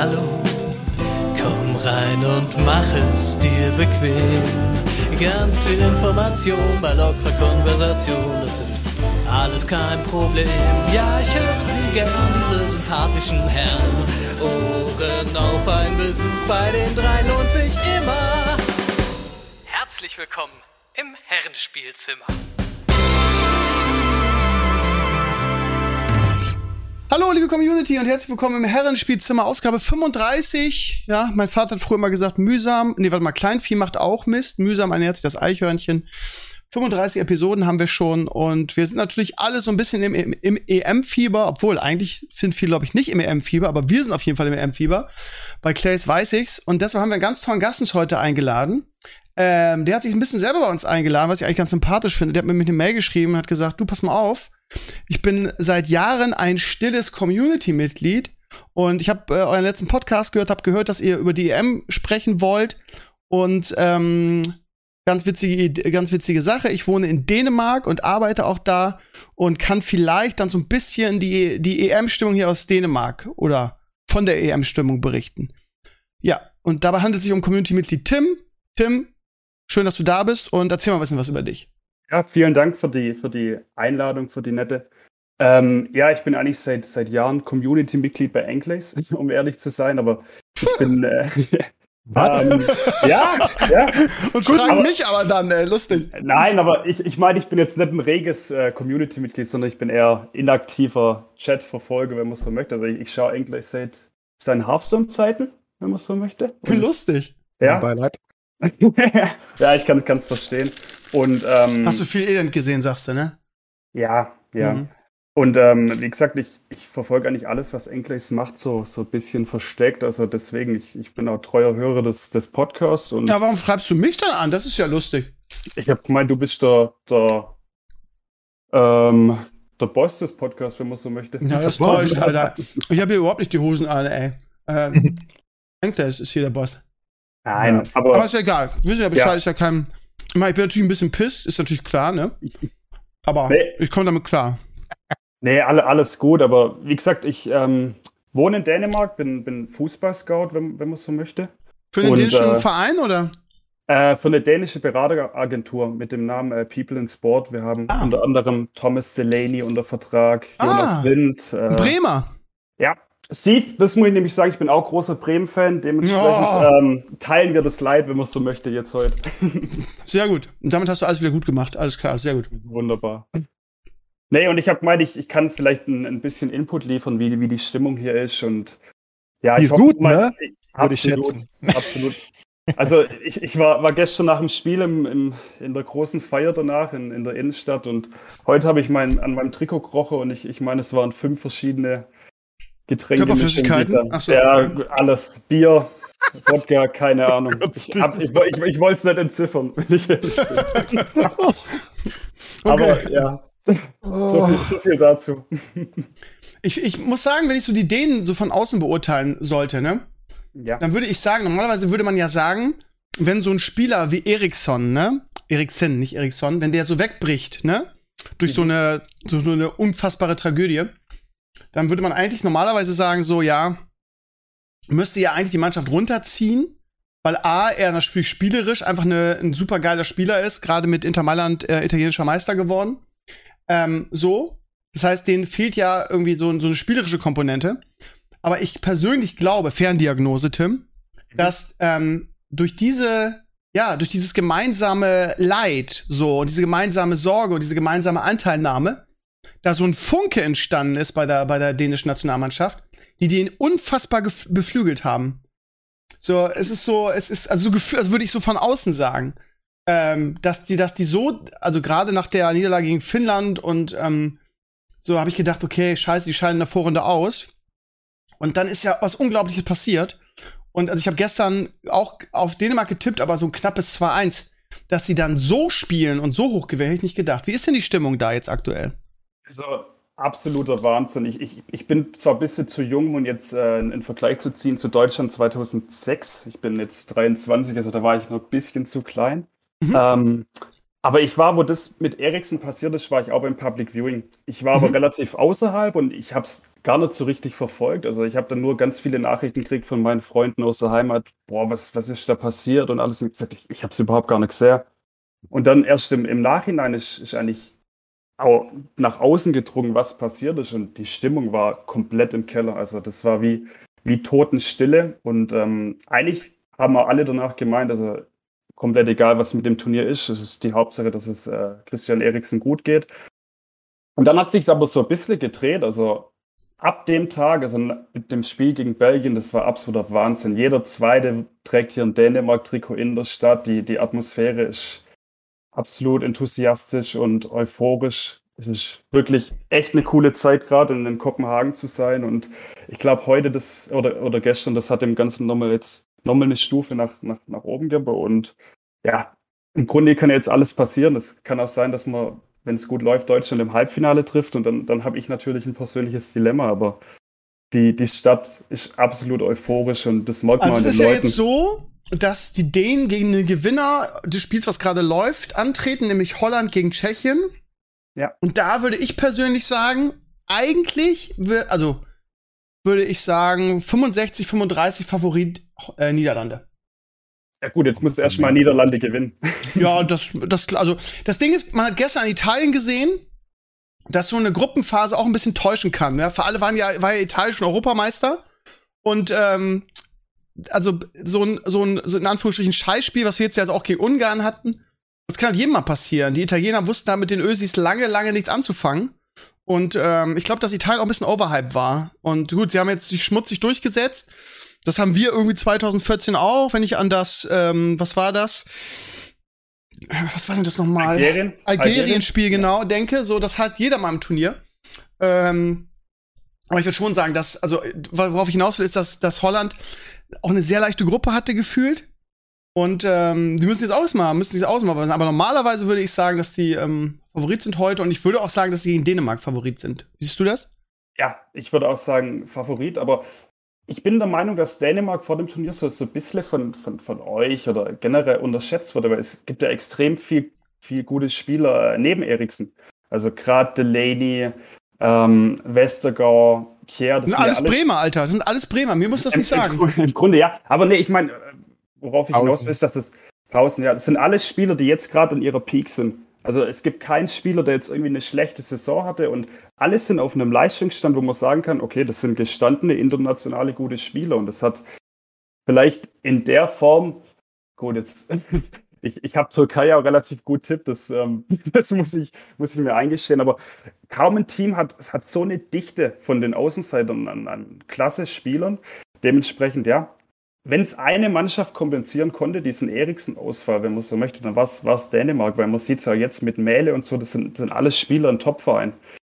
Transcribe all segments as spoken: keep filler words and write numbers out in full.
Hallo, komm rein und mach es dir bequem. Ganz viel Information bei lockerer Konversation, das ist alles kein Problem. Ja, ich höre Sie gern, diese sympathischen Herren. Ohren auf, ein Besuch bei den dreien lohnt sich immer. Herzlich willkommen im Herrenspielzimmer. Hallo liebe Community und herzlich willkommen im Herrenspielzimmer, Ausgabe fünfunddreißig. Ja, mein Vater hat früher mal gesagt, mühsam, nee, warte mal, Kleinvieh macht auch Mist, mühsam ernährt sich das Eichhörnchen. fünfunddreißig Episoden haben wir schon und wir sind natürlich alle so ein bisschen im, im, im E M-Fieber, obwohl eigentlich sind viele, glaube ich, nicht im E M-Fieber, aber wir sind auf jeden Fall im E M-Fieber. Bei Clays weiß ich's und deshalb haben wir einen ganz tollen Gast uns heute eingeladen. Ähm, der hat sich ein bisschen selber bei uns eingeladen, was ich eigentlich ganz sympathisch finde. Der hat mir mit eine Mail geschrieben und hat gesagt, du, pass mal auf, ich bin seit Jahren ein stilles Community-Mitglied und ich habe äh, euren letzten Podcast gehört, habe gehört, dass ihr über die E M sprechen wollt und ähm, ganz witzige, ganz witzige Sache. Ich wohne in Dänemark und arbeite auch da und kann vielleicht dann so ein bisschen die, die E M-Stimmung hier aus Dänemark oder von der E M-Stimmung berichten. Ja, und dabei handelt es sich um Community-Mitglied Tim. Tim, schön, dass du da bist und erzähl mal ein bisschen was über dich. Ja, vielen Dank für die, für die Einladung, für die nette. Ähm, ja, ich bin eigentlich seit, seit Jahren Community-Mitglied bei Enclaves, um ehrlich zu sein, aber ich bin, äh, ähm, ja, ja. Und Gut, fragen aber, mich aber dann, ey, lustig. Nein, aber ich, ich meine, ich bin jetzt nicht ein reges äh, Community-Mitglied, sondern ich bin eher inaktiver Chat-Verfolger, wenn man so möchte. Also ich, ich schaue Enclaves seit seinen Hearthstone-Zeiten, wenn man so möchte. Und lustig. Ja. Beileid. Ja, ich kann es verstehen. Und, ähm, Hast du viel Elend gesehen, sagst du, ne? Ja, ja. Mhm. Und ähm, wie gesagt, ich, ich verfolge eigentlich alles, was Enclaves macht, so, so ein bisschen versteckt. Also deswegen, ich, ich bin auch treuer Hörer des, des Podcasts. Und Ja, warum schreibst du mich dann an? Das ist ja lustig. ich habe gemeint, du bist der, der, ähm, der Boss des Podcasts, wenn man so möchte. Ja, das täuscht, Alter. Ich habe hier überhaupt nicht die Hosen an, ey. Ähm, Enclaves ist hier der Boss. Nein, Ja. aber, Aber ist ja egal. Wir wissen ja Bescheid, Ja. ist ja kein. Ich meine, ich bin natürlich ein bisschen pisst, ist natürlich klar, ne? Aber Nee. ich komme damit klar. nee, alle, alles gut. Aber wie gesagt, ich ähm, wohne in Dänemark, bin, bin Fußball-Scout, wenn, wenn man so möchte. Für den Und, dänischen äh, Verein, oder? Äh, für eine dänische Berateragentur mit dem Namen äh, People in Sport. Wir haben Ah. unter anderem Thomas Delaney unter Vertrag, Ah. Jonas Wind. Äh, Ein Bremer. ja, Steve, das muss ich nämlich sagen, ich bin auch großer Bremen-Fan. Dementsprechend Ja. ähm, teilen wir das Leid, wenn man so möchte, jetzt heute. Sehr gut. Und damit hast du alles wieder gut gemacht. Alles klar, sehr gut. Wunderbar. Nee, und ich habe gemeint, ich, ich kann vielleicht ein, ein bisschen Input liefern, wie, wie die Stimmung hier ist. Und ja, Die ich ist hoffe gut, mal, ne? ich- Würde ich Absolut, schätzen. absolut. Also ich, ich war, war gestern nach dem Spiel im, im, in der großen Feier danach in, in der Innenstadt und heute habe ich mein, an meinem Trikot gerochen und ich, ich meine, es waren fünf verschiedene Getränke. Körperflüssigkeiten? Ach so. Ja, alles. Bier, Wodka, keine Ahnung. Ich, hab- ich, ich, ich wollte es nicht entziffern, wenn ich ehrlich bin. Aber Okay. ja, so viel, so viel dazu. Ich, ich muss sagen, wenn ich so die Dänen so von außen beurteilen sollte, ne? Ja. Dann würde ich sagen, normalerweise würde man ja sagen, wenn so ein Spieler wie Eriksson, ne? Eriksen, nicht Eriksson, wenn der so wegbricht, ne? Durch so eine, so, so eine unfassbare Tragödie, dann würde man eigentlich normalerweise sagen, so, ja, müsste ja eigentlich die Mannschaft runterziehen, weil A, er natürlich spielerisch einfach eine, ein super geiler Spieler ist, gerade mit Inter Mailand äh, italienischer Meister geworden. Ähm, so. Das heißt, denen fehlt ja irgendwie so, so eine spielerische Komponente. Aber ich persönlich glaube, Ferndiagnose, Tim, dass ähm, durch diese, ja, durch dieses gemeinsame Leid so und diese gemeinsame Sorge und diese gemeinsame Anteilnahme, da so ein Funke entstanden ist bei der, bei der dänischen Nationalmannschaft, die den unfassbar gef- beflügelt haben. So, es ist so, es ist, also, so gefühl, also würde ich so von außen sagen, ähm, dass die, dass die so, also gerade nach der Niederlage gegen Finnland und ähm, so habe ich gedacht, okay, scheiße, die scheiden in der Vorrunde aus. Und dann ist ja was Unglaubliches passiert. Und also ich habe gestern auch auf Dänemark getippt, aber so ein knappes zwei eins, dass sie dann so spielen und so hoch gewinnen, hätte ich nicht gedacht. Wie ist denn die Stimmung da jetzt aktuell? Also absoluter Wahnsinn. Ich, ich, ich bin zwar ein bisschen zu jung, um jetzt äh, einen Vergleich zu ziehen zu Deutschland zweitausendsechs. Ich bin jetzt dreiundzwanzig, also da war ich noch ein bisschen zu klein. Mhm. Ähm, aber ich war, wo das mit Eriksen passiert ist, war ich auch beim Public Viewing. Ich war aber Mhm. relativ außerhalb und ich habe es gar nicht so richtig verfolgt. Also ich habe dann nur ganz viele Nachrichten gekriegt von meinen Freunden aus der Heimat. Boah, was, was ist da passiert und alles. Und ich gesagt, ich, ich habe es überhaupt gar nicht gesehen. Und dann erst im, im Nachhinein ist, ist eigentlich auch nach außen gedrungen, was passiert ist. Und die Stimmung war komplett im Keller. Also das war wie, wie Totenstille. Und ähm, eigentlich haben wir alle danach gemeint, also komplett egal, was mit dem Turnier ist. Es ist die Hauptsache, dass es äh, Christian Eriksen gut geht. Und dann hat sich aber so ein bisschen gedreht. Also ab dem Tag, also mit dem Spiel gegen Belgien, das war absoluter Wahnsinn. Jeder Zweite trägt hier ein Dänemark-Trikot in der Stadt. Die, die Atmosphäre ist absolut enthusiastisch und euphorisch. Es ist wirklich echt eine coole Zeit, gerade in Kopenhagen zu sein. Und ich glaube, heute das oder, oder gestern, das hat dem Ganzen nochmal jetzt nochmal eine Stufe nach, nach, nach oben gegeben. Und ja, im Grunde kann jetzt alles passieren. Es kann auch sein, dass man, wenn es gut läuft, Deutschland im Halbfinale trifft. Und dann, dann habe ich natürlich ein persönliches Dilemma. Aber die, die Stadt ist absolut euphorisch und das merkt man also an den Leuten. Also es Leuten. ist ja jetzt so, dass die Dänen gegen den Gewinner des Spiels, was gerade läuft, antreten, nämlich Holland gegen Tschechien. Ja. Und da würde ich persönlich sagen, eigentlich, wür- also würde ich sagen, fünfundsechzig, fünfunddreißig Favorit äh, Niederlande. Ja gut, jetzt muss erstmal Niederlande gewinnen. Ja, das, das, also, das Ding ist, man hat gestern an Italien gesehen, dass so eine Gruppenphase auch ein bisschen täuschen kann. Ja? Für alle waren ja, war ja Italien schon Europameister. Und, ähm, also, so ein, so ein, so in Anführungsstrichen Scheißspiel, was wir jetzt ja auch gegen Ungarn hatten, das kann halt jedem mal passieren. Die Italiener wussten da mit den Ösis lange, lange nichts anzufangen. Und, ähm, ich glaube, dass Italien auch ein bisschen overhyped war. Und gut, sie haben jetzt sich schmutzig durchgesetzt. Das haben wir irgendwie zwanzig vierzehn auch, wenn ich an das, ähm, was war das? Was war denn das nochmal? Algerien? Algerien-Spiel, genau, denke. So, das heißt jeder mal im Turnier. Ähm, aber ich würde schon sagen, dass, also, worauf ich hinaus will, ist, dass, dass Holland auch eine sehr leichte Gruppe hatte, gefühlt. Und ähm, die müssen jetzt ausmachen, müssen sich ausmachen. Aber normalerweise würde ich sagen, dass die ähm, Favorit sind heute. Und ich würde auch sagen, dass sie gegen Dänemark Favorit sind. Wie siehst du das? Ja, ich würde auch sagen Favorit, aber ich bin der Meinung, dass Dänemark vor dem Turnier so, so ein bisschen von, von, von euch oder generell unterschätzt wurde, weil es gibt ja extrem viel, viel gute Spieler neben Eriksen. Also gerade Delaney, ähm, Westergaard, Kjær. Das sind alles ja alles Bremer, Alter. Das sind alles Bremer. Mir muss das im, nicht sagen. Im, Im Grunde ja. Aber nee, ich meine, worauf ich Pausen. hinaus will, ist, dass es Pausen, ja, das sind alles Spieler, die jetzt gerade in ihrer Peak sind. Also es gibt keinen Spieler, der jetzt irgendwie eine schlechte Saison hatte und alle sind auf einem Leistungsstand, wo man sagen kann, okay, das sind gestandene, internationale, gute Spieler und das hat vielleicht in der Form, gut, jetzt, ich, ich habe Türkei auch relativ gut tippt, das, ähm, das muss ich, muss ich mir eingestehen, aber kaum ein Team hat, hat so eine Dichte von den Außenseitern an, an Klasse-Spielern, dementsprechend, ja, wenn es eine Mannschaft kompensieren konnte, diesen Eriksen-Ausfall, wenn man so möchte, dann war es Dänemark, weil man sieht es ja jetzt mit Mähle und so, das sind, das sind alles Spieler im Topverein.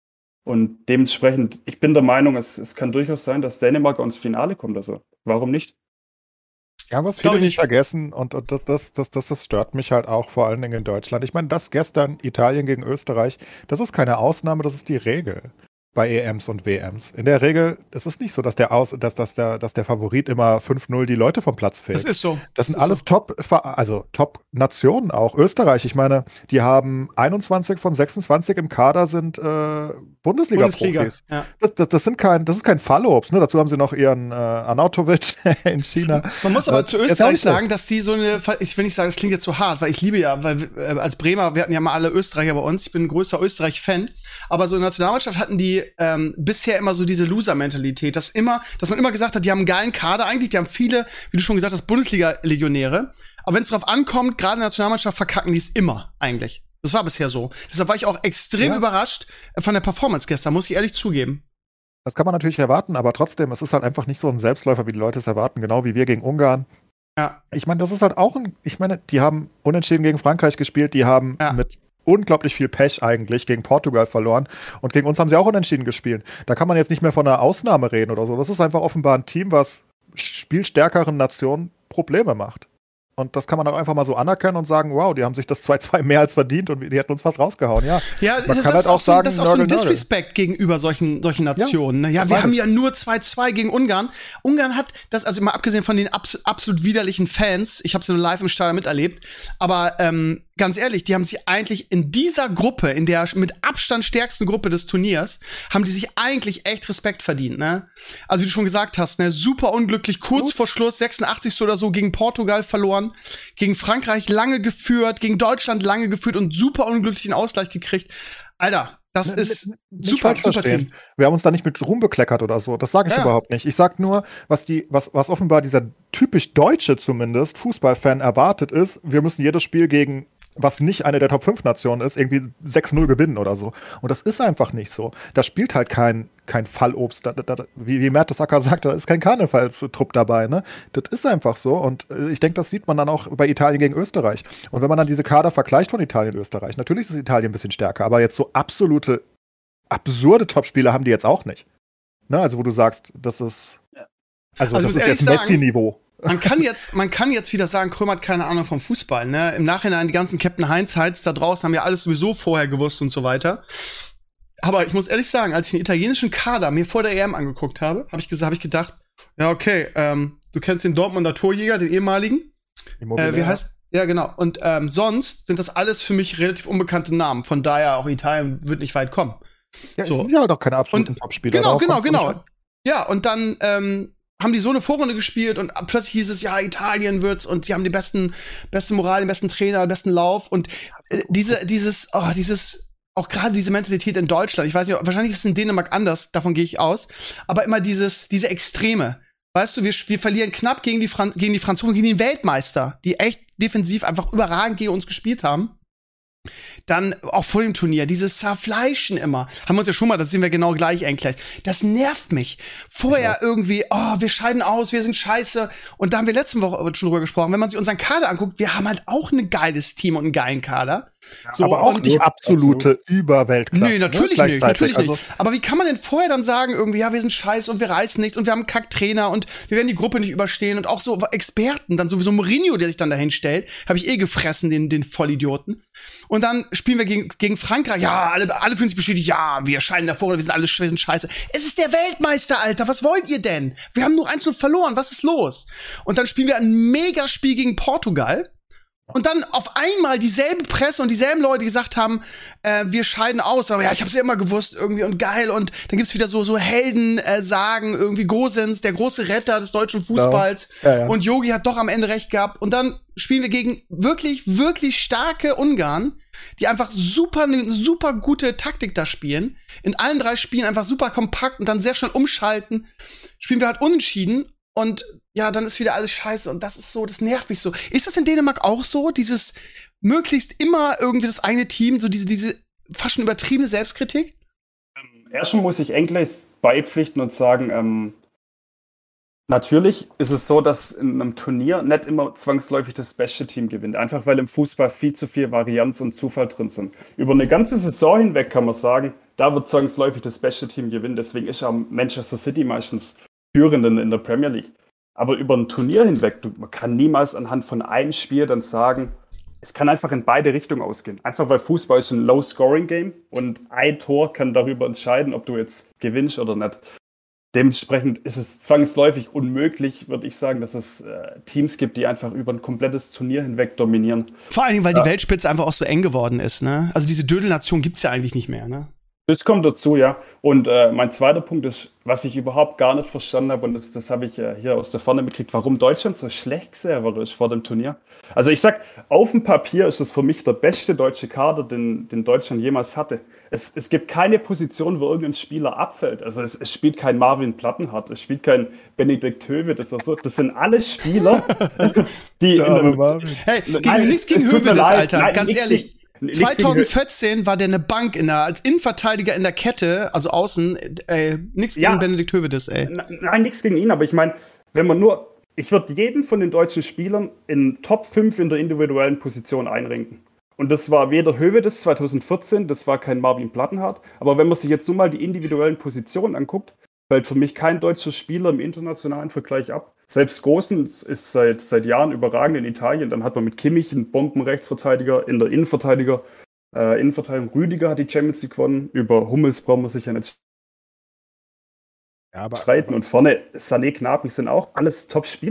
Und dementsprechend, ich bin der Meinung, es, es kann durchaus sein, dass Dänemark ins Finale kommt. Also, warum nicht? Ja, was viele nicht vergessen, und, und das, das, das, das, das stört mich halt auch vor allen Dingen in Deutschland. Ich meine, das gestern Italien gegen Österreich, das ist keine Ausnahme, das ist die Regel bei E Ms und W Ms. In der Regel, es ist nicht so, dass der, Aus, dass, dass der, dass der Favorit immer fünf null die Leute vom Platz fällt. Das ist so. Das sind das alles so. Top, also Top-Nationen auch. Österreich, ich meine, die haben einundzwanzig von sechsundzwanzig im Kader sind äh, Bundesliga-Profis. Bundesliga, ja. das, das, das, sind kein, das ist kein Fallobst. Ne? Dazu haben sie noch ihren äh, Arnautovic in China. Man muss aber äh, zu Österreich sagen, dass die so eine, ich will nicht sagen, das klingt jetzt so hart, weil ich liebe ja, weil äh, als Bremer, wir hatten ja mal alle Österreicher bei uns, ich bin ein größter Österreich-Fan, aber so in der Nationalmannschaft hatten die ähm, bisher immer so diese Loser-Mentalität, dass immer, dass man immer gesagt hat, die haben einen geilen Kader eigentlich, die haben viele, wie du schon gesagt hast, Bundesliga-Legionäre, aber wenn es drauf ankommt, gerade in der Nationalmannschaft verkacken die es immer eigentlich. Das war bisher so. Deshalb war ich auch extrem ja. überrascht von der Performance gestern, muss ich ehrlich zugeben. Das kann man natürlich erwarten, aber trotzdem, es ist halt einfach nicht so ein Selbstläufer, wie die Leute es erwarten, genau wie wir gegen Ungarn. Ja. Ich meine, das ist halt auch ein, ich meine, die haben unentschieden gegen Frankreich gespielt, die haben ja. mit unglaublich viel Pech eigentlich gegen Portugal verloren und gegen uns haben sie auch unentschieden gespielt. Da kann man jetzt nicht mehr von einer Ausnahme reden oder so. Das ist einfach offenbar ein Team, was spielstärkeren Nationen Probleme macht. Und das kann man auch einfach mal so anerkennen und sagen, wow, die haben sich das zwei zwei mehr als verdient und die hätten uns fast rausgehauen. Ja, ja man das, kann das halt auch so, sagen, das ist auch so ein Nörgel, Nörgel. Disrespect gegenüber solchen, solchen Nationen. Ja, ne? ja wir haben ja nur zwei zwei gegen Ungarn. Ungarn hat das, also mal abgesehen von den abs- absolut widerlichen Fans, ich habe es nur live im Stadion miterlebt, aber ähm, ganz ehrlich, die haben sich eigentlich in dieser Gruppe, in der mit Abstand stärksten Gruppe des Turniers, haben die sich eigentlich echt Respekt verdient, ne? Also wie du schon gesagt hast, ne, super unglücklich, kurz vor Schluss, sechsundachtzigsten oder so, gegen Portugal verloren, gegen Frankreich lange geführt, gegen Deutschland lange geführt und super unglücklichen Ausgleich gekriegt. Alter, das N- ist n- nicht super, falsch super verstehen. Team. Wir haben uns da nicht mit rumbekleckert oder so. Das sage ich Ja. überhaupt nicht. Ich sag nur, was die, was, was offenbar dieser typisch Deutsche zumindest Fußballfan erwartet ist, wir müssen jedes Spiel gegen, was nicht eine der Top fünf Nationen ist, irgendwie sechs null gewinnen oder so. Und das ist einfach nicht so. Da spielt halt kein, kein Fallobst. Da, da, da, wie, wie Mertesacker sagt, da ist kein Karnevalstrupp dabei. Ne? Das ist einfach so. Und äh, ich denke, das sieht man dann auch bei Italien gegen Österreich. Und wenn man dann diese Kader vergleicht von Italien und Österreich, natürlich ist Italien ein bisschen stärker, aber jetzt so absolute, absurde Topspieler haben die jetzt auch nicht. Ne? Also wo du sagst, das ist, also, Also das ich ist muss jetzt ehrlich sagen, Messi-Niveau. Man kann jetzt, man kann jetzt wieder sagen, Krömer hat keine Ahnung vom Fußball, ne? Im Nachhinein, die ganzen Captain Heinz-Heids da draußen haben ja alles sowieso vorher gewusst und so weiter. Aber ich muss ehrlich sagen, als ich den italienischen Kader mir vor der E M angeguckt habe, habe ich gesagt, habe ich gedacht, ja, okay, ähm, du kennst den Dortmunder Torjäger, den ehemaligen. Äh, wie heißt, ja, genau. Und ähm, sonst sind das alles für mich relativ unbekannte Namen. Von daher auch Italien wird nicht weit kommen. Ja, so. sind ja doch keine absoluten Und- Topspieler. Genau, darauf genau, kommt's doch nicht genau. an. Ja, und dann ähm, haben die so eine Vorrunde gespielt und plötzlich hieß es, ja, Italien wird's und die haben die besten, beste Moral, den besten Trainer, den besten Lauf und äh, diese, dieses, oh, dieses, auch gerade diese Mentalität in Deutschland, ich weiß nicht, wahrscheinlich ist es in Dänemark anders, davon gehe ich aus, aber immer dieses, diese Extreme. Weißt du, wir, wir verlieren knapp gegen die, Fran gegen die Franzosen, gegen den Weltmeister, die echt defensiv einfach überragend gegen uns gespielt haben. Dann auch vor dem Turnier, dieses Zerfleischen immer. Haben wir uns ja schon mal, das sehen wir genau gleich eigentlich. Das nervt mich. Vorher irgendwie, oh, wir scheiden aus, wir sind scheiße. Und da haben wir letzte Woche schon drüber gesprochen. Wenn man sich unseren Kader anguckt, wir haben halt auch ein geiles Team und einen geilen Kader. So, aber auch und nicht ich- absolute Überweltklasse. Nee, natürlich ne? nicht, natürlich Also, nicht. Aber wie kann man denn vorher dann sagen, irgendwie, ja, wir sind scheiße und wir reißen nichts und wir haben einen Kacktrainer und wir werden die Gruppe nicht überstehen und auch so Experten, dann sowieso Mourinho, der sich dann dahin stellt, habe ich eh gefressen, den, den Vollidioten. Und dann spielen wir gegen, gegen Frankreich, ja, alle, alle fühlen sich bestätigt, ja, wir scheinen davor, wir sind alle wir sind scheiße. Es ist der Weltmeister, Alter, was wollt ihr denn? Wir haben nur eins null verloren, was ist los? Und dann spielen wir ein Megaspiel gegen Portugal. Und dann auf einmal dieselbe Presse und dieselben Leute die gesagt haben, äh, wir scheiden aus, aber ja, ich hab's ja immer gewusst irgendwie und geil und dann gibt's wieder so so Helden äh, sagen irgendwie Gosens, der große Retter des deutschen Fußballs Ja, ja. und Yogi hat doch am Ende recht gehabt und dann spielen wir gegen wirklich wirklich starke Ungarn, die einfach super eine super gute Taktik da spielen, in allen drei Spielen einfach super kompakt und dann sehr schnell umschalten, spielen wir halt unentschieden. Und ja, dann ist wieder alles scheiße. Und das ist so, das nervt mich so. Ist das in Dänemark auch so? Dieses möglichst immer irgendwie das eigene Team, so diese, diese fast schon übertriebene Selbstkritik? Erstmal muss ich Engels beipflichten und sagen, ähm, natürlich ist es so, dass in einem Turnier nicht immer zwangsläufig das beste Team gewinnt. Einfach weil im Fußball viel zu viel Varianz und Zufall drin sind. Über eine ganze Saison hinweg kann man sagen, da wird zwangsläufig das beste Team gewinnen. Deswegen ist ja Manchester City meistens Führenden in der Premier League. Aber über ein Turnier hinweg, du, man kann niemals anhand von einem Spiel dann sagen, es kann einfach in beide Richtungen ausgehen. Einfach weil Fußball ist ein Low-Scoring-Game und ein Tor kann darüber entscheiden, ob du jetzt gewinnst oder nicht. Dementsprechend ist es zwangsläufig unmöglich, würde ich sagen, dass es äh, Teams gibt, die einfach über ein komplettes Turnier hinweg dominieren. Vor allen Dingen, weil Ja. die Weltspitze einfach auch so eng geworden ist, ne? Also diese Dödelnation gibt's ja eigentlich nicht mehr, ne? Das kommt dazu, ja. Und äh, mein zweiter Punkt ist, was ich überhaupt gar nicht verstanden habe, und das, das habe ich äh, hier aus der Ferne mitgekriegt, warum Deutschland so schlecht gesehen ist vor dem Turnier. Also ich sag, auf dem Papier ist das für mich der beste deutsche Kader, den, den Deutschland jemals hatte. Es, es gibt keine Position, wo irgendein Spieler abfällt. Also es, es spielt kein Marvin Plattenhardt, es spielt kein Benedikt Höwe, das, oder so. Das sind alles Spieler, die Ja, in einem, aber Marvin. Hey, gegen Nein, nichts es- gegen es tut mir Hövedes, leid. Alter, Nein, ganz nichts ehrlich. gegen- nichts gegen Hö- zwanzig vierzehn war der eine Bank in der, als Innenverteidiger in der Kette, also außen, äh, nix Ja. gegen Benedikt Hövedes, ey. N- Nein, nichts gegen ihn, aber ich meine, wenn man nur, ich würde jeden von den deutschen Spielern in Top fünf in der individuellen Position einrenken. Und das war weder Hövedes zwanzig vierzehn, das war kein Marvin Plattenhardt, aber wenn man sich jetzt nur mal die individuellen Positionen anguckt, fällt für mich kein deutscher Spieler im internationalen Vergleich ab. Selbst Gosens ist seit, seit Jahren überragend in Italien. Dann hat man mit Kimmich einen Bombenrechtsverteidiger, in der Innenverteidiger, äh, Innenverteidigung Rüdiger hat die Champions League gewonnen. Über Hummels brauchen wir sich ja nicht Ja, aber, streiten. Und vorne Sané, Gnabry sind auch alles Top-Spieler.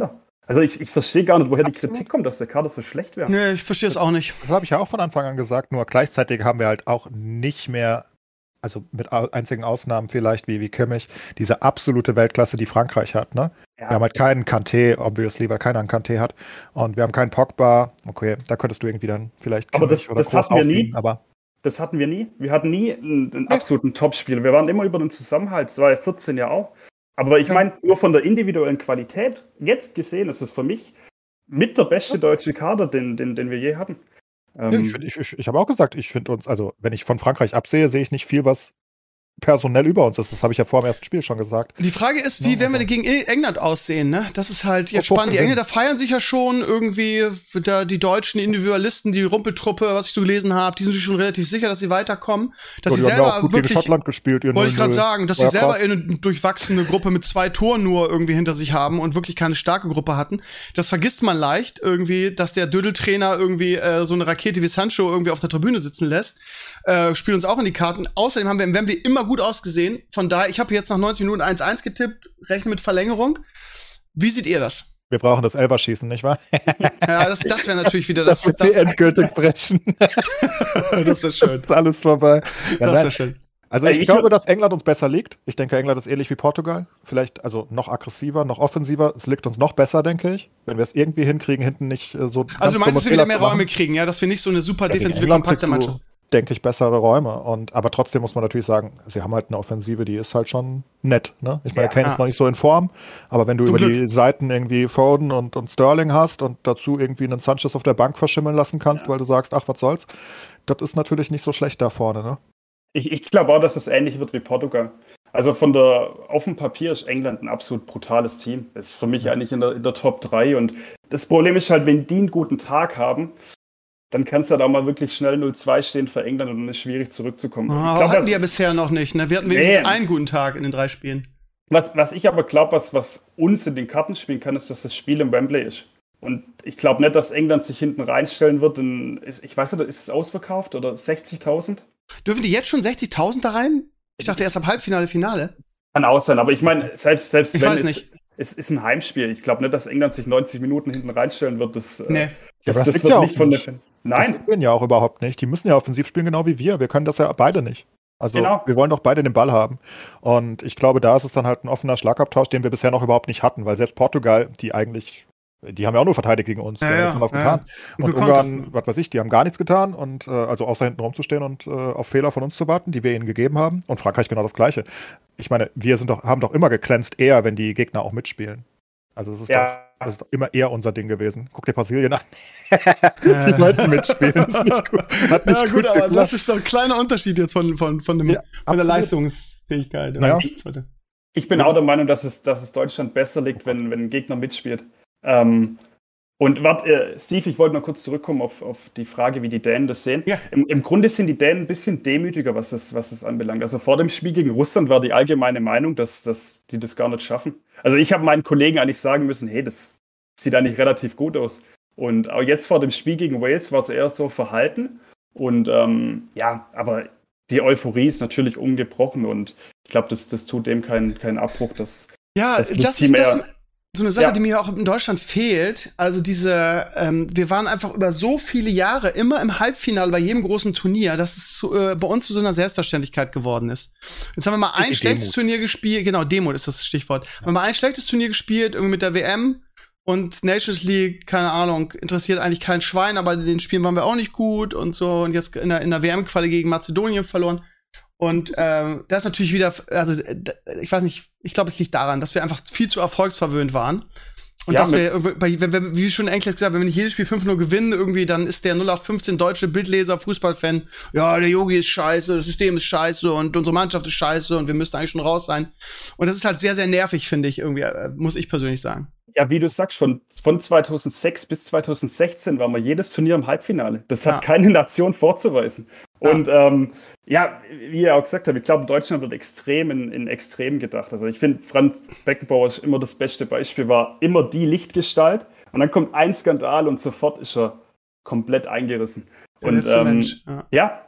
Also ich, ich verstehe gar nicht, woher die Kritik kommt, dass der Kader so schlecht wäre. Nee, ich verstehe es auch nicht. Das habe ich ja auch von Anfang an gesagt, nur gleichzeitig haben wir halt auch nicht mehr, also mit einzigen Ausnahmen vielleicht wie, wie Kimmich, diese absolute Weltklasse, die Frankreich hat, ne? Ja. Wir haben halt keinen Kanté, obviously, weil keiner einen Kanté hat. Und wir haben keinen Pogba. Okay, da könntest du irgendwie dann vielleicht Kimmich aber das, oder das hatten wir nie. Aber das hatten wir nie. Wir hatten nie einen, einen absoluten Topspieler. Wir waren immer über den Zusammenhalt. Das war ja vierzehn ja auch. Aber ich meine, nur von der individuellen Qualität, jetzt gesehen, ist es für mich mit der beste deutsche Kader, den, den, den wir je hatten. Ähm, ja, ich ich, ich, ich habe auch gesagt, ich finde uns, also wenn ich von Frankreich absehe, sehe ich nicht viel, was personell über uns ist. Das habe ich ja vor dem ersten Spiel schon gesagt. Die Frage ist, wie ja, werden wir denn gegen England aussehen, ne? Das ist halt jetzt oh, spannend. Die Engländer feiern sich ja schon irgendwie, da die deutschen Individualisten, die Rumpeltruppe, was ich so gelesen habe, die sind sich schon relativ sicher, dass sie weiterkommen. Dass ja, sie die selber haben ja auch gut wirklich, gegen Schottland gespielt. Wollte ich gerade sagen, dass sie selber eine durchwachsene Gruppe mit zwei Toren nur irgendwie hinter sich haben und wirklich keine starke Gruppe hatten. Das vergisst man leicht irgendwie, dass der Dödeltrainer irgendwie äh, so eine Rakete wie Sancho irgendwie auf der Tribüne sitzen lässt. Äh, spielt uns auch in die Karten. Außerdem haben wir im Wembley immer gut ausgesehen. Von daher, ich habe jetzt nach neunzig Minuten eins eins getippt, rechne mit Verlängerung. Wie seht ihr das? Wir brauchen das Elferschießen, nicht wahr? Ja, das, das wäre natürlich wieder das. Das wird endgültig brechen. Das wäre schön. Ist alles vorbei. Ja, das wäre schön. Also ich, ich glaube, dass England uns besser liegt. Ich denke, England ist ähnlich wie Portugal. Vielleicht also noch aggressiver, noch offensiver. Es liegt uns noch besser, denke ich. Wenn wir es irgendwie hinkriegen, hinten nicht äh, so. Also du meinst, dass wir wieder mehr Räume kriegen, ja? Dass wir nicht so eine super ja, defensive, kompakte Mannschaft. Denke ich, bessere Räume. Und, aber trotzdem muss man natürlich sagen, sie haben halt eine Offensive, die ist halt schon nett. Ne? Ich meine, ja, Kane ja. ist noch nicht so in Form, aber wenn du Zum über Glück. die Seiten irgendwie Foden und, und Sterling hast und dazu irgendwie einen Sanchez auf der Bank verschimmeln lassen kannst, ja. weil du sagst, ach, was soll's, das ist natürlich nicht so schlecht da vorne. Ne? Ich, ich glaube auch, dass es ähnlich wird wie Portugal. Also von der, auf dem Papier ist England ein absolut brutales Team. Das ist für mich ja. eigentlich in der, in der Top drei. Und das Problem ist halt, wenn die einen guten Tag haben, dann kannst du da mal wirklich schnell null zwei stehen für England und dann ist es schwierig zurückzukommen. Oh, ich glaub, hatten was, die ja bisher noch nicht. Ne? Wir hatten wenigstens nee. einen guten Tag in den drei Spielen. Was, was ich aber glaube, was, was uns in den Karten spielen kann, ist, dass das Spiel im Wembley ist. Und ich glaube nicht, dass England sich hinten reinstellen wird. In, ich weiß nicht, ist es ausverkauft oder sechzigtausend? Dürfen die jetzt schon sechzigtausend da rein? Ich dachte erst ab Halbfinale, Finale. Kann auch sein, aber ich meine, selbst, selbst ich wenn weiß es, nicht. es ist ein Heimspiel. Ich glaube nicht, dass England sich neunzig Minuten hinten reinstellen wird. Das, nee. das, ja, das, das wird ja nicht von der. Nein. Das spielen ja auch überhaupt nicht. Die müssen ja offensiv spielen, genau wie wir. Wir können das ja beide nicht. Also genau. wir wollen doch beide den Ball haben. Und ich glaube, da ist es dann halt ein offener Schlagabtausch, den wir bisher noch überhaupt nicht hatten, weil selbst Portugal, die eigentlich, die haben ja auch nur verteidigt gegen uns. Ja, die ja, haben was ja, getan. ja. Und Ungarn, was weiß ich, die haben gar nichts getan und äh, also außer hinten rumzustehen und äh, auf Fehler von uns zu warten, die wir ihnen gegeben haben. Und Frankreich genau das Gleiche. Ich meine, wir sind doch, haben doch immer geglänzt, eher, wenn die Gegner auch mitspielen. Also es ist, ja. doch, das ist doch immer eher unser Ding gewesen. Guck dir Brasilien an. Die wollten mitspielen. Das ist nicht gut. Hat nicht ja, gut, gut, aber geklappt. das ist doch ein kleiner Unterschied jetzt von, von, von, dem, ja, von der Leistungsfähigkeit. Naja. Ich, ich bin auch der Meinung, dass es, dass es Deutschland besser liegt, wenn, wenn ein Gegner mitspielt. Ähm, und warte, äh, Steve, ich wollte noch kurz zurückkommen auf, auf die Frage, wie die Dänen das sehen. Ja. Im, Im Grunde sind die Dänen ein bisschen demütiger, was es, was es anbelangt. Also vor dem Spiel gegen Russland war die allgemeine Meinung, dass, dass die das gar nicht schaffen. Also ich habe meinen Kollegen eigentlich sagen müssen, hey, das sieht eigentlich relativ gut aus. Und auch jetzt vor dem Spiel gegen Wales war es eher so verhalten. Und ähm, ja, aber die Euphorie ist natürlich ungebrochen und ich glaube, das, das tut dem keinen keinen Abbruch. Dass, ja, dass das, das das Team ist das, eher, so eine Sache, ja. die mir auch in Deutschland fehlt. Also diese, ähm, wir waren einfach über so viele Jahre immer im Halbfinale bei jedem großen Turnier, dass es zu, äh, bei uns zu so einer Selbstverständlichkeit geworden ist. Jetzt haben wir mal ein die schlechtes Demut. Turnier gespielt, genau, Demut ist das Stichwort. Ja. Haben wir mal ein schlechtes Turnier gespielt, irgendwie mit der W M und Nations League, keine Ahnung, interessiert eigentlich kein Schwein, aber in den Spielen waren wir auch nicht gut und so und jetzt in der, in der W M-Quali gegen Mazedonien verloren. Und ähm, das ist natürlich wieder, also ich weiß nicht, ich glaube, es liegt daran, dass wir einfach viel zu erfolgsverwöhnt waren. Und Ja, dass mit- wir, wenn, wenn, wie schon Enkles gesagt, wenn wir nicht jedes Spiel fünf null gewinnen, irgendwie, dann ist der null acht fünfzehn deutsche Bildleser, Fußballfan, ja, der Yogi ist scheiße, das System ist scheiße und unsere Mannschaft ist scheiße und wir müssten eigentlich schon raus sein. Und das ist halt sehr, sehr nervig, finde ich, irgendwie, äh, muss ich persönlich sagen. Ja, wie du sagst, von, von zweitausendsechs bis zweitausendsechzehn waren wir jedes Turnier im Halbfinale. Das hat Ja. keine Nation vorzuweisen. Ja. Und ähm, ja, wie ihr auch gesagt habt, ich glaube, Deutschland wird extrem in, in Extrem gedacht. Also ich finde, Franz Beckenbauer ist immer das beste Beispiel, war immer die Lichtgestalt. Und dann kommt ein Skandal und sofort ist er komplett eingerissen. Der Und letzte ähm, Mensch, ja. ja,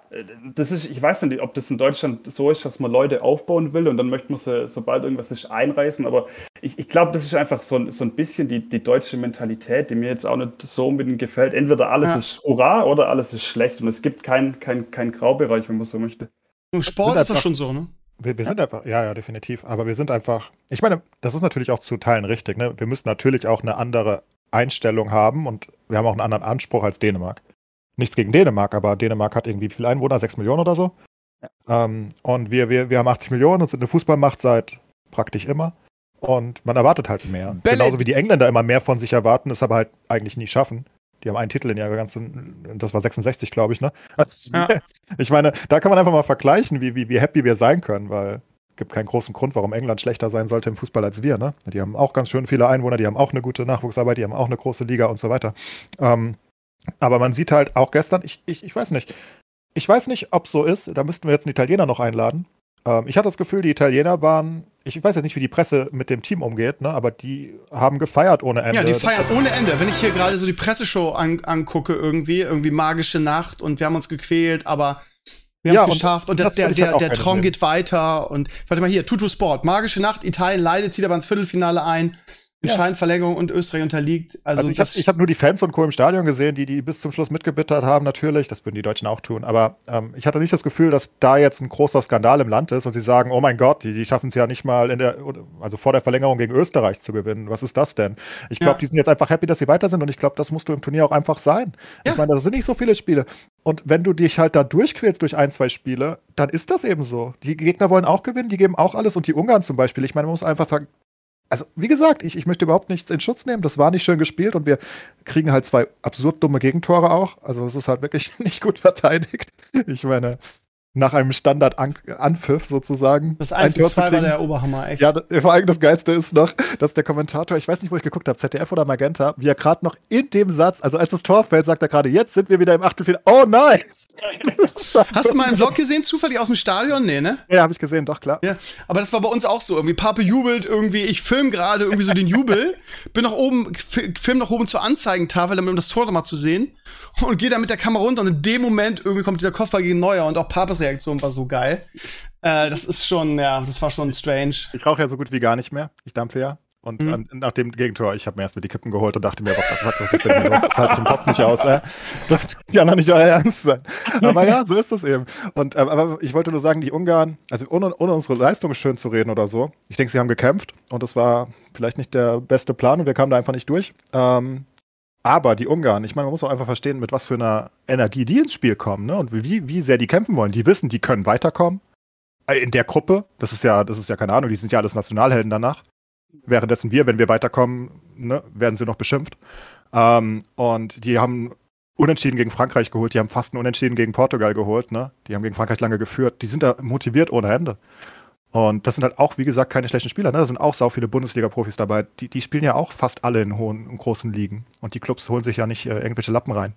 das ist, ich weiß nicht, ob das in Deutschland so ist, dass man Leute aufbauen will und dann möchte man sie, sobald irgendwas ist, einreißen. Aber ich, ich glaube, das ist einfach so ein, so ein bisschen die, die deutsche Mentalität, die mir jetzt auch nicht so unbedingt gefällt. Entweder alles Ja. ist Hurra oder alles ist schlecht. Und es gibt keinen kein, kein Graubereich, wenn man so möchte. Im Sport sind ist das einfach- schon so, ne? Wir, wir sind einfach, ja, ja, definitiv. Aber wir sind einfach, ich meine, das ist natürlich auch zu Teilen richtig. Ne? Wir müssen natürlich auch eine andere Einstellung haben und wir haben auch einen anderen Anspruch als Dänemark. Nichts gegen Dänemark, aber Dänemark hat irgendwie wie viele Einwohner? Sechs Millionen oder so. Ähm, und wir, wir, wir haben achtzig Millionen und sind eine Fußballmacht seit praktisch immer. Und man erwartet halt mehr. Bellet. Genauso wie die Engländer immer mehr von sich erwarten, es aber halt eigentlich nie schaffen. Die haben einen Titel in ihrer ganzen, das war sechsundsechzig, glaube ich, ne? Ja. Ich meine, da kann man einfach mal vergleichen, wie, wie, wie happy wir sein können, weil es gibt keinen großen Grund, warum England schlechter sein sollte im Fußball als wir, ne? Die haben auch ganz schön viele Einwohner, die haben auch eine gute Nachwuchsarbeit, die haben auch eine große Liga und so weiter. Ähm, aber man sieht halt auch gestern, ich, ich, ich weiß nicht, ich weiß nicht, ob es so ist, da müssten wir jetzt einen Italiener noch einladen. Ähm, ich hatte das Gefühl, die Italiener waren, ich weiß jetzt nicht, wie die Presse mit dem Team umgeht, ne? Aber die haben gefeiert ohne Ende. Ja, die feiern ohne Ende. Wenn ich hier gerade so die Presseshow an, angucke, irgendwie, irgendwie magische Nacht und wir haben uns gequält, aber wir haben Ja, es und geschafft und der, das der, will ich halt der, auch der gerne Traum sehen. geht weiter und warte mal hier, Tutu Sport, magische Nacht, Italien leidet, zieht aber ins Viertelfinale ein, entscheidend Verlängerung und Österreich unterliegt. Also, Also ich habe das, hab nur die Fans und Co. im Stadion gesehen, die die bis zum Schluss mitgebittert haben, natürlich. Das würden die Deutschen auch tun. Aber ähm, ich hatte nicht das Gefühl, dass da jetzt ein großer Skandal im Land ist und sie sagen, oh mein Gott, die, die schaffen es ja nicht mal in der, also vor der Verlängerung gegen Österreich zu gewinnen. Was ist das denn? Ich glaube, Ja. die sind jetzt einfach happy, dass sie weiter sind und ich glaube, das musst du im Turnier auch einfach sein. Ja. Ich meine, das sind nicht so viele Spiele. Und wenn du dich halt da durchquälst durch ein, zwei Spiele, dann ist das eben so. Die Gegner wollen auch gewinnen, die geben auch alles und die Ungarn zum Beispiel. Ich meine, man muss einfach ver Also, wie gesagt, ich, ich möchte überhaupt nichts in Schutz nehmen. Das war nicht schön gespielt und wir kriegen halt zwei absurd dumme Gegentore auch. Also, es ist halt wirklich nicht gut verteidigt. Ich meine, nach einem Standard-Anpfiff sozusagen. das ein eins zu Tor zu zwei war kriegen. der Oberhammer, echt. Ja, das- vor allem das Geilste ist noch, dass der Kommentator, ich weiß nicht, wo ich geguckt habe, Z D F oder Magenta, wie er gerade noch in dem Satz, also als das Tor fällt, sagt er gerade, jetzt sind wir wieder im Achtelfinale. Oh nein! Hast du mal einen Vlog gesehen, zufällig aus dem Stadion? Nee, ne? Ja, habe ich gesehen, doch, klar. Ja, aber das war bei uns auch so. Irgendwie Pape jubelt irgendwie, ich film gerade irgendwie so den Jubel, bin nach oben, fi- film nach oben zur Anzeigentafel, damit um das Tor nochmal zu sehen und gehe dann mit der Kamera runter und in dem Moment irgendwie kommt dieser Kopfball gegen Neuer und auch Papes Reaktion war so geil. Äh, das ist schon, ja, das war schon strange. Ich rauche ja so gut wie gar nicht mehr. Ich dampfe ja. Und Mhm. an, nach dem Gegentor, ich habe mir erstmal die Kippen geholt und dachte mir, was, was, was ist denn hier los? Das halte ich im Kopf nicht aus. Äh? Das kann doch nicht euer Ernst sein. Aber ja, so ist das eben. Und, ähm, aber ich wollte nur sagen, die Ungarn, also ohne, ohne unsere Leistung schön zu reden oder so, ich denke, sie haben gekämpft und es war vielleicht nicht der beste Plan und wir kamen da einfach nicht durch. Ähm, aber die Ungarn, ich meine, man muss auch einfach verstehen, mit was für einer Energie die ins Spiel kommen, ne? Und wie, wie sehr die kämpfen wollen. Die wissen, die können weiterkommen. In der Gruppe, das ist ja, das ist ja keine Ahnung, die sind ja alles Nationalhelden danach. Währenddessen wir, wenn wir weiterkommen, ne, werden sie noch beschimpft. Ähm, und die haben Unentschieden gegen Frankreich geholt, die haben fast einen Unentschieden gegen Portugal geholt, ne? Die haben gegen Frankreich lange geführt. Die sind da motiviert ohne Ende. Und das sind halt auch, wie gesagt, keine schlechten Spieler. Ne? Da sind auch sau viele Bundesliga-Profis dabei. Die, die spielen ja auch fast alle in hohen, in großen Ligen. Und die Clubs holen sich ja nicht äh, irgendwelche Lappen rein.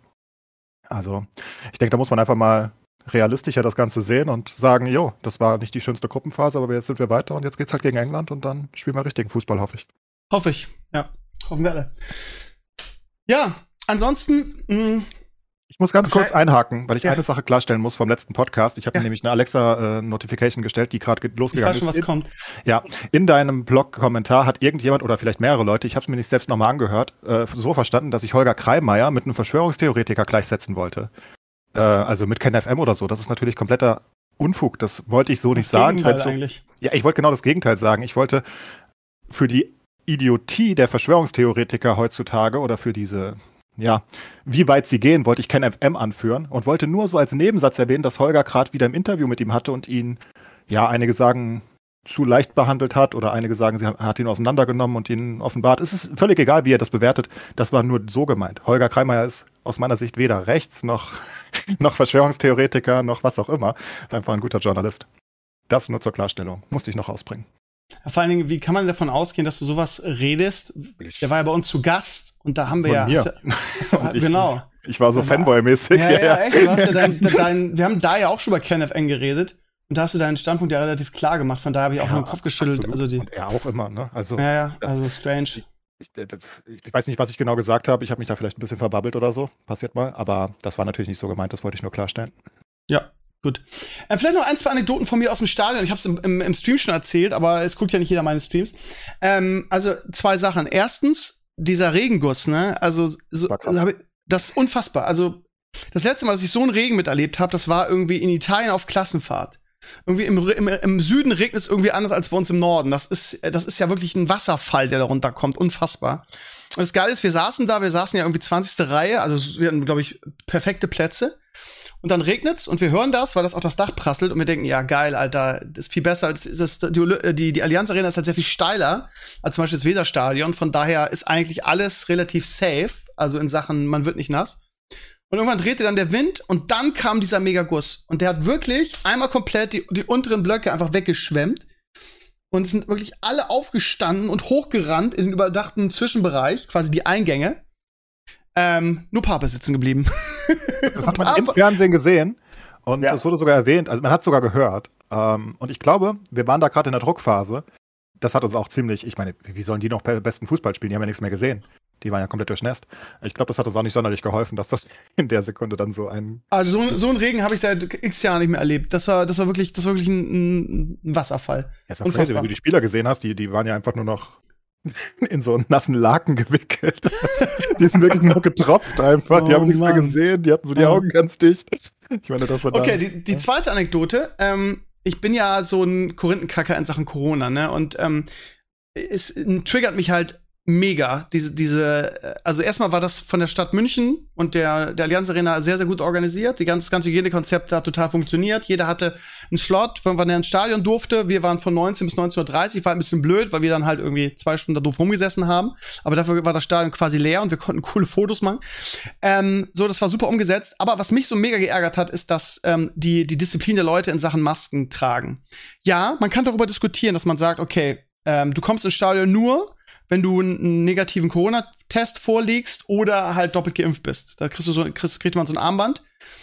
Also, ich denke, da muss man einfach mal realistischer das Ganze sehen und sagen, jo, das war nicht die schönste Gruppenphase, aber jetzt sind wir weiter und jetzt geht's halt gegen England und dann spielen wir richtigen Fußball, hoffe ich. Hoffe ich, ja. Hoffen wir alle. Ja, ansonsten, mh, Ich muss ganz Okay. kurz einhaken, weil ich Ja. eine Sache klarstellen muss vom letzten Podcast. Ich habe Ja. mir nämlich eine Alexa-Notification gestellt, die gerade ich losgegangen weiß schon, was ist. kommt. Ja, in deinem Blog-Kommentar hat irgendjemand oder vielleicht mehrere Leute, ich habe es mir nicht selbst nochmal angehört, äh, so verstanden, dass ich Holger Kreimeier mit einem Verschwörungstheoretiker gleichsetzen wollte. Äh, also mit Ken F M oder so. Das ist natürlich kompletter Unfug. Das wollte ich so nicht Das sagen. Gegenteil Halt so, eigentlich. ja, ich wollte genau das Gegenteil sagen. Ich wollte für die Idiotie der Verschwörungstheoretiker heutzutage oder für diese, ja, wie weit sie gehen, wollte ich Ken F M anführen und wollte nur so als Nebensatz erwähnen, dass Holger gerade wieder im Interview mit ihm hatte und ihn, ja, einige sagen, zu leicht behandelt hat oder einige sagen, sie hat ihn auseinandergenommen und ihn offenbart. Es ist völlig egal, wie er das bewertet. Das war nur so gemeint. Holger Kreimeier ist aus meiner Sicht weder rechts noch, noch Verschwörungstheoretiker noch was auch immer. Ist einfach ein guter Journalist. Das nur zur Klarstellung. Musste ich noch ausbringen. Vor allen Dingen, wie kann man davon ausgehen, dass du sowas redest? Der war ja bei uns zu Gast und da haben wir Von ja. mir. Hast du, hast du, Und ich- genau. Ich war so Ja, Fanboy-mäßig. Ja, ja, echt. Du hast ja dein, dein, wir haben da ja auch schon über Ken F M geredet und da hast du deinen Standpunkt ja relativ klar gemacht. Von daher habe ich auch Ja, nur den Kopf geschüttelt. Absolut. Also die, Und er auch immer, ne? Also, ja, ja, das- also strange. ich, ich weiß nicht, was ich genau gesagt habe. Ich habe mich da vielleicht ein bisschen verbabbelt oder so. Passiert mal. Aber das war natürlich nicht so gemeint. Das wollte ich nur klarstellen. Ja, Gut. Äh, vielleicht noch ein, zwei Anekdoten von mir aus dem Stadion. Ich habe es im, im, im Stream schon erzählt, aber es guckt ja nicht jeder meine Streams. Ähm, also zwei Sachen. Erstens, dieser Regenguss, ne? Also, so, also hab ich, das ist unfassbar. Also, das letzte Mal, dass ich so einen Regen miterlebt habe, das war irgendwie in Italien auf Klassenfahrt. Irgendwie im, im, im Süden regnet es irgendwie anders als bei uns im Norden. Das ist, das ist ja wirklich ein Wasserfall, der da runterkommt. Unfassbar. Und das Geile ist, wir saßen da, wir saßen ja irgendwie zwanzigste Reihe, also wir hatten, glaube ich, perfekte Plätze. Und dann regnet's und wir hören das, weil das auf das Dach prasselt und wir denken, ja geil, Alter, das ist viel besser. Das ist das, die, die, die Allianz Arena ist halt sehr viel steiler als zum Beispiel das Weserstadion. Von daher ist eigentlich alles relativ safe, also in Sachen, man wird nicht nass. Und irgendwann drehte dann der Wind und dann kam dieser Megaguss. Und der hat wirklich einmal komplett die, die unteren Blöcke einfach weggeschwemmt. Und es sind wirklich alle aufgestanden und hochgerannt in den überdachten Zwischenbereich, quasi die Eingänge. Ähm, nur Pape ist sitzen geblieben. Das hat man im Fernsehen gesehen und ja. Das wurde sogar erwähnt, also man hat es sogar gehört. Ähm, und ich glaube, wir waren da gerade in der Druckphase. Das hat uns auch ziemlich, ich meine, wie sollen die noch besten Fußball spielen? Die haben ja nichts mehr gesehen. Die waren ja komplett durchnässt. Ich glaube, das hat uns auch nicht sonderlich geholfen, dass das in der Sekunde dann so ein... Also so, so einen Regen habe ich seit x Jahren nicht mehr erlebt. Das war, das war wirklich, das war wirklich ein, ein Wasserfall. Ja, das war crazy, wenn du die Spieler gesehen hast, die, die waren ja einfach nur noch in so einen nassen Laken gewickelt. Die sind wirklich nur getropft einfach. Oh, die haben nichts Mann. mehr gesehen. Die hatten so die oh. Augen ganz dicht. Ich meine, das war Okay, die, die zweite Anekdote. Ähm, ich bin ja so ein Korinthenkacker in Sachen Corona, ne? Und ähm, es triggert mich halt mega. Diese, diese, also erstmal war das von der Stadt München und der, der Allianz Arena sehr, sehr gut organisiert. Die ganze, das ganze Hygienekonzept hat total funktioniert. Jeder hatte einen Slot, wann er ins Stadion durfte. Wir waren von neunzehn bis neunzehn Uhr dreißig. War ein bisschen blöd, weil wir dann halt irgendwie zwei Stunden da doof rumgesessen haben. Aber dafür war das Stadion quasi leer und wir konnten coole Fotos machen. Ähm, so, das war super umgesetzt. Aber was mich so mega geärgert hat, ist, dass ähm, die, die Disziplin der Leute in Sachen Masken tragen. Ja, man kann darüber diskutieren, dass man sagt, okay, ähm, du kommst ins Stadion nur, wenn du einen negativen Corona-Test vorlegst oder halt doppelt geimpft bist. Da kriegst du so, kriegst, kriegt man so ein Armband.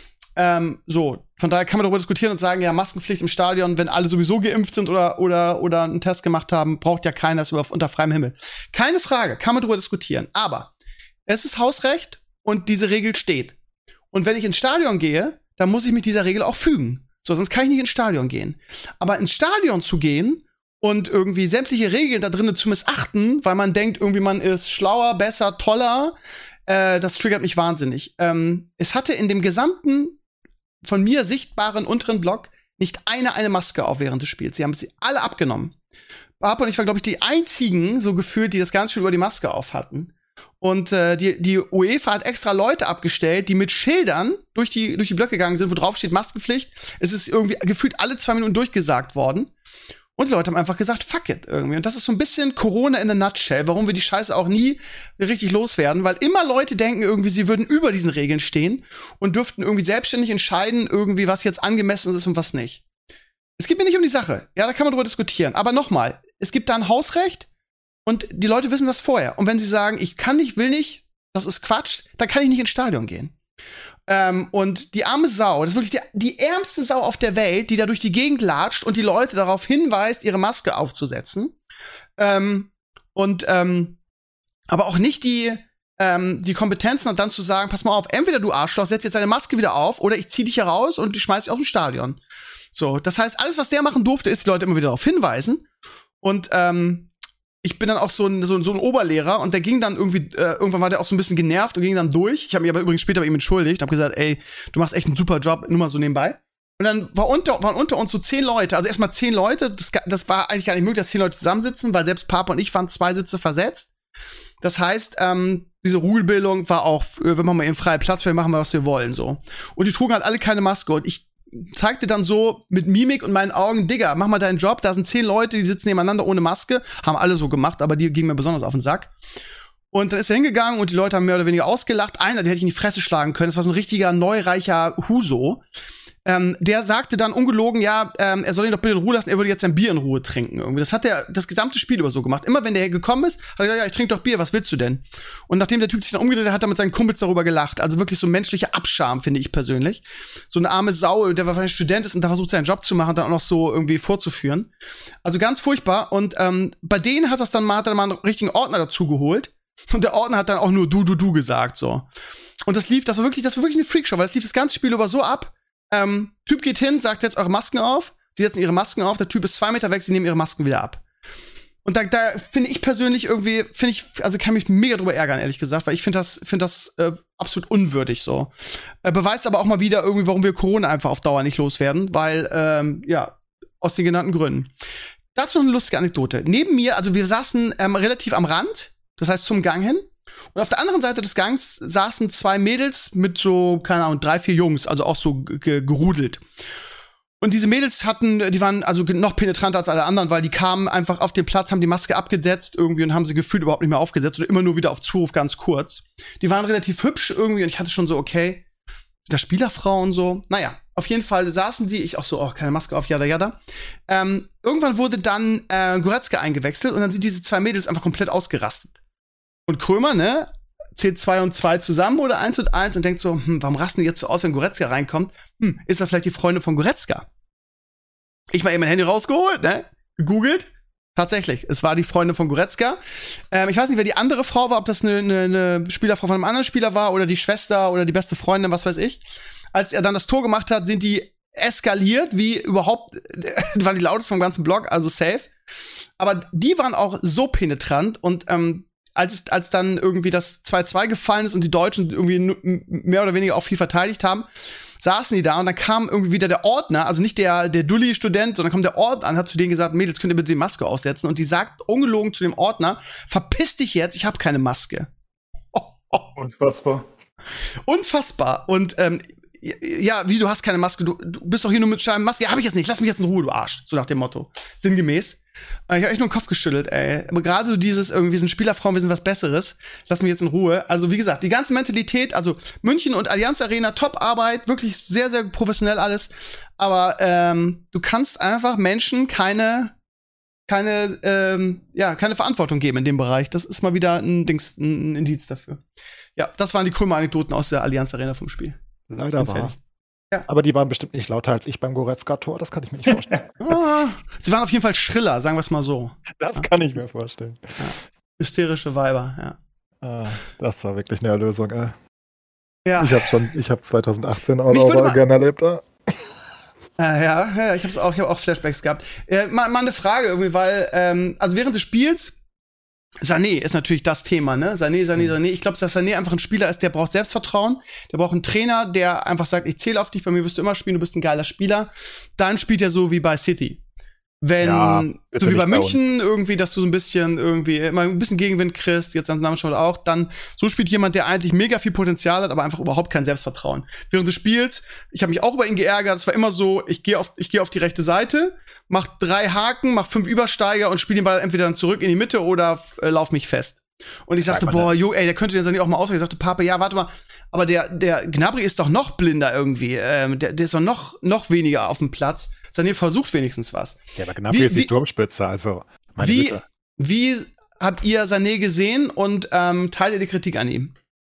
Ähm, so, von daher kann man darüber diskutieren und sagen, ja, Maskenpflicht im Stadion, wenn alle sowieso geimpft sind oder, oder, oder einen Test gemacht haben, braucht ja keiner, das über, unter freiem Himmel. Keine Frage, kann man darüber diskutieren. Aber es ist Hausrecht und diese Regel steht. Und wenn ich ins Stadion gehe, dann muss ich mich dieser Regel auch fügen. So, sonst kann ich nicht ins Stadion gehen. Aber ins Stadion zu gehen und irgendwie sämtliche Regeln da drinnen zu missachten, weil man denkt, irgendwie man ist schlauer, besser, toller, äh, das triggert mich wahnsinnig. Ähm, es hatte in dem gesamten von mir sichtbaren unteren Block nicht eine eine Maske auf während des Spiels. Sie haben sie alle abgenommen. Pape und ich waren, glaube ich, die einzigen, so gefühlt, die das ganze Spiel über die Maske auf hatten. Und äh, die, die UEFA hat extra Leute abgestellt, die mit Schildern durch die, durch die Blöcke gegangen sind, wo drauf steht Maskenpflicht. Es ist irgendwie gefühlt alle zwei Minuten durchgesagt worden. Und die Leute haben einfach gesagt, fuck it, irgendwie. Und das ist so ein bisschen Corona in a nutshell, warum wir die Scheiße auch nie richtig loswerden, weil immer Leute denken irgendwie, sie würden über diesen Regeln stehen und dürften irgendwie selbstständig entscheiden, irgendwie, was jetzt angemessen ist und was nicht. Es geht mir nicht um die Sache. Ja, da kann man drüber diskutieren. Aber nochmal, es gibt da ein Hausrecht und die Leute wissen das vorher. Und wenn sie sagen, ich kann nicht, will nicht, das ist Quatsch, dann kann ich nicht ins Stadion gehen. Ähm, und die arme Sau, das ist wirklich die, die ärmste Sau auf der Welt, die da durch die Gegend latscht und die Leute darauf hinweist, ihre Maske aufzusetzen. Ähm, und, ähm, aber auch nicht die, ähm, die Kompetenzen hat dann zu sagen, pass mal auf, entweder du Arschloch, setz jetzt deine Maske wieder auf oder ich zieh dich hier raus und ich schmeiß dich aus dem Stadion. So, das heißt, alles, was der machen durfte, ist die Leute immer wieder darauf hinweisen. Und, ähm, ich bin dann auch so ein, so, so ein Oberlehrer und der ging dann irgendwie, äh, irgendwann war der auch so ein bisschen genervt und ging dann durch. Ich habe mich aber übrigens später bei ihm entschuldigt, habe gesagt, ey, du machst echt einen super Job, nur mal so nebenbei. Und dann war unter, waren unter uns so zehn Leute, also erstmal zehn Leute, das, das war eigentlich gar nicht möglich, dass zehn Leute zusammensitzen, weil selbst Pape und ich waren zwei Sitze versetzt. Das heißt, ähm, diese Rudelbildung war auch, wenn man mal eben freien Platz, wir machen wir, was wir wollen, so. Und die trugen halt alle keine Maske und ich zeigte dann so mit Mimik und meinen Augen, Digga, mach mal deinen Job, da sind zehn Leute, die sitzen nebeneinander ohne Maske, haben alle so gemacht, aber die gingen mir besonders auf den Sack. Und dann ist er hingegangen und die Leute haben mehr oder weniger ausgelacht. Einer, den hätte ich in die Fresse schlagen können, das war so ein richtiger neureicher Huso. Ähm, der sagte dann ungelogen, ja, ähm, er soll ihn doch bitte in Ruhe lassen, er würde jetzt sein Bier in Ruhe trinken. Irgendwie. Das hat er das gesamte Spiel über so gemacht. Immer wenn der gekommen ist, hat er gesagt, ja, ich trinke doch Bier, was willst du denn? Und nachdem der Typ sich dann umgedreht hat, hat er mit seinen Kumpels darüber gelacht. Also wirklich so menschlicher Abscham, finde ich persönlich. So eine arme Sau, der wahrscheinlich Student ist und da versucht, seinen Job zu machen und dann auch noch so irgendwie vorzuführen. Also ganz furchtbar. Und ähm, bei denen hat das dann mal, hat er mal einen richtigen Ordner dazu geholt. Und der Ordner hat dann auch nur du, du, du gesagt, so. Und das lief, das war wirklich, das war wirklich eine Freakshow, weil das lief das ganze Spiel über so ab, Ähm, Typ geht hin, sagt, setzt eure Masken auf. Sie setzen ihre Masken auf, der Typ ist zwei Meter weg, sie nehmen ihre Masken wieder ab. Und da, da finde ich persönlich irgendwie, finde ich, also kann mich mega drüber ärgern, ehrlich gesagt, weil ich finde das, finde das äh, absolut unwürdig so. Äh, beweist aber auch mal wieder irgendwie, warum wir Corona einfach auf Dauer nicht loswerden, weil, ähm, ja, aus den genannten Gründen. Dazu noch eine lustige Anekdote. Neben mir, also wir saßen ähm, relativ am Rand, das heißt zum Gang hin. Und auf der anderen Seite des Gangs saßen zwei Mädels mit so, keine Ahnung, drei, vier Jungs, also auch so g- gerudelt. Und diese Mädels hatten, die waren also noch penetranter als alle anderen, weil die kamen einfach auf den Platz, haben die Maske abgesetzt irgendwie und haben sie gefühlt überhaupt nicht mehr aufgesetzt oder immer nur wieder auf Zuruf ganz kurz. Die waren relativ hübsch irgendwie und ich hatte schon so, okay, sind das Spielerfrauen so? Naja, auf jeden Fall saßen die, ich auch so, oh, keine Maske auf, jada, jada. Ähm, irgendwann wurde dann äh, Goretzka eingewechselt und dann sind diese zwei Mädels einfach komplett ausgerastet. Und Krömer, ne, zählt zwei und zwei zusammen oder eins und eins und denkt so, hm, warum rasten die jetzt so aus, wenn Goretzka reinkommt? Hm, ist das vielleicht die Freundin von Goretzka? Ich mal eben mein Handy rausgeholt, ne, gegoogelt. Tatsächlich, es war die Freundin von Goretzka. Ähm, ich weiß nicht, wer die andere Frau war, ob das eine, eine, eine Spielerfrau von einem anderen Spieler war oder die Schwester oder die beste Freundin, was weiß ich. Als er dann das Tor gemacht hat, sind die eskaliert, wie überhaupt, waren die lautesten vom ganzen Block, also safe. Aber die waren auch so penetrant und ähm, als, als dann irgendwie das zwei zwei gefallen ist und die Deutschen irgendwie mehr oder weniger auch viel verteidigt haben, saßen die da und dann kam irgendwie wieder der Ordner, also nicht der, der Dulli-Student, sondern kommt der Ordner an, hat zu denen gesagt, Mädels, könnt ihr bitte die Maske aufsetzen? Und die sagt ungelogen zu dem Ordner, verpiss dich jetzt, ich habe keine Maske. Oh, oh. Unfassbar. Unfassbar. Und ähm, ja, wie, du hast keine Maske, du, du bist doch hier nur mit Scheiben Maske. Ja, hab ich jetzt nicht, lass mich jetzt in Ruhe, du Arsch. So nach dem Motto. Sinngemäß. Ich hab echt nur den Kopf geschüttelt, ey. Aber gerade so dieses, irgendwie sind Spielerfrauen, wir sind was Besseres. Lass mich jetzt in Ruhe. Also, wie gesagt, die ganze Mentalität, also München und Allianz Arena, Top-Arbeit, wirklich sehr, sehr professionell alles. Aber ähm, du kannst einfach Menschen keine, keine, ähm, ja, keine Verantwortung geben in dem Bereich. Das ist mal wieder ein Dings, ein Indiz dafür. Ja, das waren die Krümmer-Anekdoten aus der Allianz Arena vom Spiel. Leider wahr. Ja. Aber die waren bestimmt nicht lauter als ich beim Goretzka-Tor, das kann ich mir nicht vorstellen. ah, sie waren auf jeden Fall schriller, sagen wir es mal so. Das ja. kann ich mir vorstellen. Ja. Hysterische Weiber, ja. Ah, das war wirklich eine Erlösung, ey. Ja. Ich habe schon, ich habe zwanzig achtzehn auch noch gerne erlebt. Äh. Ja, ja, ja, ich habe auch, ich hab auch Flashbacks gehabt. Äh, mal, mal eine Frage irgendwie, weil, ähm, also während des Spiels, Sané ist natürlich das Thema, ne? Sané, Sané, Sané. Ich glaube, dass Sané einfach ein Spieler ist, der braucht Selbstvertrauen. Der braucht einen Trainer, der einfach sagt, ich zähle auf dich, bei mir wirst du immer spielen, du bist ein geiler Spieler. Dann spielt er so wie bei City. Wenn, ja, so wie bei München, irgendwie, dass du so ein bisschen irgendwie immer ein bisschen Gegenwind kriegst, jetzt am Namensschau auch, dann so spielt jemand, der eigentlich mega viel Potenzial hat, aber einfach überhaupt kein Selbstvertrauen. Während des Spiels, ich habe mich auch über ihn geärgert, es war immer so, ich gehe auf, ich gehe auf die rechte Seite, mach drei Haken, mach fünf Übersteiger und spiele den Ball entweder dann zurück in die Mitte oder äh, lauf mich fest. Und ich sagte, boah, jo, ey, der könnte den Sané auch mal auswählen. Ich sagte, Papa, ja, warte mal, aber der, der Gnabry ist doch noch blinder irgendwie, ähm, der, der ist doch noch, noch weniger auf dem Platz. Sané versucht wenigstens was. Ja, aber Gnabry ist die Sturmspitze, also meine wie, Bitte. Wie habt ihr Sané gesehen und ähm, teilt ihr die Kritik an ihm?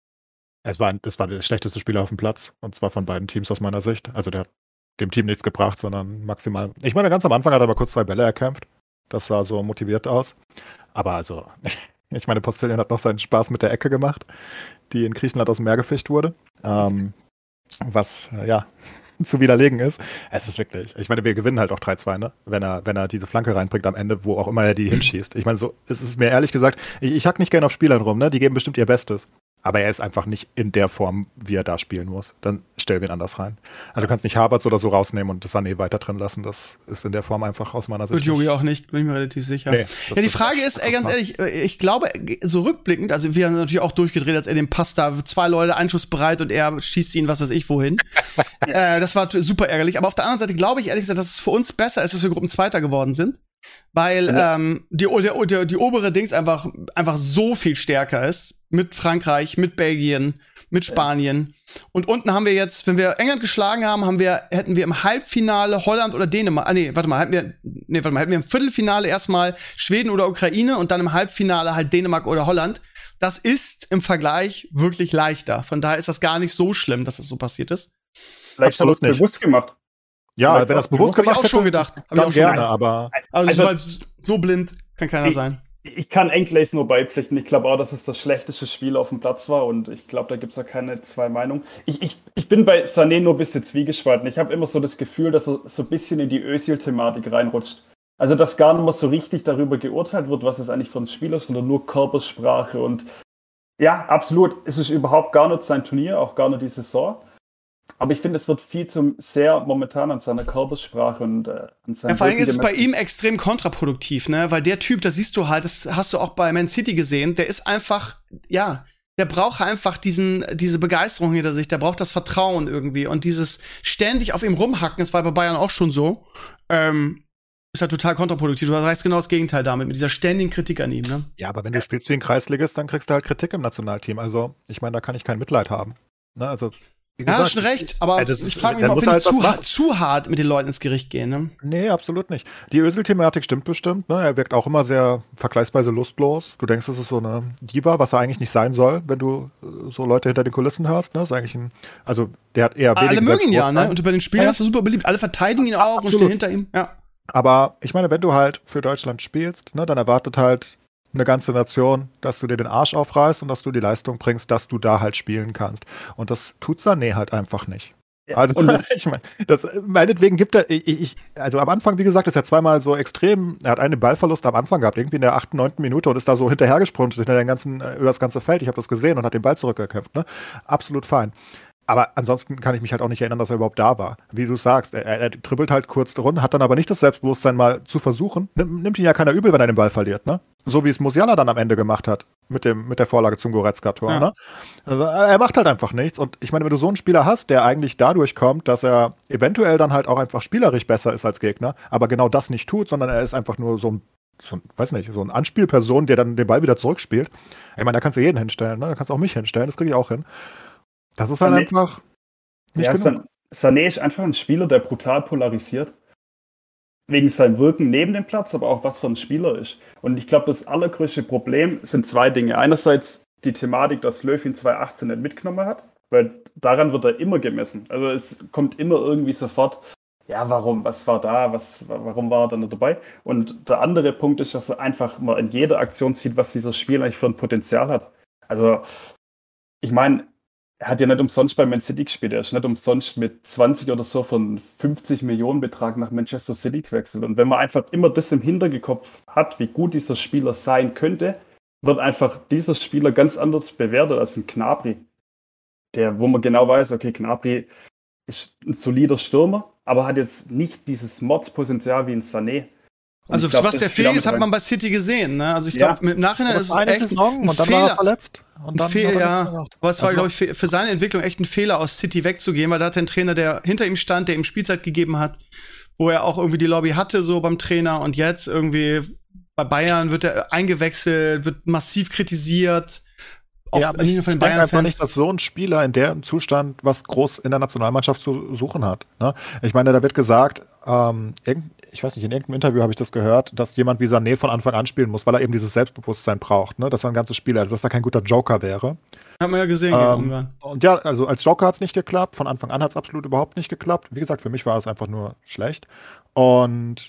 Es war, es war der schlechteste Spieler auf dem Platz, und zwar von beiden Teams aus meiner Sicht. Also der hat dem Team nichts gebracht, sondern maximal. Ich meine, ganz am Anfang hat er aber kurz zwei Bälle erkämpft. Das sah so motiviert aus. Aber also, ich meine, Postillon hat noch seinen Spaß mit der Ecke gemacht, die in Griechenland aus dem Meer gefischt wurde. Ähm, was, ja, zu widerlegen ist. Es ist wirklich, ich meine, wir gewinnen halt auch drei zwei, ne? Wenn er, wenn er diese Flanke reinbringt am Ende, wo auch immer er die hinschießt. Ich meine, so, es ist mir ehrlich gesagt, ich, ich hack nicht gerne auf Spielern rum, ne? Die geben bestimmt ihr Bestes. Aber er ist einfach nicht in der Form, wie er da spielen muss. Dann stell ihn anders rein. Also du kannst nicht Havertz oder so rausnehmen und das Sané weiter drin lassen. Das ist in der Form einfach aus meiner Sicht. Und Jogi auch nicht, bin ich mir relativ sicher. Nee, ja, die Frage ist, ey, ganz ehrlich, ich glaube, so rückblickend, also wir haben natürlich auch durchgedreht, als er den Pass da, zwei Leute, einschussbereit und er schießt ihn, was weiß ich, wohin. äh, das war super ärgerlich. Aber auf der anderen Seite glaube ich ehrlich gesagt, dass es für uns besser ist, dass wir Gruppenzweiter geworden sind. Weil ja. ähm, die, der, der, die obere Dings einfach, einfach so viel stärker ist. Mit Frankreich, mit Belgien, mit Spanien. Und unten haben wir jetzt, wenn wir England geschlagen haben, haben wir, hätten wir im Halbfinale Holland oder Dänemark. Ah, nee, warte mal, hätten wir, nee, warte mal, hätten wir im Viertelfinale erstmal Schweden oder Ukraine und dann im Halbfinale halt Dänemark oder Holland. Das ist im Vergleich wirklich leichter. Von daher ist das gar nicht so schlimm, dass das so passiert ist. Vielleicht hat er es bewusst gemacht. Ja, wenn das bewusst gemacht hätte, hab ich auch schon gedacht. Hab dann ich auch schon gerne, gedacht. aber also, also so, so blind kann keiner ich, sein. Ich kann Enclays nur beipflichten. Ich glaube auch, dass es das schlechteste Spiel auf dem Platz war und ich glaube, da gibt es ja keine zwei Meinungen. Ich, ich, ich bin bei Sané nur ein bisschen zwiegespalten. Ich habe immer so das Gefühl, dass er so ein bisschen in die Özil-Thematik reinrutscht. Also, dass gar nicht mehr so richtig darüber geurteilt wird, was es eigentlich für ein Spiel ist, sondern nur Körpersprache und ja, absolut. Es ist überhaupt gar nicht sein Turnier, auch gar nicht die Saison. Aber ich finde, es wird viel zu sehr momentan an seiner Körpersprache und äh, an seinem Ja, vor allem ist es bei gemessen. ihm extrem kontraproduktiv, ne? Weil der Typ, das siehst du halt, das hast du auch bei Man City gesehen, der ist einfach, ja, der braucht einfach diesen, diese Begeisterung hinter sich, der braucht das Vertrauen irgendwie und dieses ständig auf ihm rumhacken, das war bei Bayern auch schon so, ähm, ist halt total kontraproduktiv. Du erreichst genau das Gegenteil damit, mit dieser ständigen Kritik an ihm, ne? Ja, aber wenn du spielst wie ein Kreisligist, dann kriegst du halt Kritik im Nationalteam. Also, ich meine, da kann ich kein Mitleid haben. Ne? Also, wie Ja, gesagt, hast schon recht, aber äh, das ich ist- frage mich dann mal, ob muss wir er nicht halt was zu, machen. ha- zu hart mit den Leuten ins Gericht gehen, ne? Nee, absolut nicht. Die Özil-Thematik stimmt bestimmt. Ne? Er wirkt auch immer sehr vergleichsweise lustlos. Du denkst, das ist so eine Diva, was er eigentlich nicht sein soll, wenn du äh, so Leute hinter den Kulissen hörst. Ne? Das ist eigentlich ein, also der hat eher wenig Alle mögen ihn ja, ne? Selbstbewusstsein. Und bei den Spielern Ja. ist er super beliebt. Alle verteidigen ihn auch und Absolut. stehen hinter ihm. Ja. Aber ich meine, wenn du halt für Deutschland spielst, ne, dann erwartet halt eine ganze Nation, dass du dir den Arsch aufreißt und dass du die Leistung bringst, dass du da halt spielen kannst. Und das tut Sané halt einfach nicht. Ja, Also, und das, ich meine, das, meinetwegen gibt er, ich, ich, also am Anfang, wie gesagt, ist er zweimal so extrem, er hat einen Ballverlust am Anfang gehabt, irgendwie in der achten, neunten Minute und ist da so hinterhergesprungen hinter den ganzen, über das ganze Feld. Ich habe das gesehen und hat den Ball zurückgekämpft, ne? Absolut fein. Aber ansonsten kann ich mich halt auch nicht erinnern, dass er überhaupt da war. Wie du sagst, er, er dribbelt halt kurz rund, hat dann aber nicht das Selbstbewusstsein, mal zu versuchen. Nimm, nimmt ihn ja keiner übel, wenn er den Ball verliert, ne? So wie es Musiala dann am Ende gemacht hat, mit, dem, mit der Vorlage zum Goretzka-Tor, Ja. ne? Also, er macht halt einfach nichts. Und ich meine, wenn du so einen Spieler hast, der eigentlich dadurch kommt, dass er eventuell dann halt auch einfach spielerisch besser ist als Gegner, aber genau das nicht tut, sondern er ist einfach nur so ein, so ein weiß nicht, so ein Anspielperson, der dann den Ball wieder zurückspielt. Ich meine, da kannst du jeden hinstellen, ne? Da kannst du auch mich hinstellen, das kriege ich auch hin. Das ist halt Sané- einfach nicht ja, genug. San- Sané ist einfach ein Spieler, der brutal polarisiert. Wegen seinem Wirken neben dem Platz, aber auch was für ein Spieler ist. Und ich glaube, das allergrößte Problem sind zwei Dinge. Einerseits die Thematik, dass Löw ihn zwanzig achtzehn nicht mitgenommen hat, weil daran wird er immer gemessen. Also es kommt immer irgendwie sofort, ja, warum, was war da, was, warum war er dann nicht dabei? Und der andere Punkt ist, dass er einfach mal in jeder Aktion sieht, was dieser Spieler eigentlich für ein Potenzial hat. Also, ich meine, er hat ja nicht umsonst bei Man City gespielt. Er ist nicht umsonst mit zwanzig oder so von fünfzig Millionen Betrag nach Manchester City gewechselt. Und wenn man einfach immer das im Hinterkopf hat, wie gut dieser Spieler sein könnte, wird einfach dieser Spieler ganz anders bewertet als ein Gnabry. Der, wo man genau weiß, okay, Gnabry ist ein solider Stürmer, aber hat jetzt nicht dieses Mordspotenzial wie ein Sané. Und Also, ich glaub, was das der spielt fähig damit ist, hat rein. man bei City gesehen, ne? Also, ich Ja. glaube, im Nachhinein Das ist war es eine echt Saison ein und dann war er Fehler. verletzt. Und Ein dann Fehl, hat er ja. nichts gemacht. Aber es war, Also, glaube ich, für, für seine Entwicklung echt ein Fehler, aus City wegzugehen, weil da hat er einen Trainer, der hinter ihm stand, der ihm Spielzeit gegeben hat, wo er auch irgendwie die Lobby hatte, so beim Trainer. Und jetzt irgendwie bei Bayern wird er eingewechselt, wird massiv kritisiert. Auch ja, aber nicht ich, nur von ich den denke einfach Bayern-Fans. nicht, dass so ein Spieler in dem Zustand was groß in der Nationalmannschaft zu suchen hat. Ne? Ich meine, da wird gesagt, ähm, irgend, ich weiß nicht, in irgendeinem Interview habe ich das gehört, dass jemand wie Sané von Anfang an spielen muss, weil er eben dieses Selbstbewusstsein braucht, ne? Dass er ein ganzes Spiel hat, dass er kein guter Joker wäre. Hat man ja gesehen gegen Ähm, Ungarn. und ja, also als Joker hat es nicht geklappt, von Anfang an hat es absolut überhaupt nicht geklappt. Wie gesagt, für mich war es einfach nur schlecht. Und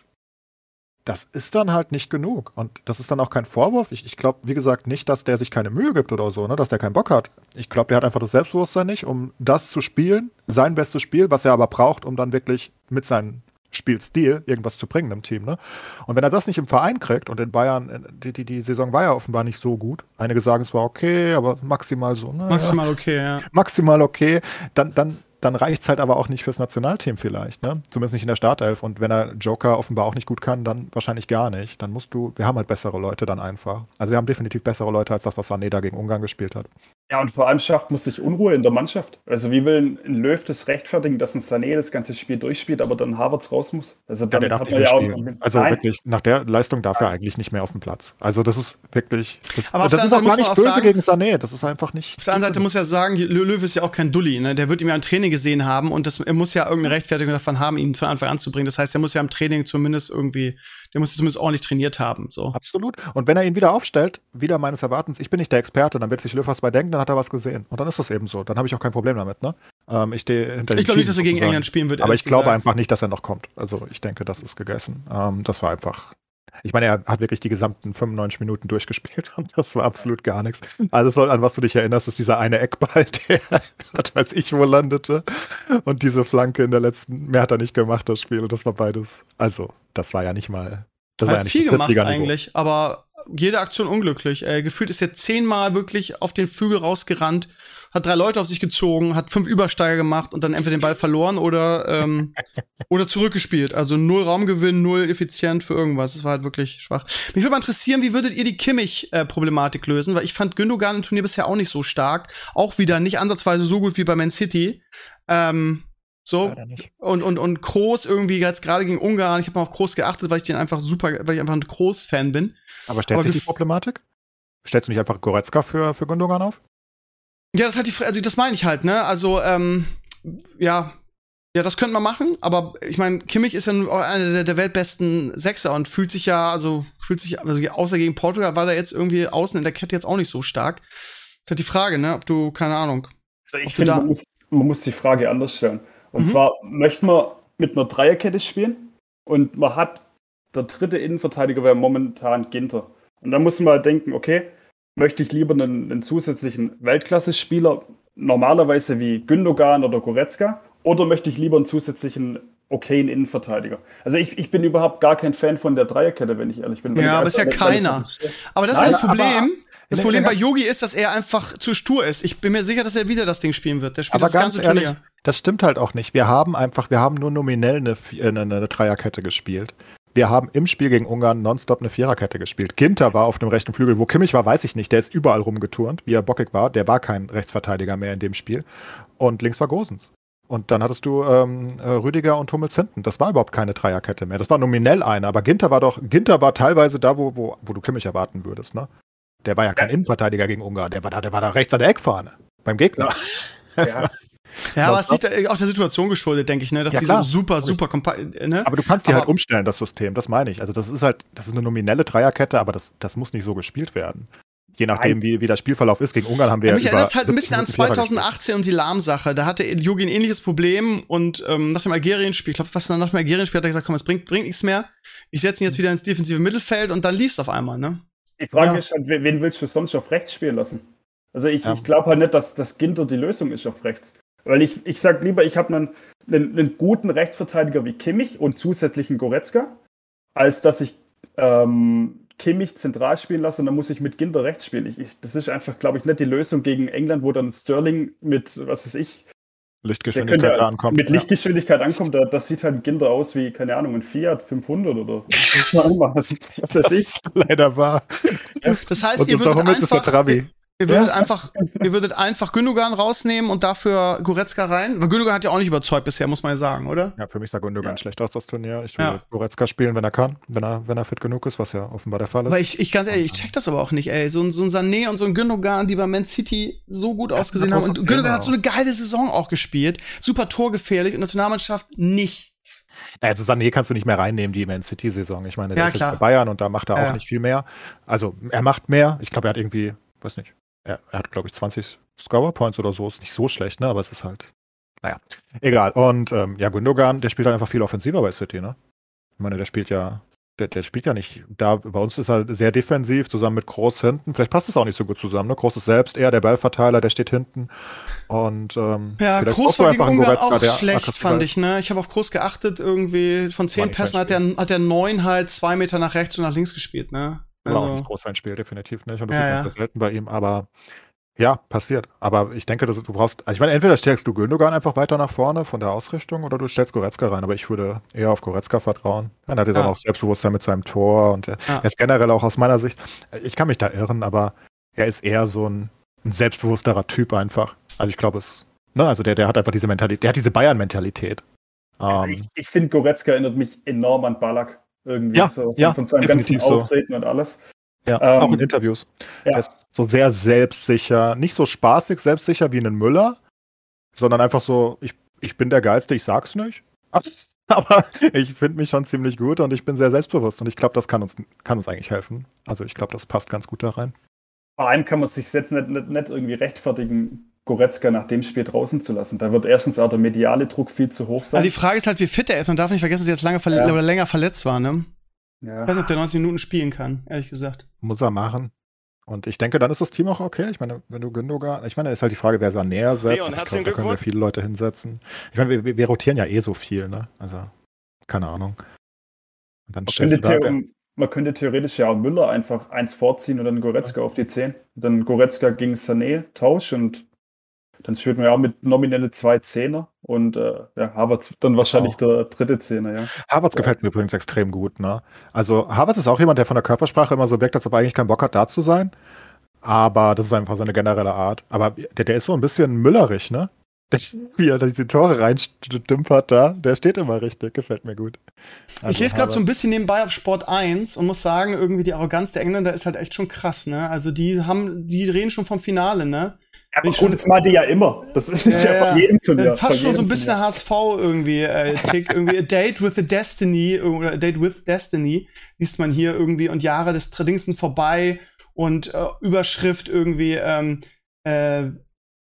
das ist dann halt nicht genug. Und das ist dann auch kein Vorwurf. Ich, ich glaube, wie gesagt, nicht, dass der sich keine Mühe gibt oder so, ne? Dass der keinen Bock hat. Ich glaube, der hat einfach das Selbstbewusstsein nicht, um das zu spielen, sein bestes Spiel, was er aber braucht, um dann wirklich mit seinem Spielstil irgendwas zu bringen im Team. Ne? Und wenn er das nicht im Verein kriegt, und in Bayern, die, die, die Saison war ja offenbar nicht so gut, einige sagen, es war okay, aber maximal so, ne? Maximal okay, ja. Maximal okay, dann, dann, dann reicht es halt aber auch nicht fürs Nationalteam vielleicht, ne? Zumindest nicht in der Startelf. Und wenn er Joker offenbar auch nicht gut kann, dann wahrscheinlich gar nicht. Dann musst du, wir haben halt bessere Leute dann einfach. Also wir haben definitiv bessere Leute als das, was Sané da gegen Ungarn gespielt hat. Ja, und vor allem schafft man sich Unruhe in der Mannschaft. Also wie will ein, ein Löw das rechtfertigen, dass ein Sané das ganze Spiel durchspielt, aber dann Havertz raus muss? Also Ja, dann der darf hat nicht man mehr ja auch spielen. Also Nein. wirklich, nach der Leistung darf er eigentlich nicht mehr auf dem Platz. Also das ist wirklich, das, Aber auf das der ist auch anderen gar Seite nicht muss man böse auch gegen Sané. Das ist einfach nicht. Auf der anderen Seite muss ja sagen, Lö- Löw ist ja auch kein Dulli, ne? Der wird ihn ja im Training gesehen haben und das, er muss ja irgendeine Rechtfertigung davon haben, ihn von Anfang an zu bringen. Das heißt, er muss ja im Training zumindest irgendwie, der muss zumindest ordentlich trainiert haben. So. Absolut. Und wenn er ihn wieder aufstellt, wieder meines Erachtens, ich bin nicht der Experte, dann wird sich Löw was bei denken, dann hat er was gesehen. Und dann ist das eben so. Dann habe ich auch kein Problem damit, ne? Ähm, ich stehe hinter dem Ich glaube nicht, Team dass er gegen sozusagen. England spielen wird. Aber ehrlich ich glaube gesagt. einfach nicht, dass er noch kommt. Also ich denke, das ist gegessen. Ähm, das war einfach. Ich meine, er hat wirklich die gesamten fünfundneunzig Minuten durchgespielt und das war absolut gar nichts. Also so, an was du dich erinnerst, ist dieser eine Eckball, der, was weiß ich, wo landete. Und diese Flanke in der letzten, mehr hat er nicht gemacht, das Spiel. Und das war beides, also, das war ja nicht mal, das Er war ja hat nicht viel das gemacht Drittliganiveau. eigentlich, aber jede Aktion unglücklich. Äh, gefühlt ist er zehnmal wirklich auf den Flügel rausgerannt, hat drei Leute auf sich gezogen, hat fünf Übersteiger gemacht und dann entweder den Ball verloren oder ähm, oder zurückgespielt. Also null Raumgewinn, null effizient für irgendwas. Das war halt wirklich schwach. Mich würde mal interessieren, wie würdet ihr die Kimmich-Problematik lösen? Weil ich fand Gündogan im Turnier bisher auch nicht so stark. Auch wieder nicht ansatzweise so gut wie bei Man City. Ähm, so. Leider nicht. Und, und, und Kroos irgendwie jetzt gerade gegen Ungarn. Ich habe mal auf Kroos geachtet, weil ich den einfach super, weil ich einfach ein Kroos-Fan bin. Aber stellt Aber sich die gef- Problematik? Stellst du nicht einfach Goretzka für, für Gündogan auf? Ja, das ist halt die, Fra- also das meine ich halt, ne? Also, ähm, ja, ja, das könnte man machen, aber ich meine, Kimmich ist ja nun auch einer der, der weltbesten Sechser und fühlt sich ja, also fühlt sich, also außer gegen Portugal war der jetzt irgendwie außen in der Kette jetzt auch nicht so stark. Ist halt die Frage, ne? Ob du, keine Ahnung. Also ich Ob du finde, da- man muss, man muss die Frage anders stellen. Und Mhm. zwar möchte man mit einer Dreierkette spielen und man hat, der dritte Innenverteidiger wäre momentan Ginter. Und dann muss man halt denken, okay, möchte ich lieber einen, einen zusätzlichen Weltklasse-Spieler, normalerweise wie Gündogan oder Goretzka, oder möchte ich lieber einen zusätzlichen okayen Innenverteidiger? Also ich, ich bin überhaupt gar kein Fan von der Dreierkette, wenn ich ehrlich bin. Wenn Ja, ich aber ist ja einfach- wenn ich keiner. das verstehe. Aber das Nein, ist das aber- Problem. Das in- Problem in- bei Yogi ist, dass er einfach zu stur ist. Ich bin mir sicher, dass er wieder das Ding spielen wird. Der spielt Aber das ganz ganze ehrlich, Turnier. das stimmt halt auch nicht. Wir haben einfach, wir haben nur nominell eine, Vi- äh, eine, eine Dreierkette gespielt. Wir haben im Spiel gegen Ungarn nonstop eine Viererkette gespielt. Ginter war auf dem rechten Flügel. Wo Kimmich war, weiß ich nicht. Der ist überall rumgeturnt, wie er bockig war. Der war kein Rechtsverteidiger mehr in dem Spiel. Und links war Gosens. Und dann hattest du ähm, äh, Rüdiger und Hummels hinten. Das war überhaupt keine Dreierkette mehr. Das war nominell eine. Aber Ginter war doch, Ginter war teilweise da, wo, wo, wo du Kimmich erwarten würdest. Ne? Der war ja kein Innenverteidiger gegen Ungarn. Der war da, der war da rechts an der Eckfahne. Beim Gegner. Ja. Ja, aber es liegt äh, auch der Situation geschuldet, denke ich, ne? Dass Ja, die klar. so super, super kompakt, ne? Aber du kannst die Aber- halt umstellen, das System, das meine ich. Also das ist halt, das ist eine nominelle Dreierkette, aber das, das muss nicht so gespielt werden. Je nachdem, wie, wie der Spielverlauf ist. Gegen Ungarn haben wir Ja, ja mich über erinnert halt ein siebzig bisschen an Minuten Vierer gespielt. zweitausendachtzehn und die Lahm-Sache. Da hatte Jogi ein ähnliches Problem und ähm, nach dem Algerien-Spiel, ich glaube, was nach dem Algerien-Spiel hat er gesagt, komm, es bringt, bringt nichts mehr. Ich setze ihn jetzt wieder ins defensive Mittelfeld und dann lief's auf einmal, ne? Die Frage Ja. ist halt, wen wen willst du sonst auf rechts spielen lassen? Also ich, Ja. ich glaube halt nicht, dass das Ginter die Lösung ist auf rechts. Weil ich, ich sag lieber, ich habe einen, einen, einen guten Rechtsverteidiger wie Kimmich und zusätzlichen Goretzka, als dass ich ähm, Kimmich zentral spielen lasse und dann muss ich mit Ginter rechts spielen. Ich, ich, das ist einfach, glaube ich, nicht die Lösung gegen England, wo dann Sterling mit, was weiß ich, der Lichtgeschwindigkeit könnte da ankommt. mit Lichtgeschwindigkeit ankommt. Da, das sieht halt ein Ginter aus wie, keine Ahnung, ein Fiat fünfhundert oder was auch immer. Was weiß ich. Ja, leider war. Das heißt, Und ihr unser würdet Hummels ist der einfach, Trabi. ihr würdet einfach, ihr würdet einfach Gündogan rausnehmen und dafür Goretzka rein. Weil Gündogan hat ja auch nicht überzeugt bisher, muss man ja sagen, oder? Ja, für mich sah Gundogan Ja. schlecht aus, das Turnier. Ich Ja. würde Goretzka spielen, wenn er kann, wenn er, wenn er fit genug ist, was ja offenbar der Fall ist. Aber ich, ich ganz ehrlich, ich check das aber auch nicht, ey. So, ein- so ein Sané und so ein Gündogan, die bei Man City so gut ausgesehen das haben. ist Und das Gündogan Thema hat so eine geile Saison auch gespielt. Super torgefährlich und Nationalmannschaft nichts. Naja, also Sané kannst du nicht mehr reinnehmen, die Man City-Saison. Ich meine, der Ja, ist jetzt klar. bei Bayern und da macht er Ja, auch ja. nicht viel mehr. Also er macht mehr. Ich glaube, er hat irgendwie, weiß nicht, er, er hat, glaube ich, zwanzig Scorer-Points oder so. Ist nicht so schlecht, ne? Aber es ist halt, naja, egal. Und ähm, ja, Gündogan, der spielt halt einfach viel offensiver bei City, ne? Ich meine, der spielt ja, der, der spielt ja nicht, da bei uns ist er sehr defensiv, zusammen mit Kroos hinten. Vielleicht passt es auch nicht so gut zusammen, ne? Kroos ist selbst eher der Ballverteiler, der steht hinten. Und ähm, Ja, vielleicht Kroos brauchst du war gegen einfach einen Ungarn Goretzka, auch der schlecht, aggressiver fand ist. ich, ne? Ich habe auf Kroos geachtet, irgendwie von zehn nicht Pässen sein hat der, hat der neun halt zwei Meter nach rechts und nach links gespielt, ne? War auch Also, nicht groß sein Spiel, definitiv nicht. Und das Ja, sieht man ja. sehr selten bei ihm, aber ja, passiert. Aber ich denke, dass du brauchst, also ich meine, entweder stellst du Gündogan einfach weiter nach vorne von der Ausrichtung oder du stellst Goretzka rein, aber ich würde eher auf Goretzka vertrauen. Er hat jetzt Ja. auch noch Selbstbewusstsein mit seinem Tor und er, Ja. er ist generell auch aus meiner Sicht, ich kann mich da irren, aber er ist eher so ein, ein selbstbewussterer Typ einfach. Also ich glaube es, ne, also der, der hat einfach diese Mentalität, der hat diese Bayern-Mentalität. Also Ähm, ich ich finde, Goretzka erinnert mich enorm an Ballack. Irgendwie Ja, so von, ja, von seinem definitiv ganzen so. Auftreten und alles. Ja, Ähm, auch in Interviews. ja. Er ist so sehr selbstsicher, nicht so spaßig selbstsicher wie ein Müller, sondern einfach so, ich, ich bin der Geilste, ich sag's nicht. Aber ich finde mich schon ziemlich gut und ich bin sehr selbstbewusst und ich glaube, das kann uns, kann uns eigentlich helfen. Also ich glaube, das passt ganz gut da rein. Vor allem kann man sich jetzt nicht, nicht, nicht irgendwie rechtfertigen, Goretzka nach dem Spiel draußen zu lassen. Da wird erstens auch der mediale Druck viel zu hoch sein. also die Frage ist halt, wie fit er ist. Man darf nicht vergessen, dass er jetzt lange verle Ja. oder länger verletzt war, ne? Ja. Ich weiß nicht, ob der neunzig Minuten spielen kann, ehrlich gesagt. Muss er machen. Und ich denke, dann ist das Team auch okay. Ich meine, wenn du Gündogan, ich meine, ist halt die Frage, wer Sané setzt. Leon, Ich herzlichen glaube, da können wir Glückwunsch. viele Leute hinsetzen. Ich meine, wir, wir rotieren ja eh so viel, ne? Also, keine Ahnung. Und dann Man stellst könnte, du da, theo- man könnte theoretisch ja auch Müller einfach eins vorziehen und dann Goretzka auf die zehn. Dann Goretzka gegen Sané, Tausch und dann spielt man ja auch mit nominelle zwei Zehner und äh, ja, Havertz dann wahrscheinlich Auch. der dritte Zehner, ja. Havertz Ja. gefällt mir übrigens extrem gut, ne? Also, Havertz ist auch jemand, der von der Körpersprache immer so wirkt, als ob er eigentlich keinen Bock hat, da zu sein. Aber das ist einfach seine generelle Art. Aber der, der ist so ein bisschen müllerig, ne? Der, wie er diese Tore reinstümpert da, der steht immer richtig, gefällt mir gut. Also ich lese gerade so ein Havertz- bisschen nebenbei auf Sport eins und muss sagen, irgendwie die Arroganz der Engländer ist halt echt schon krass, ne? Also die haben, die reden schon vom Finale, ne? Aber Ich schon- gut, das meinte ja immer. Das ist ja, von jedem Turnier. Fast von schon so ein jedem bisschen Turnier. H S V irgendwie äh, Tick, irgendwie A Date with the Destiny oder A Date with Destiny liest man hier irgendwie und Jahre des Trading sind vorbei und äh, Überschrift irgendwie ähm, äh,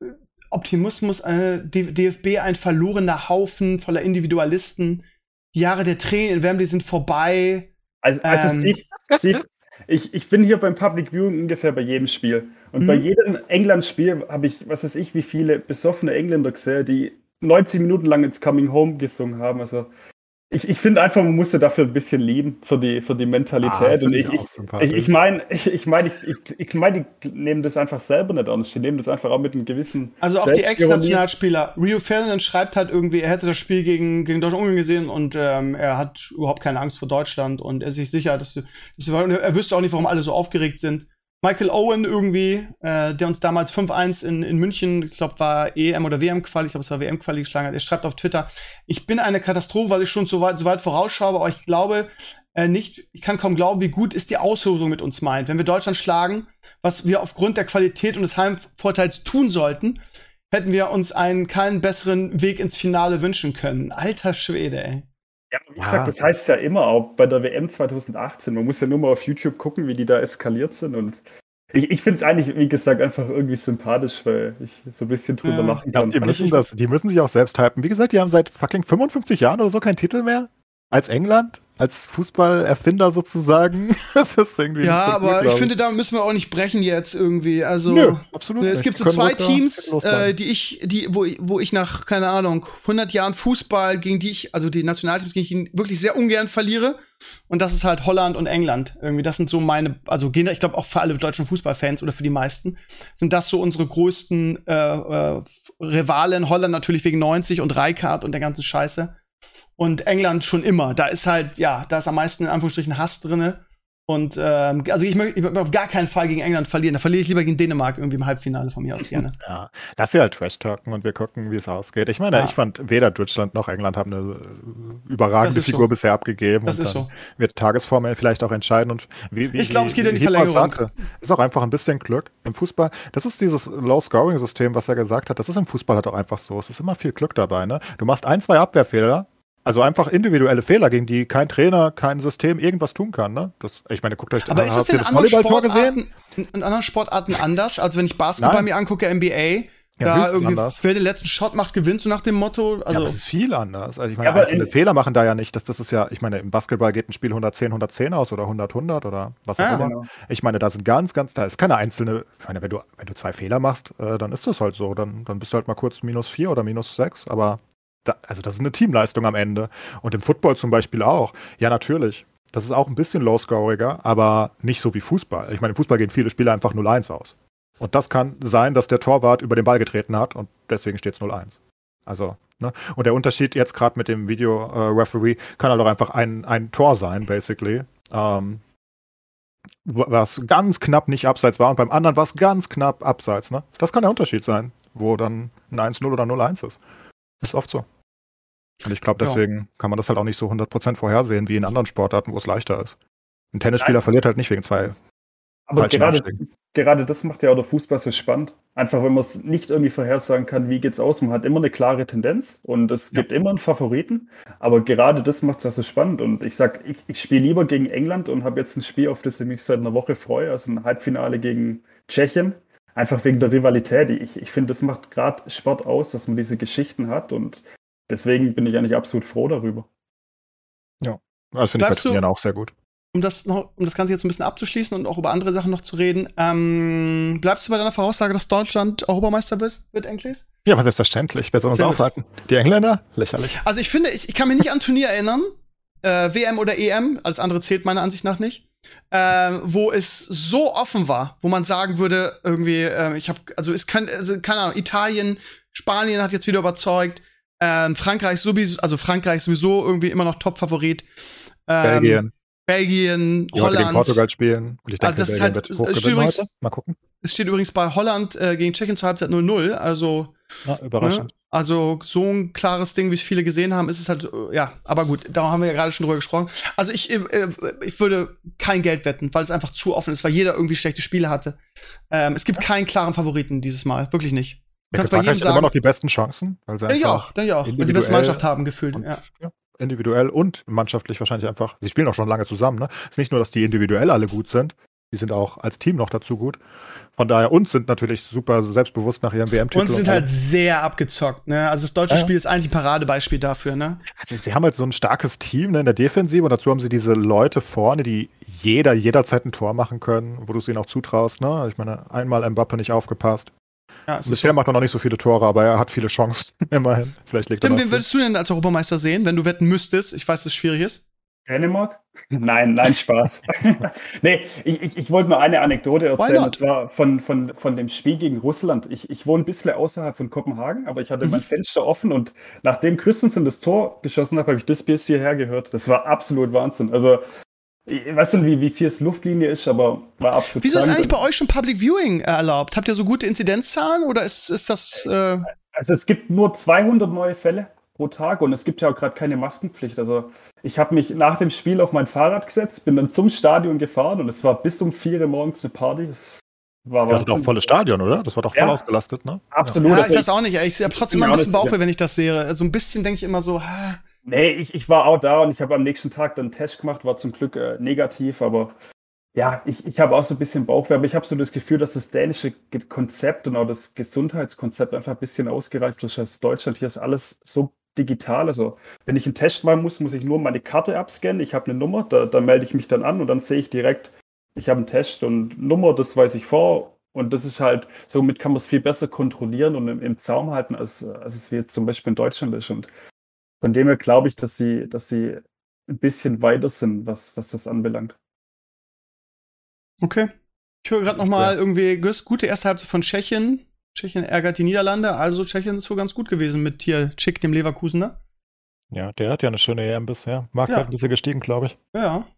Optimismus, äh, D- DFB ein verlorener Haufen voller Individualisten. Die Jahre der Tränen in Wembley sind vorbei. Also, also Ähm. Steve, Steve ich, ich bin hier beim Public Viewing ungefähr bei jedem Spiel. Und Mhm. bei jedem England-Spiel habe ich, was weiß ich, wie viele besoffene Engländer gesehen, die neunzig Minuten lang ins Coming Home gesungen haben. Also ich, ich finde einfach, man muss sie dafür ein bisschen lieben, für die, für die Ah, Mentalität. find Und ich, ich auch ich, sympathisch. ich, ich meine, ich, ich, mein, ich, ich, ich mein, die nehmen das einfach selber nicht ernst. Die nehmen das einfach auch mit einem gewissen Also auch die Selbstironie. Ex-Nationalspieler. Rio Ferdinand schreibt halt irgendwie, er hätte das Spiel gegen, gegen Deutschland-Ungarn gesehen und ähm, er hat überhaupt keine Angst vor Deutschland und er ist sich sicher, dass, dass er wüsste auch nicht, warum alle so aufgeregt sind. Michael Owen irgendwie, äh, der uns damals fünf eins in, in München, ich glaube, war E M oder W M-Quali, ich glaube, es war W M-Quali geschlagen hat. Er schreibt auf Twitter, ich bin eine Katastrophe, weil ich schon so weit, so weit vorausschaue, aber ich glaube äh, nicht, ich kann kaum glauben, wie gut ist die Auslosung mit uns meint. Wenn wir Deutschland schlagen, was wir aufgrund der Qualität und des Heimvorteils tun sollten, hätten wir uns einen keinen besseren Weg ins Finale wünschen können. Alter Schwede, ey. Ja, wie Ja. gesagt, das heißt ja immer auch bei der W M zwanzig achtzehn. Man muss ja nur mal auf YouTube gucken, wie die da eskaliert sind. Und ich, ich finde es eigentlich, wie gesagt, einfach irgendwie sympathisch, weil ich so ein bisschen drüber Ja. lachen Ich glaub, kann. die müssen das, die müssen sich auch selbst hypen. Wie gesagt, die haben seit fucking fünfundfünfzig Jahren oder so keinen Titel mehr. Als England, als Fußballerfinder sozusagen. Das ist irgendwie Ja, nicht so aber gut, ich glaub finde, da müssen wir auch nicht brechen jetzt irgendwie. Also Nö, absolut es nicht. gibt so Können zwei ruhig da Teams, losfahren. äh, die ich, die, wo, wo ich nach, keine Ahnung, hundert Jahren Fußball, gegen die ich, also die Nationalteams, gegen die ich wirklich sehr ungern verliere. Und das ist halt Holland und England. Irgendwie, das sind so meine, also gehen, ich glaube auch für alle deutschen Fußballfans oder für die meisten, sind das so unsere größten äh, äh, Rivalen. Holland natürlich wegen neunzig und Rijkaard und der ganzen Scheiße. Und England schon immer. Da ist halt, ja, da ist am meisten in Anführungsstrichen Hass drinne. Und ähm, also ich möchte ich möchte auf gar keinen Fall gegen England verlieren. Da verliere ich lieber gegen Dänemark irgendwie im Halbfinale von mir aus gerne. Ja, lass sie halt Trash-talken und wir gucken, wie es ausgeht. Ich meine, Ja. ich fand, weder Deutschland noch England haben eine äh, überragende Das ist Figur so. bisher abgegeben. Das und ist dann so. wird Tagesform vielleicht auch entscheiden. Und wie, wie, Ich glaube, es geht in die wie Hippos Verlängerung. sagte, ist auch einfach ein bisschen Glück im Fußball. Das ist dieses Low-Scoring-System, was er gesagt hat. Das ist im Fußball halt auch einfach so. Es ist immer viel Glück dabei. Ne? Du machst ein, zwei Abwehrfehler. Also einfach individuelle Fehler, gegen die kein Trainer, kein System irgendwas tun kann. Ne? Das, ich meine, guckt euch Aber ist das habt ihr denn in anderen, Volleyballtor gesehen? Sportarten, in anderen Sportarten anders? Also wenn ich Basketball Nein. mir angucke, N B A, Ja, da höchstens irgendwie, anders. wer den letzten Shot macht, gewinnt, so nach dem Motto. Ja, Also aber es ist viel anders. Also ich meine, Ja, aber einzelne in- Fehler machen da ja nicht. Das, das ist ja, ich meine, im Basketball geht ein Spiel hundertzehn, hundertzehn aus oder hundert, hundert oder was auch Ja, immer. genau. Ich meine, da sind ganz, ganz, da ist keine einzelne, ich meine, wenn du, wenn du zwei Fehler machst, äh, dann ist das halt so. Dann, dann bist du halt mal kurz minus vier oder minus sechs, aber da, also das ist eine Teamleistung am Ende. Und im Football zum Beispiel auch. Ja, natürlich. Das ist auch ein bisschen low-scoriger, aber nicht so wie Fußball. Ich meine, im Fußball gehen viele Spiele einfach null eins aus. Und das kann sein, dass der Torwart über den Ball getreten hat und deswegen steht es null eins. Also, ne? Und der Unterschied jetzt gerade mit dem Video-Referee kann halt auch einfach ein, ein Tor sein, basically. Ähm, was ganz knapp nicht abseits war und beim anderen war es ganz knapp abseits. Ne? Das kann der Unterschied sein, wo dann ein eins null oder null eins ist. Ist oft so. Und ich glaube, Ja. deswegen kann man das halt auch nicht so hundert Prozent vorhersehen, wie in anderen Sportarten, wo es leichter ist. Ein Tennisspieler Nein. verliert halt nicht wegen zwei. Aber falschen gerade, Aufschlägen. gerade das macht ja auch der Fußball so spannend. Einfach, wenn man es nicht irgendwie vorhersagen kann, wie geht's aus. Man hat immer eine klare Tendenz und es Ja. gibt immer einen Favoriten. Aber gerade das macht es ja so spannend. Und ich sag, ich, ich spiele lieber gegen England und habe jetzt ein Spiel, auf das ich mich seit einer Woche freue, also ein Halbfinale gegen Tschechien. Einfach wegen der Rivalität. Ich, ich finde, das macht gerade Sport aus, dass man diese Geschichten hat. Und deswegen bin ich eigentlich absolut froh darüber. Das finde ich bei Bleibst du- Turnieren auch sehr gut. um das, noch, um das Ganze jetzt ein bisschen abzuschließen und auch über andere Sachen noch zu reden, ähm, bleibst du bei deiner Voraussage, dass Deutschland Europameister wird, wird Enkles? Ja, aber selbstverständlich. Wer soll uns aufhalten? Die Engländer? Lächerlich. Also ich finde, ich, ich kann mich nicht an Turnier erinnern, äh, W M oder E M, alles andere zählt meiner Ansicht nach nicht, äh, wo es so offen war, wo man sagen würde, irgendwie, äh, ich habe, also es kann, also, keine Ahnung, Italien, Spanien hat jetzt wieder überzeugt, ähm, Frankreich sowieso, also Frankreich sowieso irgendwie immer noch Top-Favorit. Ähm, Belgien. Belgien, Die Holland. Gegen Portugal spielen. Und ich denke, also das ist Belgien halt, wird hochgewinnen übrigens, heute. Mal gucken. Es steht übrigens bei Holland äh, gegen Tschechien zur Halbzeit null null, also Ja, überraschend. Ne? Also so ein klares Ding, wie es viele gesehen haben, ist es halt, äh, ja, aber gut, da haben wir ja gerade schon drüber gesprochen. Also ich, äh, ich würde kein Geld wetten, weil es einfach zu offen ist, weil jeder irgendwie schlechte Spiele hatte. Ähm, es gibt keinen klaren Favoriten dieses Mal, wirklich nicht. Du kannst bei jedem sagen, immer noch die besten Chancen. Weil sie denke ich auch, denke ich auch, weil die beste Mannschaft haben gefühlt. Und, ja. Ja, individuell und mannschaftlich wahrscheinlich einfach. Sie spielen auch schon lange zusammen. Ne? Es ist nicht nur, dass die individuell alle gut sind, die sind auch als Team noch dazu gut. Von daher, und sind natürlich super selbstbewusst nach ihrem W M-Titel. Und sind halt sehr abgezockt, ne? Also das deutsche ja. Spiel ist eigentlich ein Paradebeispiel dafür, ne? Also sie haben halt so ein starkes Team, ne, in der Defensive, und dazu haben sie diese Leute vorne, die jeder jederzeit ein Tor machen können, wo du es ihnen auch zutraust, ne? Ich meine, einmal Mbappe nicht aufgepasst. Ja, Bisher so. Macht er noch nicht so viele Tore, aber er hat viele Chancen, immerhin. Vielleicht legt Tim, er wen würdest du denn als Europameister sehen, wenn du wetten müsstest? Ich weiß, dass es schwierig ist. Dänemark? Nein, nein, Spaß. nee, ich, ich, ich wollte nur eine Anekdote erzählen. Und zwar von, von, von dem Spiel gegen Russland. Ich, ich wohne ein bisschen außerhalb von Kopenhagen, aber ich hatte mhm. mein Fenster offen und nachdem Christensen das Tor geschossen hat, habe ich das bis hierher gehört. Das war absolut Wahnsinn. Also, ich weiß nicht, wie, wie viel es Luftlinie ist, aber war absolut. Wieso ist eigentlich bei euch schon Public Viewing erlaubt? Habt ihr so gute Inzidenzzahlen oder ist, ist das. Äh also, es gibt nur zweihundert neue Fälle pro Tag und es gibt ja auch gerade keine Maskenpflicht. Also ich habe mich nach dem Spiel auf mein Fahrrad gesetzt, bin dann zum Stadion gefahren und es war bis um vier Uhr morgens eine Party. Das war das war doch volles Stadion, oder? Das war doch voll ja. ausgelastet, ne? Absolut. Ja, ich weiß auch nicht. Ich habe trotzdem immer ein bisschen Bauchweh, wenn ich das sehe. Also ein bisschen denke ich immer so, ha. Nee, ich, ich war auch da und ich habe am nächsten Tag dann einen Test gemacht, war zum Glück äh, negativ, aber ja, ich, ich habe auch so ein bisschen Bauchweh, aber ich habe so das Gefühl, dass das dänische Konzept und auch das Gesundheitskonzept einfach ein bisschen ausgereift ist als Deutschland. Hier ist alles so digital. Also wenn ich einen Test machen muss, muss ich nur meine Karte abscannen. Ich habe eine Nummer, da, da melde ich mich dann an und dann sehe ich direkt, ich habe einen Test und Nummer, das weiß ich vor. Und das ist halt, somit kann man es viel besser kontrollieren und im, im Zaum halten, als, als es wie zum Beispiel in Deutschland ist. Und von dem her glaube ich, dass sie, dass sie ein bisschen weiter sind, was, was das anbelangt. Okay. Ich höre gerade nochmal ja. irgendwie gute erste Halbzeit von Tschechien. Tschechien ärgert die Niederlande, also Tschechien ist so ganz gut gewesen mit hier Schick, dem Leverkusener. Ja, der hat ja eine schöne E M bisher. Markt ja. halt ein bisschen gestiegen, glaube ich. Ja.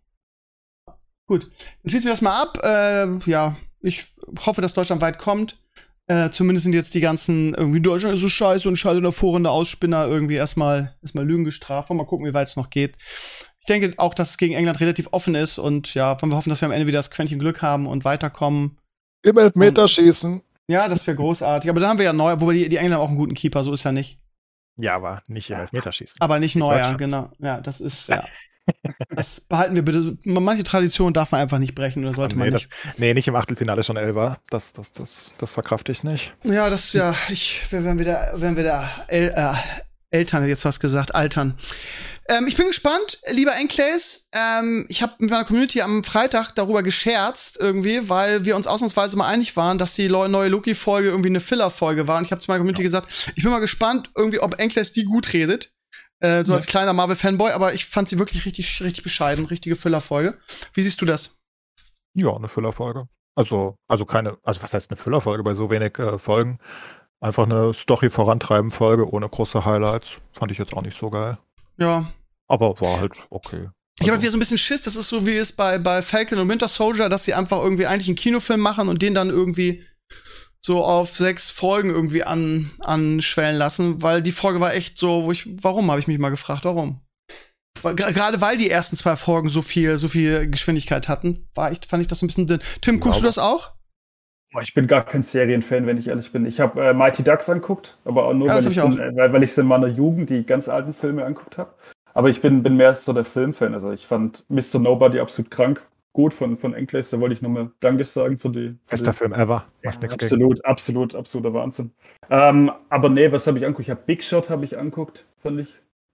Gut. Dann schließen wir das mal ab. Äh, ja, ich hoffe, dass Deutschland weit kommt. Äh, zumindest sind jetzt die ganzen, irgendwie Deutschland ist so scheiße und scheiße davor in der Ausspinner irgendwie erstmal erstmal Lügen gestraft. Mal gucken, wie weit es noch geht. Ich denke auch, dass es gegen England relativ offen ist und ja, wollen wir hoffen, dass wir am Ende wieder das Quäntchen Glück haben und weiterkommen. Im Elfmeterschießen. Ja, das wäre großartig. Aber dann haben wir ja neu, wobei die, die Engländer auch einen guten Keeper, so ist ja nicht. Ja, aber nicht im Elfmeterschießen. Aber nicht neuer, genau. Ja, das ist, ja. Das behalten wir bitte. Manche Traditionen darf man einfach nicht brechen oder sollte nee, man nicht. Das, nee, nicht im Achtelfinale schon Elfer. Das, das, das, das verkrafte ich nicht. Ja, das, ja, ich, wenn wir da, wenn wir da El, äh, Eltern, jetzt was gesagt, altern. Ähm, ich bin gespannt, lieber Enkles. Ähm, ich habe mit meiner Community am Freitag darüber gescherzt irgendwie, weil wir uns ausnahmsweise mal einig waren, dass die neue Loki-Folge irgendwie eine Filler-Folge war. Und ich habe zu meiner Community ja. gesagt, ich bin mal gespannt, irgendwie, ob Enkles die gut redet. Äh, so ja. als kleiner Marvel-Fanboy, aber ich fand sie wirklich richtig, richtig bescheiden. Richtige Filler-Folge. Wie siehst du das? Ja, eine Filler-Folge. Also, also keine, also was heißt eine Filler-Folge bei so wenig äh, Folgen? Einfach eine Story-vorantreiben-Folge ohne große Highlights. Fand ich jetzt auch nicht so geil. Ja. Aber war halt okay. Also ich habe halt wieder so ein bisschen Schiss, das ist so wie es bei, bei Falcon und Winter Soldier, dass sie einfach irgendwie eigentlich einen Kinofilm machen und den dann irgendwie so auf sechs Folgen irgendwie an, anschwellen lassen, weil die Folge war echt so, wo ich, warum, habe ich mich mal gefragt, warum? Weil, gerade weil die ersten zwei Folgen so viel, so viel Geschwindigkeit hatten, war ich, fand ich das ein bisschen dünn. Tim, guckst du das auch? Ich bin gar kein Serienfan, wenn ich ehrlich bin. Ich habe äh, Mighty Ducks angeguckt, aber auch nur, ja, weil, ich in, äh, weil, weil ich in meiner Jugend die ganz alten Filme angeguckt habe. Aber ich bin, bin mehr so der Filmfan. Also ich fand Mister Nobody absolut krank gut von, von Enkles. Da wollte ich nochmal Danke sagen für die. Für Bester die, Film ever. Ja, absolut, gegen. absolut, absoluter Wahnsinn. Ähm, aber nee, was habe ich angeguckt? Ich habe Big Shot habe ich angeguckt, fand ich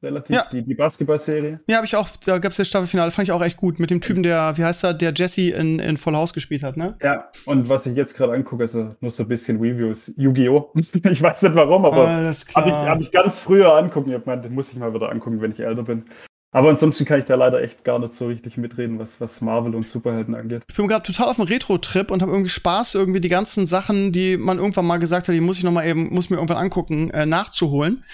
relativ, Ja. die, die Basketball-Serie. Ja, habe ich auch, da gab es das Staffelfinale, fand ich auch echt gut. Mit dem Typen, der, wie heißt er, der Jesse in, in Full House gespielt hat, ne? Ja, und was ich jetzt gerade angucke, also nur so ein bisschen Reviews, Yu-Gi-Oh! Ich weiß nicht warum, aber Alles habe ich, klar. hab ich ganz früher angucken. Ich meine, den muss ich mal wieder angucken, wenn ich älter bin. Aber ansonsten kann ich da leider echt gar nicht so richtig mitreden, was, was Marvel und Superhelden angeht. Ich bin gerade total auf dem Retro-Trip und habe irgendwie Spaß, irgendwie die ganzen Sachen, die man irgendwann mal gesagt hat, die muss ich noch mal eben, muss mir irgendwann angucken, äh, nachzuholen.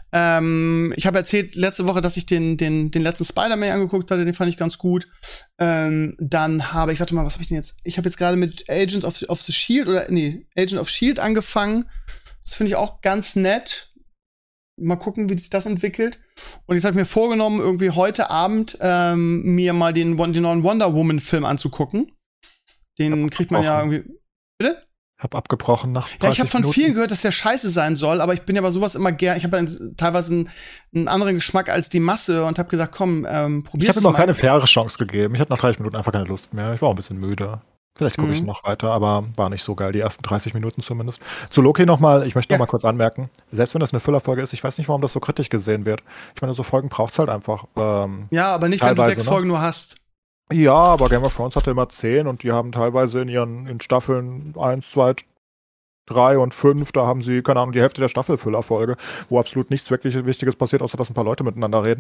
Ähm, ich habe erzählt letzte Woche, dass ich den, den, den letzten Spider-Man angeguckt hatte, den fand ich ganz gut. Ähm, dann habe ich, warte mal, was habe ich denn jetzt? Ich habe jetzt gerade mit Agents of, of the Shield oder, nee, Agent of Shield angefangen. Das finde ich auch ganz nett. Mal gucken, wie sich das entwickelt. Und jetzt habe ich mir vorgenommen, irgendwie heute Abend ähm, mir mal den, den neuen Wonder Woman-Film anzugucken. Den kriegt man ja irgendwie. Bitte? Hab abgebrochen nach Ja, ich habe von Minuten. vielen gehört, dass der scheiße sein soll, aber ich bin ja bei sowas immer gern. Ich habe ja teilweise einen, einen anderen Geschmack als die Masse und habe gesagt, komm, ähm, Ich probier's habe ihm auch mal. keine faire Chance gegeben. Ich hatte nach dreißig Minuten einfach keine Lust mehr. Ich war auch ein bisschen müde. Vielleicht gucke ich Mhm. noch weiter, aber war nicht so geil, die ersten dreißig Minuten zumindest. Zu Loki nochmal, ich möchte Ja. noch mal kurz anmerken, selbst wenn das eine Füllerfolge ist, ich weiß nicht, warum das so kritisch gesehen wird. Ich meine, so Folgen braucht es halt einfach. Ähm, Ja, aber nicht, wenn du Teilweise, sechs ne? Folgen nur hast. ja, aber Game of Thrones hatte immer zehn und die haben teilweise in ihren in Staffeln eins, zwei, drei und fünf, da haben sie, keine Ahnung, die Hälfte der Staffelfüllerfolge, wo absolut nichts wirklich Wichtiges passiert, außer dass ein paar Leute miteinander reden.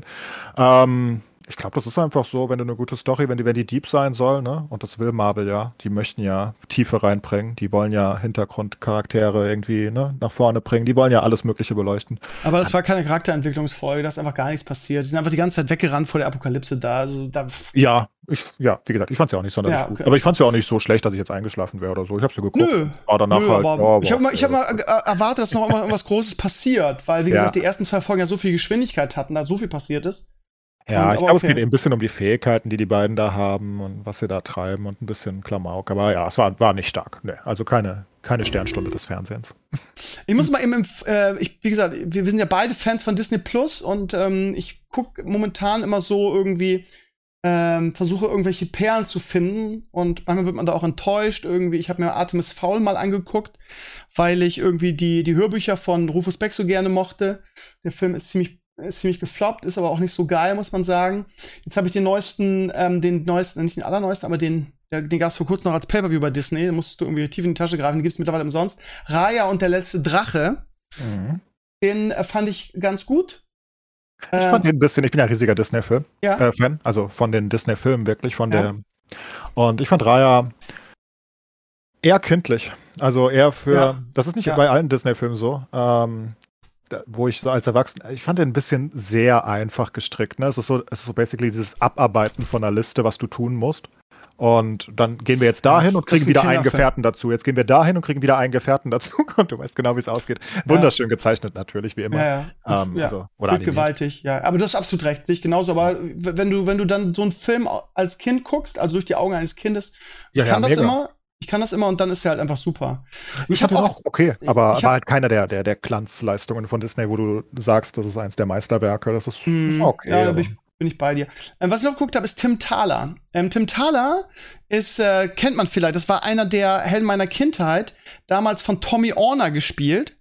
Ähm, ich glaube, das ist einfach so, wenn du eine gute Story, wenn die, wenn die deep sein soll, ne, und das will Marvel ja, die möchten ja Tiefe reinbringen, die wollen ja Hintergrundcharaktere irgendwie, ne, nach vorne bringen, die wollen ja alles Mögliche beleuchten. Aber das war keine Charakterentwicklungsfolge, da ist einfach gar nichts passiert. Die sind einfach die ganze Zeit weggerannt vor der Apokalypse da. Also da Ja, ich, ja, wie gesagt, ich fand's ja auch nicht sonderlich Ja, okay. gut. Aber ich fand's ja auch nicht so schlecht, dass ich jetzt eingeschlafen wäre oder so. Ich hab's ja geguckt. Nö. War danach Nö, halt, aber ja, ich habe war- mal, ich hab mal äh, erwartet, dass noch irgendwas, irgendwas Großes passiert, weil, wie Ja. gesagt, die ersten zwei Folgen ja so viel Geschwindigkeit hatten, da so viel passiert ist. Ja, Und- ich aber glaube, es okay. geht eben ein bisschen um die Fähigkeiten, die die beiden da haben und was sie da treiben und ein bisschen Klamauk. Aber ja, es war, war nicht stark. Nee, also keine, keine Sternstunde des Fernsehens. Ich muss mal eben, empf- äh, ich, wie gesagt, wir, wir sind ja beide Fans von Disney Plus und ähm, ich gucke momentan immer so irgendwie, ähm, versuche irgendwelche Perlen zu finden und manchmal wird man da auch enttäuscht irgendwie. Ich habe mir Artemis Fowl mal angeguckt, weil ich irgendwie die, die Hörbücher von Rufus Beck so gerne mochte. Der Film ist ziemlich ist ziemlich gefloppt, ist aber auch nicht so geil, muss man sagen. Jetzt habe ich den neuesten, ähm, den neuesten, nicht den allerneuesten, aber den, der, den gab es vor kurzem noch als Pay-Per-View bei Disney. Den musst du irgendwie tief in die Tasche greifen, den gibt's mittlerweile umsonst. Raya und der letzte Drache, den äh, fand ich ganz gut. Ich fand den ein bisschen, ich bin ja ein riesiger Disney-Film, ja. äh, Fan, also von den Disney-Filmen wirklich, von Ja. der. Und ich fand Raya eher kindlich. Also eher für, Ja. das ist nicht Ja. bei allen Disney-Filmen so, ähm, da, wo ich so als Erwachsener, ich fand den ein bisschen sehr einfach gestrickt. Ne? Es ist so, es ist so basically dieses Abarbeiten von einer Liste, was du tun musst. Und dann gehen wir jetzt dahin Ja, und das kriegen ist ein wieder einen Kinderfilm. Gefährten dazu. Jetzt gehen wir dahin und kriegen wieder einen Gefährten dazu. Und du weißt genau, wie es ausgeht. Wunderschön gezeichnet natürlich, wie immer. Ja, ja. Ähm, ja. also, oder animiert. gewaltig, ja. Aber du hast absolut recht, sehe ich genauso. Aber w- wenn du, wenn du dann so einen Film als Kind guckst, also durch die Augen eines Kindes, ich Ja, ja, kann das mega. immer, ich kann das immer und dann ist er halt einfach super. Ich, Ich habe hab auch okay, aber ich hab- war halt keiner der, der, der Glanzleistungen von Disney, wo du sagst, das ist eins der Meisterwerke. Das ist, Mm, ist okay. ja, da aber- bin ich, bin ich bei dir. Ähm, was ich noch geguckt habe, ist Tim Thaler. Ähm, Tim Thaler ist, äh, kennt man vielleicht, das war einer der Helden meiner Kindheit, damals von Tommy Orner gespielt.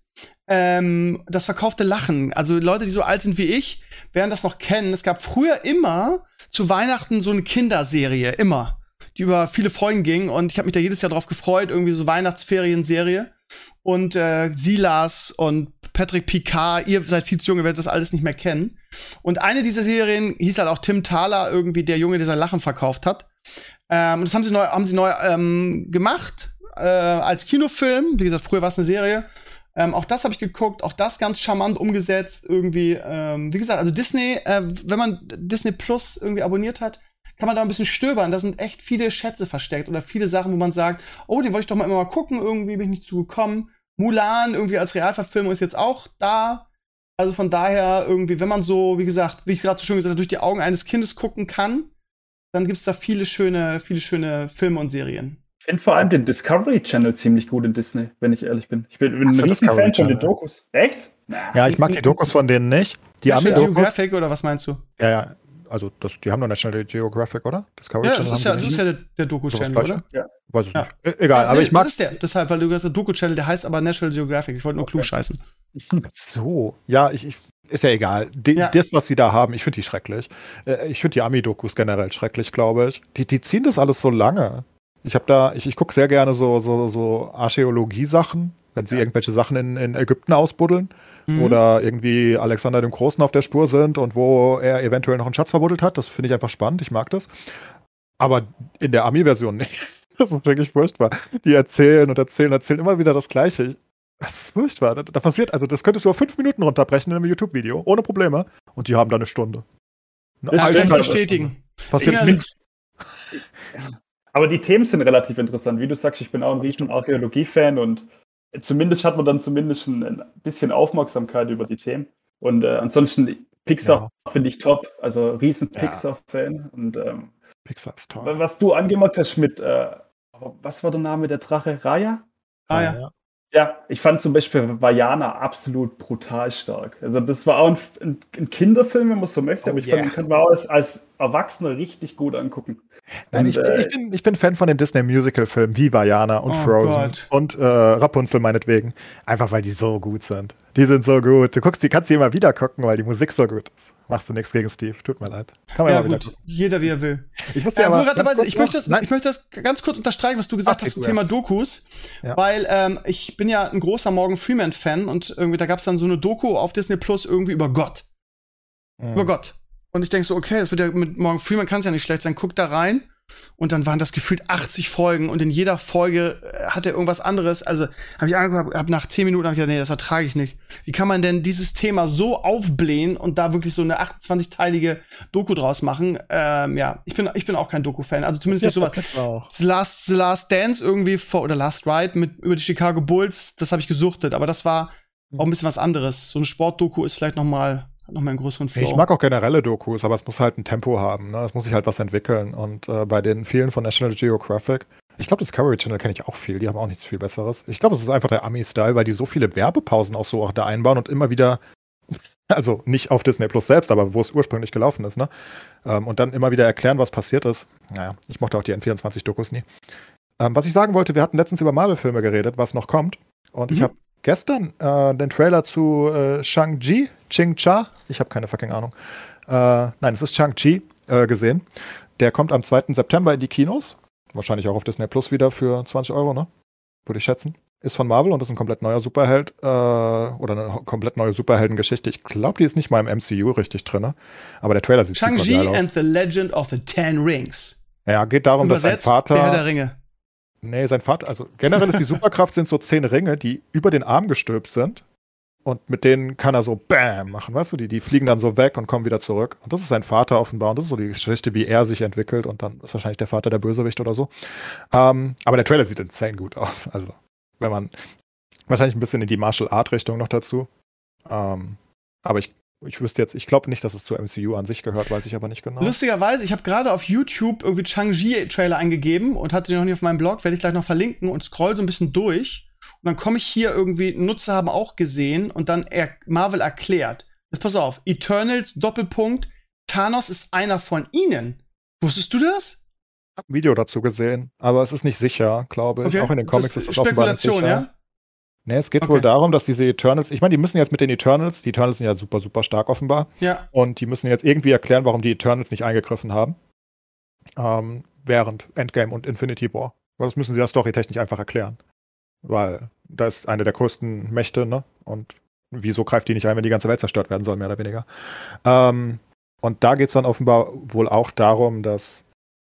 Ähm, das verkaufte Lachen. Also Leute, die so alt sind wie ich, werden das noch kennen. Es gab früher immer zu Weihnachten so eine Kinderserie, immer, die über viele Folgen ging. Und ich habe mich da jedes Jahr drauf gefreut, irgendwie so Weihnachtsferienserie. Und äh, Silas und Patrick Picard, ihr seid viel zu jung, ihr werdet das alles nicht mehr kennen. Und eine dieser Serien hieß halt auch Tim Thaler, irgendwie der Junge, der sein Lachen verkauft hat. Ähm, und das haben sie neu, haben sie neu ähm, gemacht äh, als Kinofilm. Wie gesagt, früher war es eine Serie. Ähm, auch das habe ich geguckt, auch das ganz charmant umgesetzt irgendwie. Ähm, wie gesagt, also Disney, äh, wenn man Disney Plus irgendwie abonniert hat, kann man da ein bisschen stöbern. Da sind echt viele Schätze versteckt oder viele Sachen, wo man sagt, oh, den wollte ich doch mal immer mal gucken, irgendwie bin ich nicht zugekommen. Mulan irgendwie als Realverfilmung ist jetzt auch da. Also von daher irgendwie, wenn man so, wie gesagt, wie ich gerade so schön gesagt habe, durch die Augen eines Kindes gucken kann, dann gibt's da viele schöne, viele schöne Filme und Serien. Ich finde vor allem den Discovery Channel ziemlich gut in Disney, wenn ich ehrlich bin. Ich bin, bin ein Hast du riesen Discovery Fan von den Channel? Dokus. Echt? Ja, ich mag die Dokus von denen nicht. Die National Ami-Dokus. Geographic oder was meinst du? Ja, ja. Also, das, die haben doch National Geographic, oder? Discovery Ja, das Channel ist ja, haben das die ist nicht? ja der, der Doku-Channel, Sowas oder? Ja. Weiß ich Ja. nicht. E egal, Ja, aber nee, ich mag. Das ist der, deshalb, weil du hast der Doku-Channel, der heißt aber National Geographic. Ich wollte nur klug scheißen. So, ja, ich, ich Ist ja egal. Die, Ja. Das, was sie da haben, ich finde die schrecklich. Äh, Ich finde die Ami-Dokus generell schrecklich, glaube ich. Die, die ziehen das alles so lange. Ich habe da, ich, ich gucke sehr gerne so, so, so Archäologie-Sachen, wenn sie irgendwelche Sachen in, in Ägypten ausbuddeln Mhm. oder irgendwie Alexander dem Großen auf der Spur sind und wo er eventuell noch einen Schatz verbuddelt hat. Das finde ich einfach spannend, ich mag das. Aber in der Ami-Version nicht. Das ist wirklich furchtbar. Die erzählen und erzählen, erzählen immer wieder das Gleiche. Ich, das ist furchtbar. Da, da passiert, also das könntest du auf fünf Minuten runterbrechen in einem YouTube-Video, ohne Probleme. Und die haben da eine Stunde. Eine Das Kann ich stimmt. bestätigen. Passiert Inge- nichts. Aber die Themen sind relativ interessant. Wie du sagst, ich bin auch ein riesen Archäologie-Fan und zumindest hat man dann zumindest ein, ein bisschen Aufmerksamkeit über die Themen. Und äh, ansonsten Pixar finde ich top. Also riesen Ja. Pixar-Fan. Und ähm, Pixar ist toll. was du angemacht hast mit, äh, was war der Name der Drache? Raya? Ah ja. Ja, ich fand zum Beispiel Vajana absolut brutal stark. Also das war auch ein, ein, ein Kinderfilm, wenn man so möchte, Oh aber ich yeah. fand, den kann man auch als, als Erwachsener richtig gut angucken. Nein, Und, ich, äh, ich, bin, ich bin Fan von den Disney-Musical-Filmen wie Vajana und Oh Frozen Gott. und äh, Rapunzel meinetwegen. Einfach weil die so gut sind. Die sind so gut. Du guckst, die kannst du immer wieder gucken, weil die Musik so gut ist. Machst du nichts gegen Steve, tut mir leid. Kann man Ja, immer wieder gut, gucken. jeder wie er will. Ich muss dir Äh, aber wo wir gerade dabei ganz sind, kurz ich, möchte noch- das, Nein, ich möchte das ganz kurz unterstreichen, was du gesagt Ach, hast zum du Thema erst. Dokus, Ja. weil ähm, ich bin ja ein großer Morgan Freeman-Fan und irgendwie da gab es dann so eine Doku auf Disney Plus irgendwie über Gott. Mhm. Über Gott. Und ich denke so, okay, das wird ja mit Morgan Freeman kann es ja nicht schlecht sein. Guck da rein. Und dann waren das gefühlt achtzig Folgen und in jeder Folge äh, hat er irgendwas anderes. Also habe ich angeguckt, hab, hab nach zehn Minuten hab ich gedacht, nee, das ertrage ich nicht. Wie kann man denn dieses Thema so aufblähen und da wirklich so eine achtundzwanzig-teilige Doku draus machen? Ähm, ja, ich bin, ich bin auch kein Doku-Fan. Also zumindest nicht sowas. das auch. The Last, The Last Dance irgendwie vor, oder Last Ride mit über die Chicago Bulls, das habe ich gesuchtet, aber das war auch ein bisschen was anderes. So eine Sportdoku ist vielleicht noch mal, hat noch mal einen größeren Flow. Ich mag auch generelle Dokus, aber es muss halt ein Tempo haben. Ne? Es muss sich halt was entwickeln. Und äh, bei den vielen von National Geographic, ich glaube, Discovery Channel kenne ich auch viel. Die haben auch nichts viel Besseres. Ich glaube, es ist einfach der Ami-Style, weil die so viele Werbepausen auch so auch da einbauen und immer wieder, also nicht auf Disney Plus selbst, aber wo es ursprünglich gelaufen ist, ne? Ähm, und dann immer wieder erklären, was passiert ist. Naja, ich mochte auch die N vierundzwanzig-Dokus nie. Ähm, was ich sagen wollte, wir hatten letztens über Marvel-Filme geredet, was noch kommt. Und ich Mhm. habe gestern äh, den Trailer zu äh, Shang-Chi, Ching-Cha, ich habe keine fucking Ahnung. Äh, nein, es ist Shang-Chi äh, gesehen. Der kommt am zweiten September in die Kinos. Wahrscheinlich auch auf Disney Plus wieder für zwanzig Euro, ne? Würde ich schätzen. Ist von Marvel und ist ein komplett neuer Superheld äh, oder eine komplett neue Superheldengeschichte. Ich glaube, die ist nicht mal im M C U richtig drin. Aber der Trailer sieht super Shang-Chi geil aus. and the Legend of the Ten Rings. Ja, geht darum, dass sein Übersetzt, der Herr der Vater. Ringe. Nee, sein Vater, also generell ist die Superkraft sind so zehn Ringe, die über den Arm gestülpt sind. Und mit denen kann er so Bam machen, weißt du? Die, die fliegen dann so weg und kommen wieder zurück. Und das ist sein Vater offenbar. Und das ist so die Geschichte, wie er sich entwickelt. Und dann ist wahrscheinlich der Vater der Bösewicht oder so. Ähm, aber der Trailer sieht insane gut aus. Also, wenn man wahrscheinlich ein bisschen in die Martial Art Richtung noch dazu. Ähm, aber ich, ich wüsste jetzt, ich glaube nicht, dass es zur M C U an sich gehört, weiß ich aber nicht genau. Lustigerweise, ich habe gerade auf YouTube irgendwie Shang-Chi-Trailer eingegeben und hatte den noch nie auf meinem Blog, werde ich gleich noch verlinken und scroll so ein bisschen durch. Und dann komme ich hier irgendwie, Nutzer haben auch gesehen und dann er, Marvel erklärt. Jetzt pass auf, Eternals, Doppelpunkt, Thanos ist einer von ihnen. Wusstest du das? Ich habe ein Video dazu gesehen, aber es ist nicht sicher, glaube ich. Auch in den Comics das ist es offenbar nicht Spekulation, sicher. ja? Nee, es geht Okay. wohl darum, dass diese Eternals, ich meine, die müssen jetzt mit den Eternals, die Eternals sind ja super, super stark offenbar, Ja. und die müssen jetzt irgendwie erklären, warum die Eternals nicht eingegriffen haben. Ähm, während Endgame und Infinity War. Weil das müssen sie ja storytechnisch einfach erklären. Weil da ist eine der größten Mächte, ne? Und wieso greift die nicht ein, wenn die ganze Welt zerstört werden soll, mehr oder weniger. Ähm, und da geht es dann offenbar wohl auch darum, dass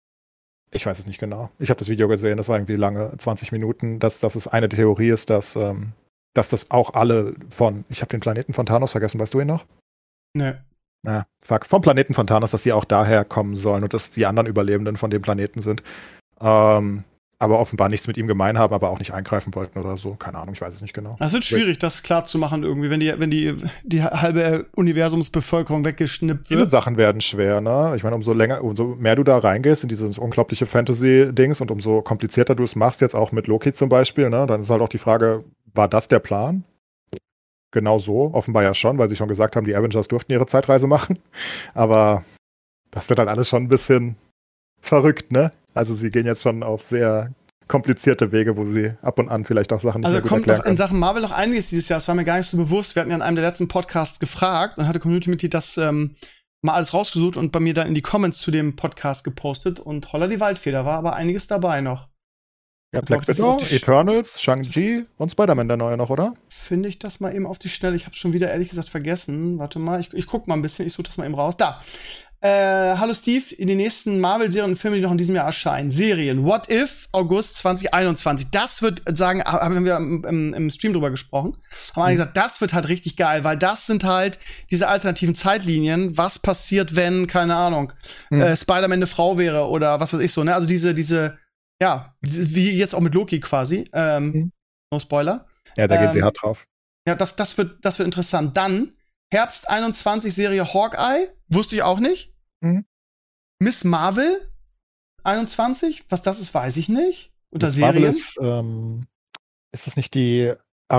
ich weiß es nicht genau. Ich habe das Video gesehen, das war irgendwie lange, zwanzig Minuten, dass, dass es eine Theorie ist, dass, ähm, dass das auch alle von, ich habe den Planeten von Thanos vergessen, weißt du ihn noch? Nee. Na, fuck, vom Planeten von Thanos, dass sie auch daher kommen sollen und dass die anderen Überlebenden von dem Planeten sind. Ähm, aber offenbar nichts mit ihm gemein haben, aber auch nicht eingreifen wollten oder so. Keine Ahnung, ich weiß es nicht genau. Das wird schwierig, das klar zu machen irgendwie, wenn die, wenn die, die halbe Universumsbevölkerung weggeschnippt Viele wird. Sachen werden schwer, ne? Ich meine, umso länger, umso mehr du da reingehst in dieses unglaubliche Fantasy-Dings und umso komplizierter du es machst, jetzt auch mit Loki zum Beispiel, ne? Dann ist halt auch die Frage, war das der Plan? Genau so, offenbar ja schon, weil sie schon gesagt haben, die Avengers durften ihre Zeitreise machen. Aber das wird halt alles schon ein bisschen verrückt, ne? Also sie gehen jetzt schon auf sehr komplizierte Wege, wo sie ab und an vielleicht auch Sachen nicht Also mehr gut kommt erklären noch in können. Sachen Marvel noch einiges dieses Jahr. Das war mir gar nicht so bewusst. Wir hatten ja in einem der letzten Podcasts gefragt und hatte Community-Mitglied das ähm, mal alles rausgesucht und bei mir dann in die Comments zu dem Podcast gepostet. Und holla die Waldfeder, war aber einiges dabei noch. Ja, Ich Black glaub, das ist Widow, auch die Sch- Eternals, Shang-Chi und Spider-Man der neue noch, oder? Finde ich das mal eben auf die Schnelle. Ich habe schon wieder ehrlich gesagt vergessen. Warte mal, ich, ich guck mal ein bisschen. Ich suche das mal eben raus. Da. Äh, hallo Steve, in den nächsten Marvel-Serien und Filmen, die noch in diesem Jahr erscheinen. Serien. What If, August zwanzig einundzwanzig. Das wird sagen, haben wir im, im, im Stream drüber gesprochen. Haben alle gesagt, das wird halt richtig geil, weil das sind halt diese alternativen Zeitlinien. Was passiert, wenn, keine Ahnung, Hm. äh, Spider-Man eine Frau wäre oder was weiß ich so, ne? Also diese, diese, ja, diese- wie jetzt auch mit Loki quasi. Ähm, Hm. No Spoiler. Ja, da gehen sie Ähm, hart drauf. Ja, das, das, wird, das wird interessant. Dann Herbst einundzwanzig Serie Hawkeye. Wusste ich auch nicht. Mhm. Miss Marvel einundzwanzig. Was das ist, weiß ich nicht. Unter Miss Marvel Serien. ist, ähm, ist das nicht die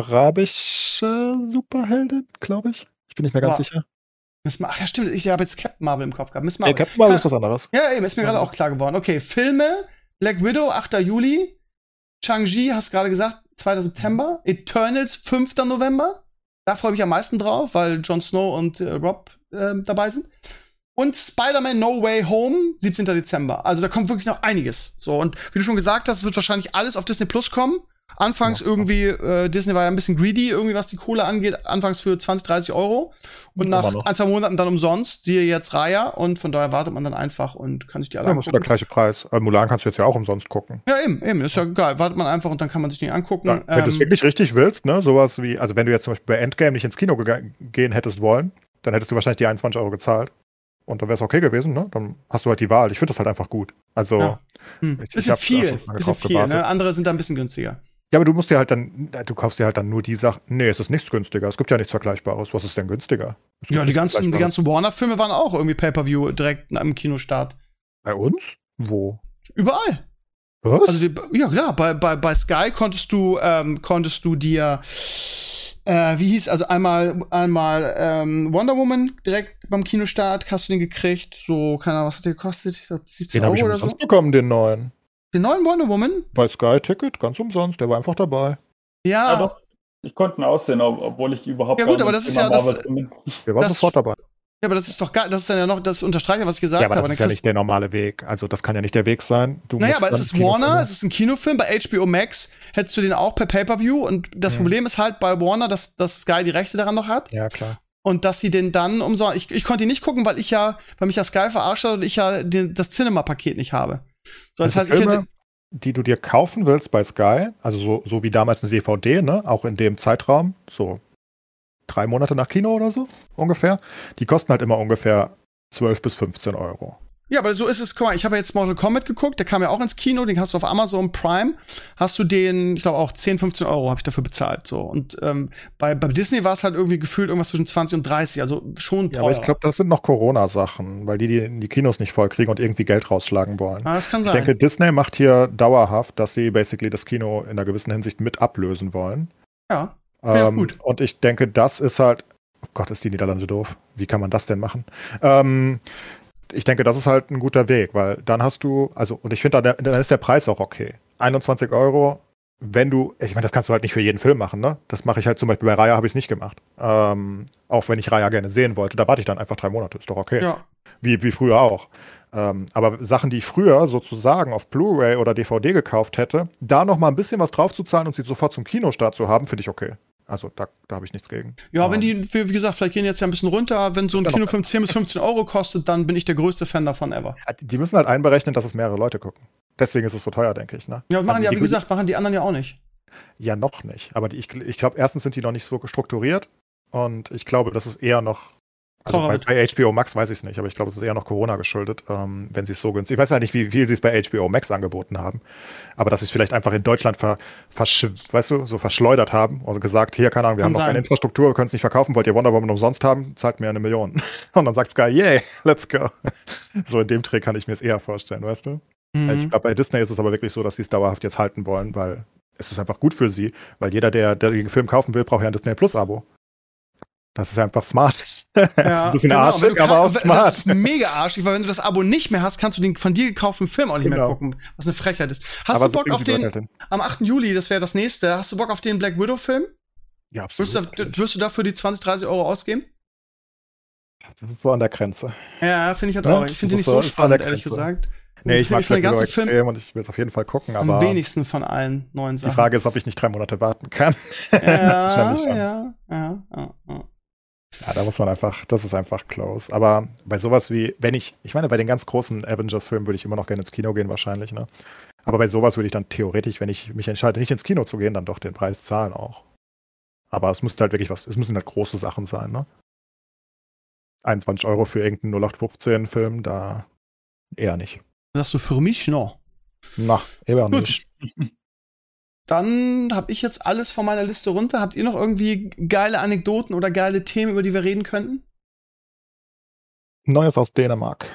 arabische Superheldin, glaube ich? Ich bin nicht mehr ganz Boah. sicher. Miss Ma- Ach ja, stimmt. Ich habe jetzt Captain Marvel im Kopf gehabt. Miss Nee, Marvel. Captain Marvel Kann- ist was anderes. Ja, eben, ist mir Ja, gerade das- auch klar geworden. Okay, Filme. Black Widow, achter Juli. Shang-Chi, hast gerade gesagt, zweiter September. Eternals, fünfter November. Da freue ich mich am meisten drauf, weil Jon Snow und äh, Rob äh, dabei sind. Und Spider-Man No Way Home, siebzehnter Dezember. Also da kommt wirklich noch einiges. So, und wie du schon gesagt hast, es wird wahrscheinlich alles auf Disney Plus kommen. Anfangs Ja. irgendwie, äh, Disney war ja ein bisschen greedy, irgendwie was die Kohle angeht. Anfangs für zwanzig, dreißig Euro. Und Immer nach noch. ein, zwei Monaten dann umsonst. Siehe jetzt Raya. Und von daher wartet man dann einfach und kann sich die alle Ja, muss ja der angucken. gleiche Preis. Äh, Mulan kannst du jetzt ja auch umsonst gucken. Ja, eben, eben. Ist ja geil. Wartet man einfach und dann kann man sich den angucken. Ja, wenn du es Ähm, wirklich richtig willst, ne, sowas wie, also wenn du jetzt zum Beispiel bei Endgame nicht ins Kino gega- gehen hättest wollen, dann hättest du wahrscheinlich die einundzwanzig Euro gezahlt. Und dann wäre es okay gewesen, ne? Dann hast du halt die Wahl. Ich finde das halt einfach gut. Also, Ja. hm. ich- ich bisschen hab's da viel. schon lange Bisschen drauf viel, gewartet. ne? Andere sind da ein bisschen günstiger. ja, aber du musst dir halt dann, du kaufst dir halt dann nur die Sachen. Nee, es ist nichts günstiger. Es gibt ja nichts Vergleichbares. Was ist denn günstiger? Es gibt Ja, die nichts ganzen, die Vergleichbares. ganzen Warner-Filme waren auch irgendwie Pay-Per-View direkt am Kinostart. Bei uns? Wo? Überall. Was? Also die, ja klar, bei, bei, bei Sky konntest du, ähm, konntest du dir, äh, wie hieß, also einmal, einmal ähm, Wonder Woman direkt beim Kinostart, hast du den gekriegt, so, keine Ahnung, was hat der gekostet? Ich glaube siebzehn den habe Euro ich oder so. umsonst bekommen, den neuen. Den neuen Wonder Woman? Bei Sky Ticket, ganz umsonst. Der war einfach dabei. Ja, Ja, doch. Ich konnte ihn aussehen, ob- obwohl ich überhaupt Ja, gut, gar aber nicht das ist Thema ja das- Marvel drin bin. Der war Das- sofort dabei. ja, aber das ist doch geil, das ist dann ja noch, das unterstreicht ja, was ich gesagt Ja, aber habe. das Dann ist ja kriegst- nicht der normale Weg. Also, das kann ja nicht der Weg sein. Du Naja, musst aber es dann ist Kinofilme- Warner, es ist ein Kinofilm. Bei H B O Max hättest du den auch per Pay-Per-View. Und das Mhm. Problem ist halt bei Warner, dass, dass Sky die Rechte daran noch hat. Ja, klar. Und dass sie den dann umsonst. Ich, ich konnte ihn nicht gucken, weil ich ja, weil mich ja Sky verarscht hat und ich ja den, das Cinema-Paket nicht habe. So, das Also heißt, ich Filme, hätte. die du dir kaufen willst bei Sky, also so, so wie damals eine D V D, ne? Auch in dem Zeitraum, so drei Monate nach Kino oder so ungefähr, die kosten halt immer ungefähr zwölf bis fünfzehn Euro. Ja, aber so ist es. Guck mal, ich habe jetzt Mortal Kombat geguckt, der kam ja auch ins Kino, den hast du auf Amazon Prime. Hast du den, ich glaube auch zehn, fünfzehn Euro habe ich dafür bezahlt. So. Und ähm, bei, bei Disney war es halt irgendwie gefühlt irgendwas zwischen zwanzig und dreißig, also schon teuer. Ja, aber ich glaube, das sind noch Corona-Sachen, weil die, die die Kinos nicht voll kriegen und irgendwie Geld rausschlagen wollen. Ah, das kann Ich sein. denke, Disney macht hier dauerhaft, dass sie basically das Kino in einer gewissen Hinsicht mit ablösen wollen. ja. Finde ich auch Ähm, gut. Und ich denke, das ist halt. Oh Gott, ist die Niederlande doof. Wie kann man das denn machen? Ähm, ich denke, das ist halt ein guter Weg, weil dann hast du, also, und ich finde, dann, dann ist der Preis auch okay. einundzwanzig Euro, wenn du, ich meine, das kannst du halt nicht für jeden Film machen, ne? Das mache ich halt zum Beispiel bei Raya, habe ich es nicht gemacht. Ähm, auch wenn ich Raya gerne sehen wollte, da warte ich dann einfach drei Monate, ist doch okay. Ja. Wie, wie früher auch. Ähm, aber Sachen, die ich früher sozusagen auf Blu-ray oder D V D gekauft hätte, da noch mal ein bisschen was draufzuzahlen und sie sofort zum Kinostart zu haben, finde ich okay. Also da, da habe ich nichts gegen. Ja, Ähm, wenn die, wie wie gesagt, vielleicht gehen jetzt ja ein bisschen runter. Wenn so ein Ist ja noch Kinofilm zehn bis fünfzehn Euro kostet, dann bin ich der größte Fan davon ever. Die müssen halt einberechnen, dass es mehrere Leute gucken. Deswegen ist es so teuer, denke ich. Ne? Ja, machen Also ja, die wie guten- gesagt, machen die anderen ja auch nicht. Ja, noch nicht. Aber die, ich, ich glaube, erstens sind die noch nicht so strukturiert. Und ich glaube, das ist eher noch. Also Teurer bei, wird. bei H B O Max weiß ich es nicht, aber ich glaube, es ist eher noch Corona geschuldet, ähm, wenn sie es so günstig. Ich weiß ja nicht, wie viel sie es bei H B O Max angeboten haben. Aber dass sie es vielleicht einfach in Deutschland ver, versch weißt du, so verschleudert haben und gesagt, hier, keine Ahnung, wir Kann haben noch sein. keine Infrastruktur, wir können es nicht verkaufen, wollt ihr Wonder Woman umsonst haben, zahlt mir eine Million. Und dann sagt Sky, yay, let's go. So in dem Dreh kann ich mir es eher vorstellen, weißt du? Mhm. Ich glaube, bei Disney ist es aber wirklich so, dass sie es dauerhaft jetzt halten wollen, weil es ist einfach gut für sie, weil jeder, der, der den Film kaufen will, braucht ja ein Disney Plus Abo. Das ist einfach smart. Das ist ein bisschen genau. arschig, Wenn du aber auch kann- smart. Das ist mega arschig, weil wenn du das Abo nicht mehr hast, kannst du den von dir gekauften Film auch nicht mehr Genau. gucken. Was eine Frechheit ist. Hast Aber du so Bock kriegen auf sie die Leute den, halt hin. am achten Juli, das wäre das nächste, hast du Bock auf den Black Widow-Film? Ja, Wirst absolut. du, wirst du dafür die zwanzig, dreißig Euro ausgeben? Das ist so an der Grenze. Ja, finde ich halt Ja, auch. Ich finde das die ist nicht so- so ist an der spannend, ehrlich Grenze. gesagt. Nee, ich finde mag von den Black Widow ganzen Filmen extrem und ich will es auf jeden Fall gucken, am aber wenigsten von allen neuen die Sachen. Frage ist, ob ich nicht drei Monate warten kann. Ja, Wahrscheinlich schon. ja, ja, ja, ja. Ja, da muss man einfach, das ist einfach close. Aber bei sowas wie, wenn ich, ich meine, bei den ganz großen Avengers-Filmen würde ich immer noch gerne ins Kino gehen, wahrscheinlich, ne? Aber bei sowas würde ich dann theoretisch, wenn ich mich entscheide, nicht ins Kino zu gehen, dann doch den Preis zahlen auch. Aber es müsste halt wirklich was, es müssen halt große Sachen sein, ne? einundzwanzig Euro für irgendeinen null acht fünfzehn-Film, da eher nicht. Das sagst du für mich noch. Na, eher Gut. nicht. Dann habe ich jetzt alles von meiner Liste runter. Habt ihr noch irgendwie geile Anekdoten oder geile Themen, über die wir reden könnten? Neues aus Dänemark.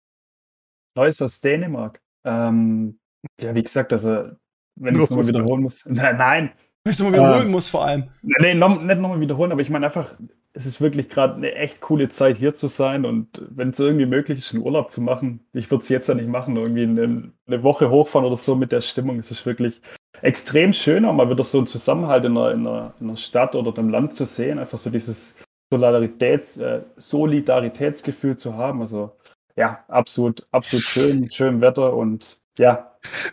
Neues aus Dänemark. Ähm, ja, wie gesagt, also, wenn ich Nur es nochmal Fußball. wiederholen muss. Nein, nein. Wenn ich es mal wiederholen Ähm. muss, vor allem. Nee, noch, nicht nochmal wiederholen, aber ich meine einfach, es ist wirklich gerade eine echt coole Zeit, hier zu sein. Und wenn es irgendwie möglich ist, einen Urlaub zu machen, ich würde es jetzt ja nicht machen, irgendwie eine, eine Woche hochfahren oder so mit der Stimmung. Es ist wirklich extrem schön, auch mal wieder so einen Zusammenhalt in einer, in einer, in einer Stadt oder einem Land zu sehen. Einfach so dieses Solidaritäts, äh, Solidaritätsgefühl zu haben. Also ja, absolut, absolut schön, schön Wetter und ja.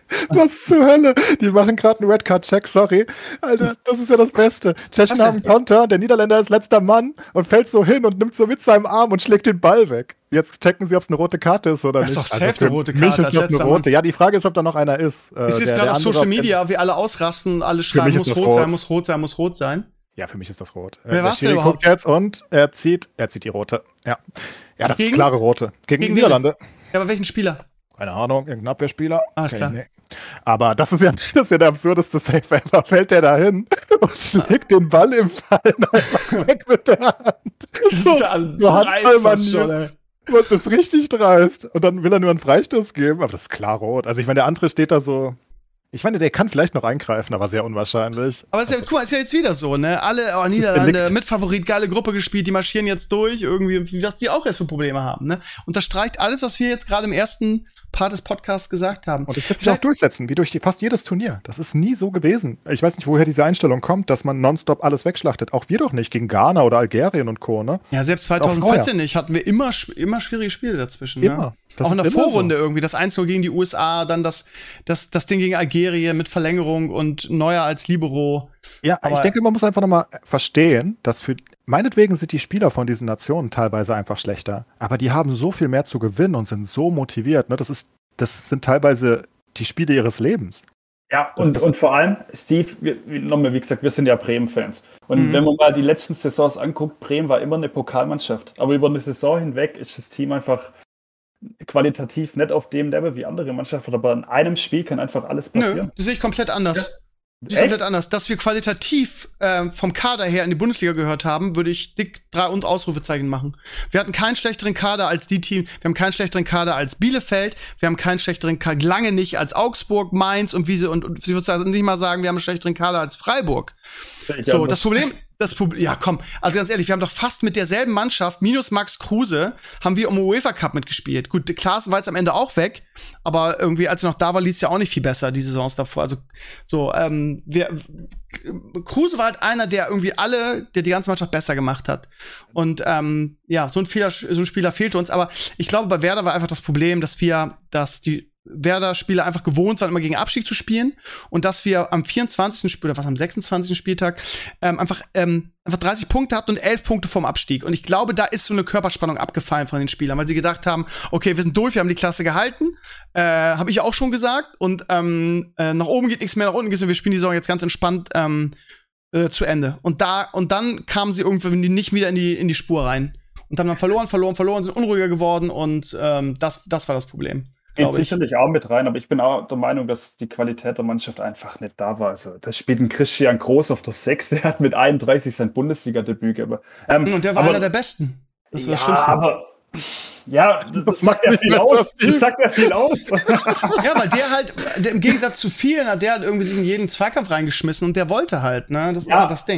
Was zur Hölle? Die machen gerade einen Redcard-Check, sorry. Alter, das ist ja das Beste. Tschechen Was haben einen denn? Konter, der Niederländer ist letzter Mann und fällt so hin und nimmt so mit seinem Arm und schlägt den Ball weg. Jetzt checken sie, ob es eine rote Karte ist oder Das ist nicht. doch safe für eine rote mich Karte ist als das eine letzter rote. Mann. Ja, die Frage ist, ob da noch einer ist. Äh, Ich sehe es der- gerade der auf Social andere- Media, wie alle ausrasten und alle schreiben, mich muss ist rot, das sein, rot. muss rot sein, muss rot sein. Ja, für mich ist das rot. Wer der war's denn Schiri überhaupt? guckt jetzt und er zieht, er zieht die rote. Ja, ja, das Gegen? ist klare rote. Gegen, Gegen die Niederlande. Ja, aber welchen Spieler? Keine Ahnung, irgendein Abwehrspieler. Ah, Okay, klar. nee. Aber das ist ja, das ist ja der absurdeste Safe ever. Fällt der da hin und schlägt den Ball im Fallen einfach weg mit der Hand. Das ist ja also Du hast dreist mal fast schon, Manier. ey. Das ist richtig dreist. Und dann will er nur einen Freistoß geben, aber das ist klar rot. Also ich meine, der andere steht da so. Ich meine, der kann vielleicht noch eingreifen, aber sehr unwahrscheinlich. Aber ist ja, guck mal, ist ja jetzt wieder so, ne? Alle, oh, Niederlande, Delikt. Mitfavorit, geile Gruppe gespielt, die marschieren jetzt durch, irgendwie, was die auch jetzt für Probleme haben, ne? Unterstreicht alles, was wir jetzt gerade im ersten Part des Podcasts gesagt haben. Und das wird sich auch durchsetzen, wie durch die, fast jedes Turnier. Das ist nie so gewesen. Ich weiß nicht, woher diese Einstellung kommt, dass man nonstop alles wegschlachtet. Auch wir doch nicht gegen Ghana oder Algerien und Co., ne? Ja, selbst zwanzig vierzehn nicht, hatten wir immer, sch- immer schwierige Spiele dazwischen. Immer. Ne? Das Auch in ist der immer Vorrunde so. irgendwie, das eins null gegen die U S A, dann das, das, das Ding gegen Algerien mit Verlängerung und Neuer als Libero. Ja, Aber- ich denke, man muss einfach nochmal verstehen, dass für meinetwegen sind die Spieler von diesen Nationen teilweise einfach schlechter, aber die haben so viel mehr zu gewinnen und sind so motiviert. Ne? Das ist, das sind teilweise die Spiele ihres Lebens. Ja, und, und vor allem, Steve, wir, wie- nochmal, wie gesagt, wir sind ja Bremen-Fans. Und Mhm. wenn man mal die letzten Saisons anguckt, Bremen war immer eine Pokalmannschaft. Aber über eine Saison hinweg ist das Team einfach qualitativ nicht auf dem Level wie andere Mannschaften. Aber in einem Spiel kann einfach alles Nö, passieren. das sehe ich komplett anders. Sehe ich Echt? komplett anders. Dass wir qualitativ ähm, vom Kader her in die Bundesliga gehört haben, würde ich dick drei und Ausrufezeichen machen. Wir hatten keinen schlechteren Kader als die Team, wir haben keinen schlechteren Kader als Bielefeld, wir haben keinen schlechteren Kader, lange nicht als Augsburg, Mainz und wie sie, und, und ich würde sagen, nicht mal sagen, wir haben einen schlechteren Kader als Freiburg. Ich So, anders. das Problem, das Problem, ja komm, also ganz ehrlich, wir haben doch fast mit derselben Mannschaft, minus Max Kruse, haben wir um den UEFA Cup mitgespielt. Gut, Klaassen war jetzt am Ende auch weg, aber irgendwie, als er noch da war, lief es ja auch nicht viel besser, die Saisons davor. Also, so, ähm, wir, Kruse war halt einer, der irgendwie alle, der die ganze Mannschaft besser gemacht hat. Und, ähm, ja, so ein, Fehler, so ein Spieler fehlte uns, aber ich glaube, bei Werder war einfach das Problem, dass wir, dass die Werder-Spieler einfach gewohnt waren, immer gegen Abstieg zu spielen und dass wir am vierundzwanzigsten Spiel oder was am sechsundzwanzigsten Spieltag ähm, einfach ähm, einfach dreißig Punkte hatten und elf Punkte vorm Abstieg. Und ich glaube, da ist so eine Körperspannung abgefallen von den Spielern, weil sie gedacht haben, okay, wir sind durch, wir haben die Klasse gehalten, äh, habe ich auch schon gesagt und ähm, äh, nach oben geht nichts mehr, nach unten geht's und wir spielen die Saison jetzt ganz entspannt ähm, äh, zu Ende. Und da und dann kamen sie irgendwie nicht wieder in die in die Spur rein und haben dann verloren, verloren, verloren, sind unruhiger geworden und ähm, das das war das Problem. Geht glaub ich. sicherlich auch mit rein, aber ich bin auch der Meinung, dass die Qualität der Mannschaft einfach nicht da war. Also, das spielt ein Christian Groß auf der sechs, der hat mit einunddreißig sein Bundesliga-Debüt gegeben. Ähm, Und der war aber, einer der Besten. Das war ja, das Schlimmste. aber ja, das, das sagt ja nicht viel mehr so aus. viel. Das sagt ja viel aus. Ja, weil der halt, der, im Gegensatz zu vielen, hat der halt irgendwie sich in jeden Zweikampf reingeschmissen und der wollte halt, ne? Das ist Ja. halt das Ding.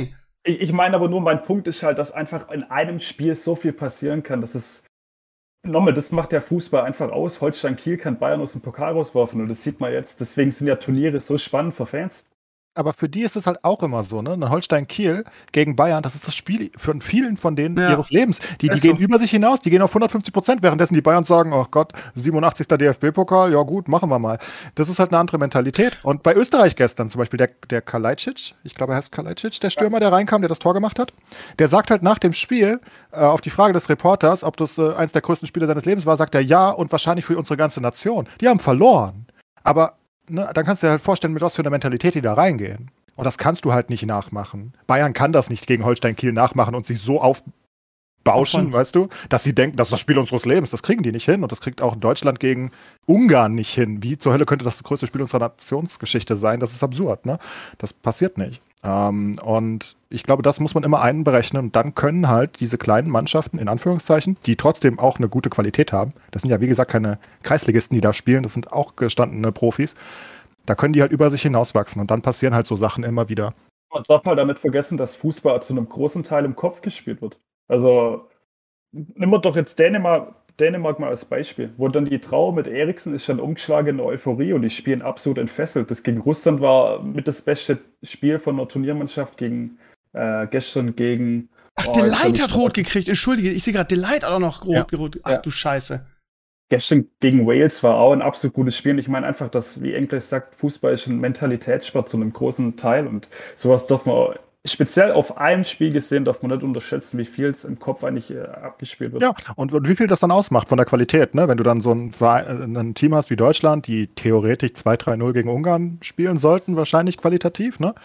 Ich, ich meine aber nur, mein Punkt ist halt, dass einfach in einem Spiel so viel passieren kann. Das ist nochmal, das macht der Fußball einfach aus. Holstein Kiel kann Bayern aus dem Pokal rauswerfen und das sieht man jetzt. Deswegen sind ja Turniere so spannend für Fans. Aber für die ist es halt auch immer so, ne? Ein Holstein-Kiel gegen Bayern, das ist das Spiel für vielen von denen ja. ihres Lebens. Die, die gehen so. über sich hinaus, die gehen auf hundertfünfzig Prozent, währenddessen die Bayern sagen, oh Gott, siebenundachtzigster D F B-Pokal, ja gut, machen wir mal. Das ist halt eine andere Mentalität. Und bei Österreich gestern zum Beispiel, der, der Kalajdzic, ich glaube, er heißt Kalajdzic, der Stürmer, der reinkam, der das Tor gemacht hat, der sagt halt nach dem Spiel, äh, auf die Frage des Reporters, ob das äh, eins der größten Spiele seines Lebens war, sagt er ja und wahrscheinlich für unsere ganze Nation. Die haben verloren. Aber ne, dann kannst du dir halt vorstellen, mit was für einer Mentalität die da reingehen. Und das kannst du halt nicht nachmachen. Bayern kann das nicht gegen Holstein Kiel nachmachen und sich so aufbauschen, weißt du, dass sie denken, das ist das Spiel unseres Lebens. Das kriegen die nicht hin. Und das kriegt auch Deutschland gegen Ungarn nicht hin. Wie zur Hölle könnte das das größte Spiel unserer Nationsgeschichte sein? Das ist absurd, ne? Das passiert nicht. Ähm, und ich glaube, das muss man immer einberechnen. Und dann können halt diese kleinen Mannschaften, in Anführungszeichen, die trotzdem auch eine gute Qualität haben. Das sind ja, wie gesagt, keine Kreisligisten, die da spielen. Das sind auch gestandene Profis. Da können die halt über sich hinauswachsen und dann passieren halt so Sachen immer wieder. Man darf halt damit vergessen, dass Fußball zu einem großen Teil im Kopf gespielt wird. Also nehmen wir doch jetzt Dänemark, Dänemark mal als Beispiel, wo dann die Trauer mit Eriksen ist dann umgeschlagen in Euphorie und die spielen absolut entfesselt. Das gegen Russland war mit das beste Spiel von einer Turniermannschaft gegen äh, gestern gegen... Ach, oh, Delight hat rot gekriegt, entschuldige, ich sehe gerade, Delight hat auch noch rot. Ja. rot. Ach ja. du Scheiße. Gestern gegen Wales war auch ein absolut gutes Spiel. Und ich meine einfach, dass, wie Englisch sagt, Fußball ist ein Mentalitätssport zu einem großen Teil. Und sowas darf man, speziell auf einem Spiel gesehen, darf man nicht unterschätzen, wie viel es im Kopf eigentlich äh, abgespielt wird. Ja, und, und wie viel das dann ausmacht von der Qualität, ne? Wenn du dann so ein, ein Team hast wie Deutschland, die theoretisch zwei drei null gegen Ungarn spielen sollten, wahrscheinlich qualitativ, ne?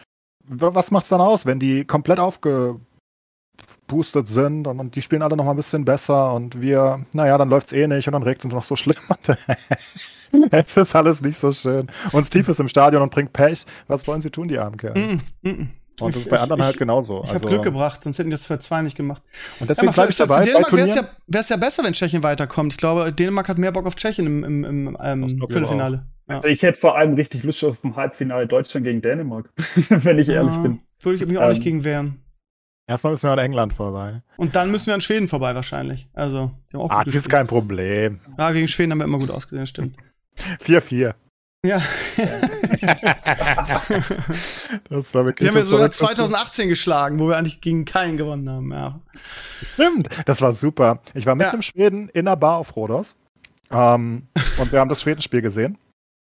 Was macht's dann aus, wenn die komplett aufge boosted sind und, und die spielen alle noch mal ein bisschen besser und wir, naja, dann läuft's eh nicht und dann regt es uns noch so schlimm. Es ist alles nicht so schön. Und Steve ist im Stadion und bringt Pech. Was wollen sie tun, die armen Kerle? Mm, mm. Und das ist bei anderen ich, halt genauso. Ich also, habe Glück gebracht, sonst hätten die das zwei zwei nicht gemacht. Und deswegen ja, bleibe ich dabei. Für Dänemark wäre es ja, wär's ja besser, wenn Tschechien weiterkommt. Ich glaube, Dänemark hat mehr Bock auf Tschechien im, im, im ähm, Viertelfinale. Ja. Also ich hätte vor allem richtig Lust auf dem Halbfinale Deutschland gegen Dänemark, wenn ich ehrlich ja, bin. Würde ich mich auch ähm, nicht gegen wehren. Erstmal müssen wir an England vorbei. Und dann müssen wir an Schweden vorbei wahrscheinlich. Also, die haben auch ah, das ist kein Problem. Ja, gegen Schweden haben wir immer gut ausgesehen, stimmt. vier vier. Ja. Das war wirklich. Die haben wir sogar zwanzig achtzehn geschlagen, wo wir eigentlich gegen keinen gewonnen haben. Ja. Stimmt, das war super. Ich war mit ja. einem Schweden in einer Bar auf Rhodos. Ähm, und wir haben das Schwedenspiel gesehen.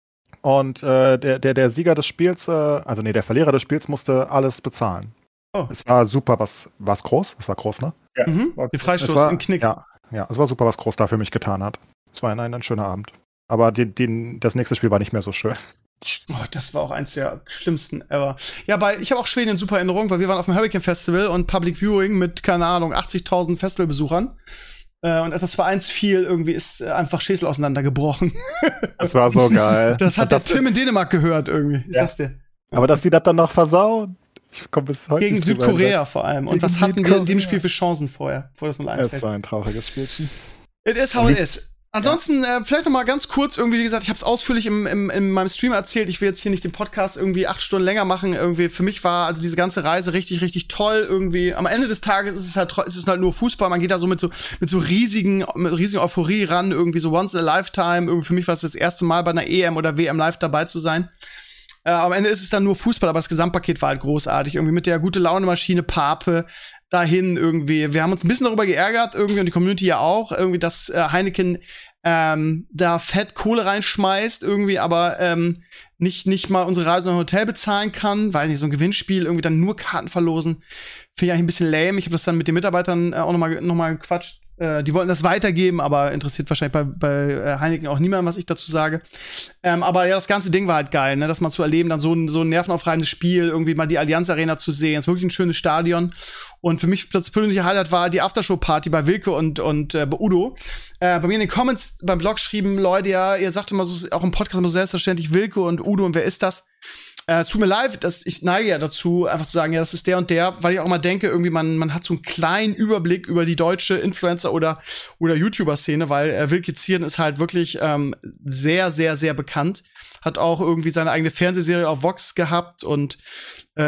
Und äh, der, der, der Sieger des Spiels, äh, also nee, der Verlierer des Spiels musste alles bezahlen. Oh. Es war super, was was groß? Es war groß, ne? Ja. Mhm. Die Freistoß war, im Knick. Ja, ja, es war super, was Groß da für mich getan hat. Es war ein, ein, ein schöner Abend. Aber die, die, das nächste Spiel war nicht mehr so schön. Oh, das war auch eins der schlimmsten ever. Ja, bei, ich habe auch Schweden in super Erinnerung, weil wir waren auf dem Hurricane Festival und Public Viewing mit, keine Ahnung, achtzigtausend Festivalbesuchern. Äh, und als das zwei eins fiel, irgendwie ist äh, einfach Schäsel auseinandergebrochen. Das war so geil. Das hat der Tim in Dänemark gehört irgendwie. Ich ja. sag's dir. Aber dass die das dann noch versauen. Ich komm bis heute Gegen Südkorea vor allem. Und Gegen was hatten Südkorea. wir in dem Spiel für Chancen vorher, vor das null eins Es war ein trauriges Spielchen. It is how it is. Ansonsten, äh, vielleicht noch mal ganz kurz, irgendwie, wie gesagt, ich habe es ausführlich im, im, in meinem Stream erzählt. Ich will jetzt hier nicht den Podcast irgendwie acht Stunden länger machen. Irgendwie, für mich war also diese ganze Reise richtig, richtig toll. Irgendwie, am Ende des Tages ist es halt, ist es halt nur Fußball. Man geht da so mit so, mit so riesigen, mit riesigen Euphorie ran. Irgendwie so once in a lifetime. Irgendwie für mich war es das erste Mal bei einer E M oder W M live dabei zu sein. Äh, am Ende ist es dann nur Fußball, aber das Gesamtpaket war halt großartig. Irgendwie mit der Gute-Laune-Maschine Pape dahin irgendwie. Wir haben uns ein bisschen darüber geärgert, irgendwie, und die Community ja auch, irgendwie, dass äh, Heineken ähm, da fett Kohle reinschmeißt, irgendwie, aber ähm, nicht, nicht mal unsere Reise in ein Hotel bezahlen kann. Weiß nicht, so ein Gewinnspiel, irgendwie dann nur Karten verlosen. Finde ich eigentlich ein bisschen lame. Ich habe das dann mit den Mitarbeitern äh, auch nochmal noch mal gequatscht. Äh, die wollten das weitergeben, aber interessiert wahrscheinlich bei, bei Heineken auch niemand, was ich dazu sage. Ähm, aber ja, das ganze Ding war halt geil, ne? Das mal zu erleben, dann so ein, so ein nervenaufreibendes Spiel, irgendwie mal die Allianz Arena zu sehen. Es ist wirklich ein schönes Stadion. Und für mich das persönliche Highlight war die Aftershow-Party bei Wilke und, und äh, bei Udo. Äh, bei mir in den Comments beim Blog schrieben Leute, ja, ihr sagt immer so, auch im Podcast immer so selbstverständlich Wilke und Udo und wer ist das? Äh, es tut mir leid, dass ich neige ja dazu, einfach zu sagen, ja, das ist der und der, weil ich auch mal denke, irgendwie man man hat so einen kleinen Überblick über die deutsche Influencer- oder oder YouTuber-Szene, weil äh, Wilke Zieren ist halt wirklich ähm, sehr, sehr, sehr bekannt. Hat auch irgendwie seine eigene Fernsehserie auf Vox gehabt und äh,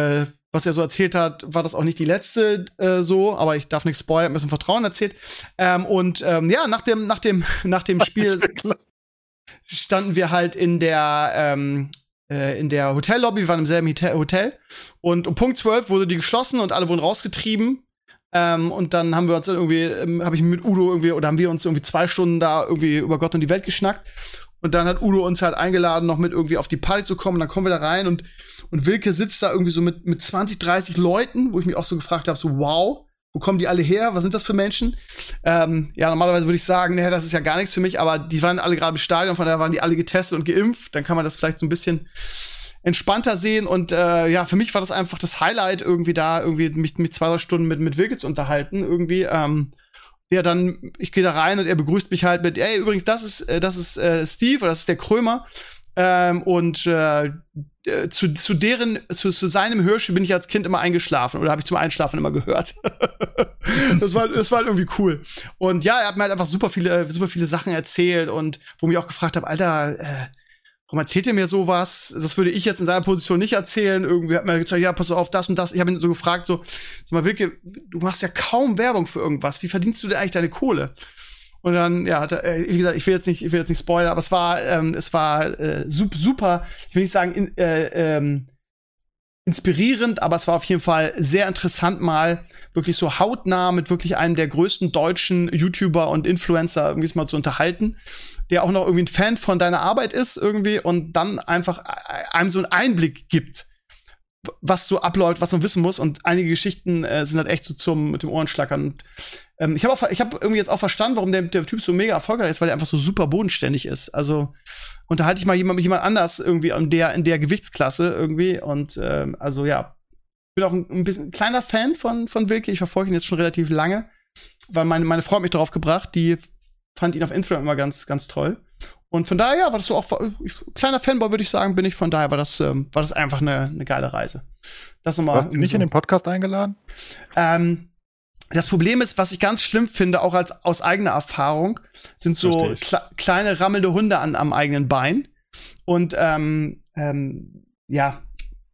was er so erzählt hat, war das auch nicht die letzte äh, so, aber ich darf nichts spoilern, ein bisschen Vertrauen erzählt. Ähm, und ähm, ja, nach dem, nach dem, nach dem Spiel standen wir halt in der, ähm, äh, in der Hotellobby, wir waren im selben Hotel. Und um Punkt zwölf wurde die geschlossen und alle wurden rausgetrieben. Ähm, und dann haben wir uns irgendwie, ähm, habe ich mit Udo irgendwie, oder haben wir uns irgendwie zwei Stunden da irgendwie über Gott und die Welt geschnackt. Und dann hat Udo uns halt eingeladen, noch mit irgendwie auf die Party zu kommen. Und dann kommen wir da rein und, und Wilke sitzt da irgendwie so mit, mit zwanzig, dreißig Leuten, wo ich mich auch so gefragt habe, so wow, wo kommen die alle her? Was sind das für Menschen? Ähm, ja, normalerweise würde ich sagen, naja, das ist ja gar nichts für mich, aber die waren alle gerade im Stadion, von daher waren die alle getestet und geimpft. Dann kann man das vielleicht so ein bisschen entspannter sehen. Und äh, ja, für mich war das einfach das Highlight, irgendwie da irgendwie mich, mich zwei, drei Stunden mit, mit Wilke zu unterhalten. Irgendwie, ähm, der dann, ich gehe da rein und er begrüßt mich halt mit, ey, übrigens, das ist, äh, das ist äh, Steve oder das ist der Krömer. Ähm, und äh, zu, zu deren, zu, zu seinem Hörspiel bin ich als Kind immer eingeschlafen oder habe ich zum Einschlafen immer gehört. das war, das war halt irgendwie cool. Und ja, er hat mir halt einfach super viele, super viele Sachen erzählt und wo mich auch gefragt habe, Alter, äh, warum erzählt ihr mir sowas? Das würde ich jetzt in seiner Position nicht erzählen. Irgendwie hat mir gesagt, ja, pass auf, das und das. Ich habe ihn so gefragt, so, sag mal, Wilke, du machst ja kaum Werbung für irgendwas. Wie verdienst du denn eigentlich deine Kohle? Und dann, ja, hat er, wie gesagt, ich will jetzt nicht, ich will jetzt nicht spoilern, aber es war, ähm, es war äh, super, super, ich will nicht sagen, in, äh, ähm, inspirierend, aber es war auf jeden Fall sehr interessant, mal wirklich so hautnah mit wirklich einem der größten deutschen YouTuber und Influencer irgendwie mal zu unterhalten, der auch noch irgendwie ein Fan von deiner Arbeit ist irgendwie und dann einfach einem so einen Einblick gibt, was so abläuft, was man wissen muss. Und einige Geschichten äh, sind halt echt so zum mit dem Ohrenschlackern. Und, ähm, ich habe auch, ich habe irgendwie jetzt auch verstanden, warum der, der Typ so mega erfolgreich ist, weil er einfach so super bodenständig ist. Also unterhalte ich mal jemand mit jemand anders irgendwie in der in der Gewichtsklasse irgendwie. Und ähm, also ja, bin auch ein, ein bisschen ein kleiner Fan von von Wilke. Ich verfolge ihn jetzt schon relativ lange, weil meine meine Frau hat mich darauf gebracht. Die fand ihn auf Instagram immer ganz ganz toll. Und von daher war das so auch, ich, kleiner Fanboy, würde ich sagen, bin ich. Von daher war das, ähm, war das einfach eine, eine geile Reise. Das nochmal. Hast du nicht so in den Podcast eingeladen? Ähm, das Problem ist, was ich ganz schlimm finde, auch als aus eigener Erfahrung, sind so kle- kleine rammelnde Hunde an, am eigenen Bein. Und ähm, ähm, ja,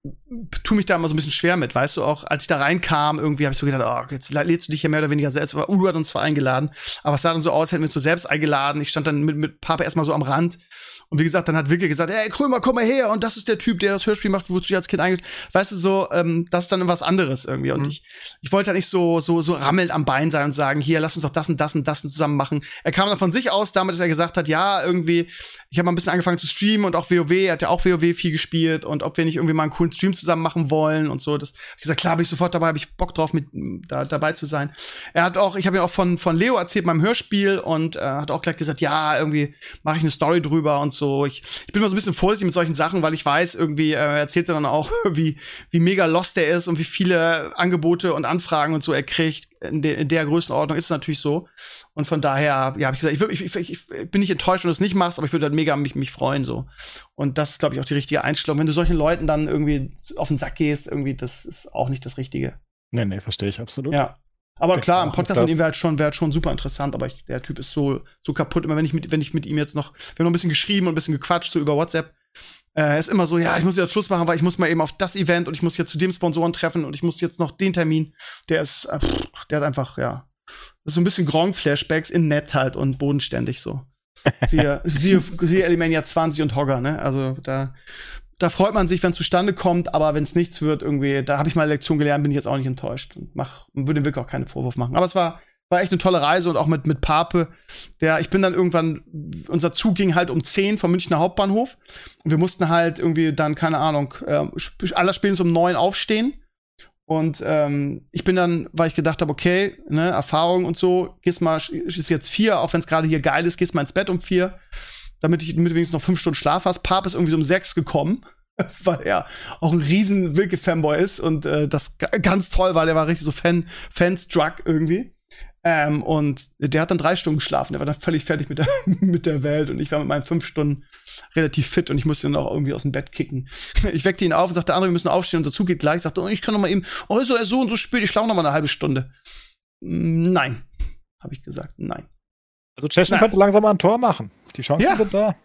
tu mich da immer so ein bisschen schwer mit, weißt du, auch als ich da reinkam, irgendwie habe ich so gedacht, oh, jetzt lädst du dich ja mehr oder weniger selbst, aber Udo hat uns zwar eingeladen, aber es sah dann so aus, hätten wir uns so selbst eingeladen, ich stand dann mit, mit Papa erstmal so am Rand und wie gesagt, dann hat Wilke gesagt, ey, Krömer, komm mal her und das ist der Typ, der das Hörspiel macht, wozu du als Kind eingeladen, weißt du, so, ähm, das ist dann was anderes irgendwie und mhm. ich, ich wollte halt nicht so, so, so rammelnd am Bein sein und sagen, hier, lass uns doch das und das und das zusammen machen. Er kam dann von sich aus damit, dass er gesagt hat, ja, irgendwie, ich habe mal ein bisschen angefangen zu streamen und auch WoW, er hat ja auch WoW viel gespielt und ob wir nicht irgendwie mal einen coolen Stream zusammen machen wollen und so. Das hab ich gesagt, klar, bin ich sofort dabei, habe ich Bock drauf, mit da, dabei zu sein. Er hat auch, ich habe ihm auch von von Leo erzählt, meinem Hörspiel und äh, hat auch gleich gesagt, ja, irgendwie mache ich eine Story drüber und so. Ich, ich bin immer so ein bisschen vorsichtig mit solchen Sachen, weil ich weiß, irgendwie äh, erzählt er dann auch, wie wie mega lost er ist und wie viele Angebote und Anfragen und so er kriegt. In, de, in der Größenordnung ist es natürlich so. Und von daher, ja, habe ich gesagt, ich, würd, ich, ich, ich bin nicht enttäuscht, wenn du es nicht machst, aber ich würde halt mega mich, mich freuen so. Und das ist, glaube ich, auch die richtige Einstellung. Wenn du solchen Leuten dann irgendwie auf den Sack gehst, irgendwie, das ist auch nicht das Richtige. Nee, nee, verstehe ich absolut. Ja. Aber ich klar, ein Podcast mit ihm wäre halt schon, wäre halt schon super interessant, aber ich, der Typ ist so, so kaputt. Immer wenn ich mit, wenn ich mit ihm jetzt noch, wir haben noch ein bisschen geschrieben und ein bisschen gequatscht, so über WhatsApp. Er äh, ist immer so, ja, ich muss jetzt Schluss machen, weil ich muss mal eben auf das Event und ich muss jetzt zu dem Sponsoren treffen und ich muss jetzt noch den Termin. Der ist, äh, pff, der hat einfach, ja, das ist so ein bisschen Gronk-Flashbacks in nett halt und bodenständig so. Siehe, siehe, siehe Elimania zwanzig und Hogger, ne? Also da, da freut man sich, wenn es zustande kommt, aber wenn es nichts wird, irgendwie, da habe ich mal eine Lektion gelernt, bin ich jetzt auch nicht enttäuscht und mach, würde dem wirklich auch keinen Vorwurf machen. Aber es war, war echt eine tolle Reise und auch mit, mit Pape. Der, ich bin dann irgendwann, unser Zug ging halt um zehn vom Münchner Hauptbahnhof und wir mussten halt irgendwie dann, keine Ahnung, äh, aller spätestens um neun aufstehen. Und ähm, ich bin dann, weil ich gedacht habe, okay, ne, Erfahrung und so, gehst mal, ist jetzt vier, auch wenn es gerade hier geil ist, gehst mal ins Bett um vier, damit ich mit wenigstens noch fünf Stunden Schlaf hast. Pap ist irgendwie so um sechs gekommen, weil er auch ein riesen Wilke-Fanboy ist und äh, das g- ganz toll war, der war richtig so Fan, Fanstruck irgendwie. Ähm, und der hat dann drei Stunden geschlafen, der war dann völlig fertig mit der, mit der Welt und ich war mit meinen fünf Stunden relativ fit und ich musste ihn auch irgendwie aus dem Bett kicken. Ich weckte ihn auf und sagte, andere, wir müssen aufstehen, unser Zug geht gleich. Ich sagte, oh, ich kann noch mal eben, oh, ist so, so und so spät, ich schlafe noch mal eine halbe Stunde. Nein, habe ich gesagt, nein. Also Tschechien könnte langsam mal ein Tor machen. Die Chancen ja. sind da.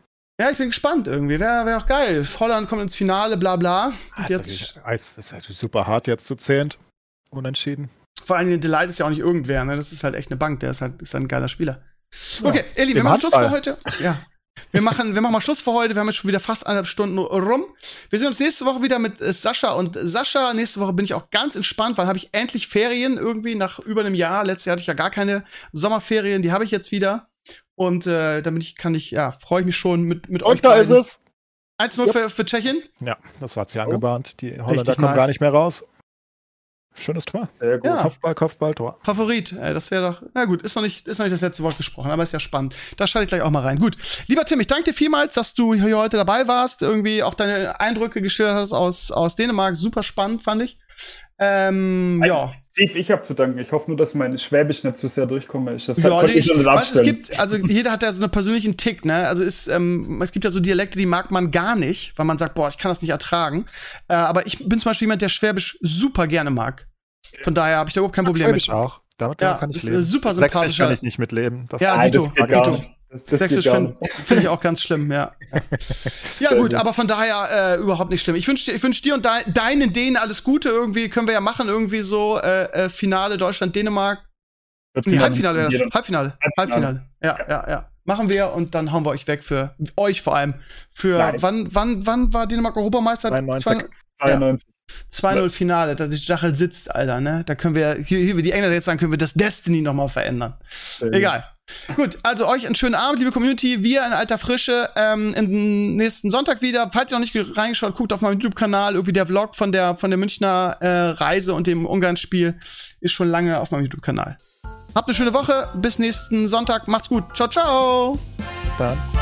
Ja, ich bin gespannt irgendwie. Wäre wär auch geil. Holland kommt ins Finale, bla bla. Das jetzt, ist, das ist natürlich super hart jetzt zu zehnt. Unentschieden. Vor allem, Delight ist ja auch nicht irgendwer, ne? Das ist halt echt eine Bank. Der ist halt, ist halt ein geiler Spieler. Okay, ja, Eli, wir machen Schluss für heute. Ja. Wir machen, wir machen mal Schluss für heute. Wir haben jetzt schon wieder fast eineinhalb Stunden rum. Wir sehen uns nächste Woche wieder mit äh, Sascha und Sascha. Nächste Woche bin ich auch ganz entspannt, weil habe ich endlich Ferien irgendwie nach über einem Jahr. Letztes Jahr hatte ich ja gar keine Sommerferien. Die habe ich jetzt wieder. Und äh, damit ich kann ich, ja, freue ich mich schon mit, mit euch. Und da ist es. eins null yep. für, für Tschechien. Ja, das war ja angebahnt. Die Holländer Richtig kommen nice. gar nicht mehr raus. Schönes Tor. Sehr gut. Ja. Kopfball, Kopfball, Tor. Favorit. Äh, das wäre doch, na gut, ist noch, nicht, ist noch nicht das letzte Wort gesprochen, aber ist ja spannend. Da schalte ich gleich auch mal rein. Gut. Lieber Tim, ich danke dir vielmals, dass du hier heute dabei warst. Irgendwie auch deine Eindrücke geschildert hast aus, aus Dänemark. Super spannend, fand ich. Ähm, ja. Steve, ich habe zu danken. Ich hoffe nur, dass mein Schwäbisch nicht zu sehr durchkomme. Das ja, konnte nee, ich schon nicht weißt, es abstellen. gibt, also jeder hat ja so einen persönlichen Tick, ne? Also ist, ähm, es gibt ja so Dialekte, die mag man gar nicht, weil man sagt, boah, ich kann das nicht ertragen. Äh, aber ich bin zum Beispiel jemand, der Schwäbisch super gerne mag. Von daher habe ich da überhaupt kein Problem mit. auch. Damit Ja, kann ich ist, leben. äh, super Sächsisch sympathischer. kann ich nicht mitleben. Das Ja, Nein, Dito, das geht gar Dito. nicht. Das- das Sächsisch geht gar finde nicht. find ich auch ganz schlimm, ja. Ja, Sehr gut, gut. aber von daher äh, überhaupt nicht schlimm. Ich wünsche dir, ich wünsch dir und de deinen Dänen alles Gute. Irgendwie können wir ja machen, irgendwie so äh, äh, Finale Deutschland-Dänemark. Nee, Halbfinale wäre das. Halbfinale. Halbfinale. Ja, ja, ja. Machen wir und dann hauen wir euch weg für euch vor allem. Für Nein. wann, wann, wann war Dänemark Europameister? zweiundneunzig. dreiundneunzig. zwei null Finale, dass die Stachel sitzt, Alter, ne? Da können wir, hier, hier wie die Engländer jetzt sagen, können wir das Destiny nochmal verändern. Schön. Egal. Gut, also euch einen schönen Abend, liebe Community. Wir in alter Frische ähm, im nächsten Sonntag wieder. Falls ihr noch nicht reingeschaut, guckt auf meinem YouTube-Kanal. Irgendwie der Vlog von der, von der Münchner äh, Reise und dem Ungarn-Spiel ist schon lange auf meinem YouTube-Kanal. Habt eine schöne Woche. Bis nächsten Sonntag. Macht's gut. Ciao, ciao. Bis dann.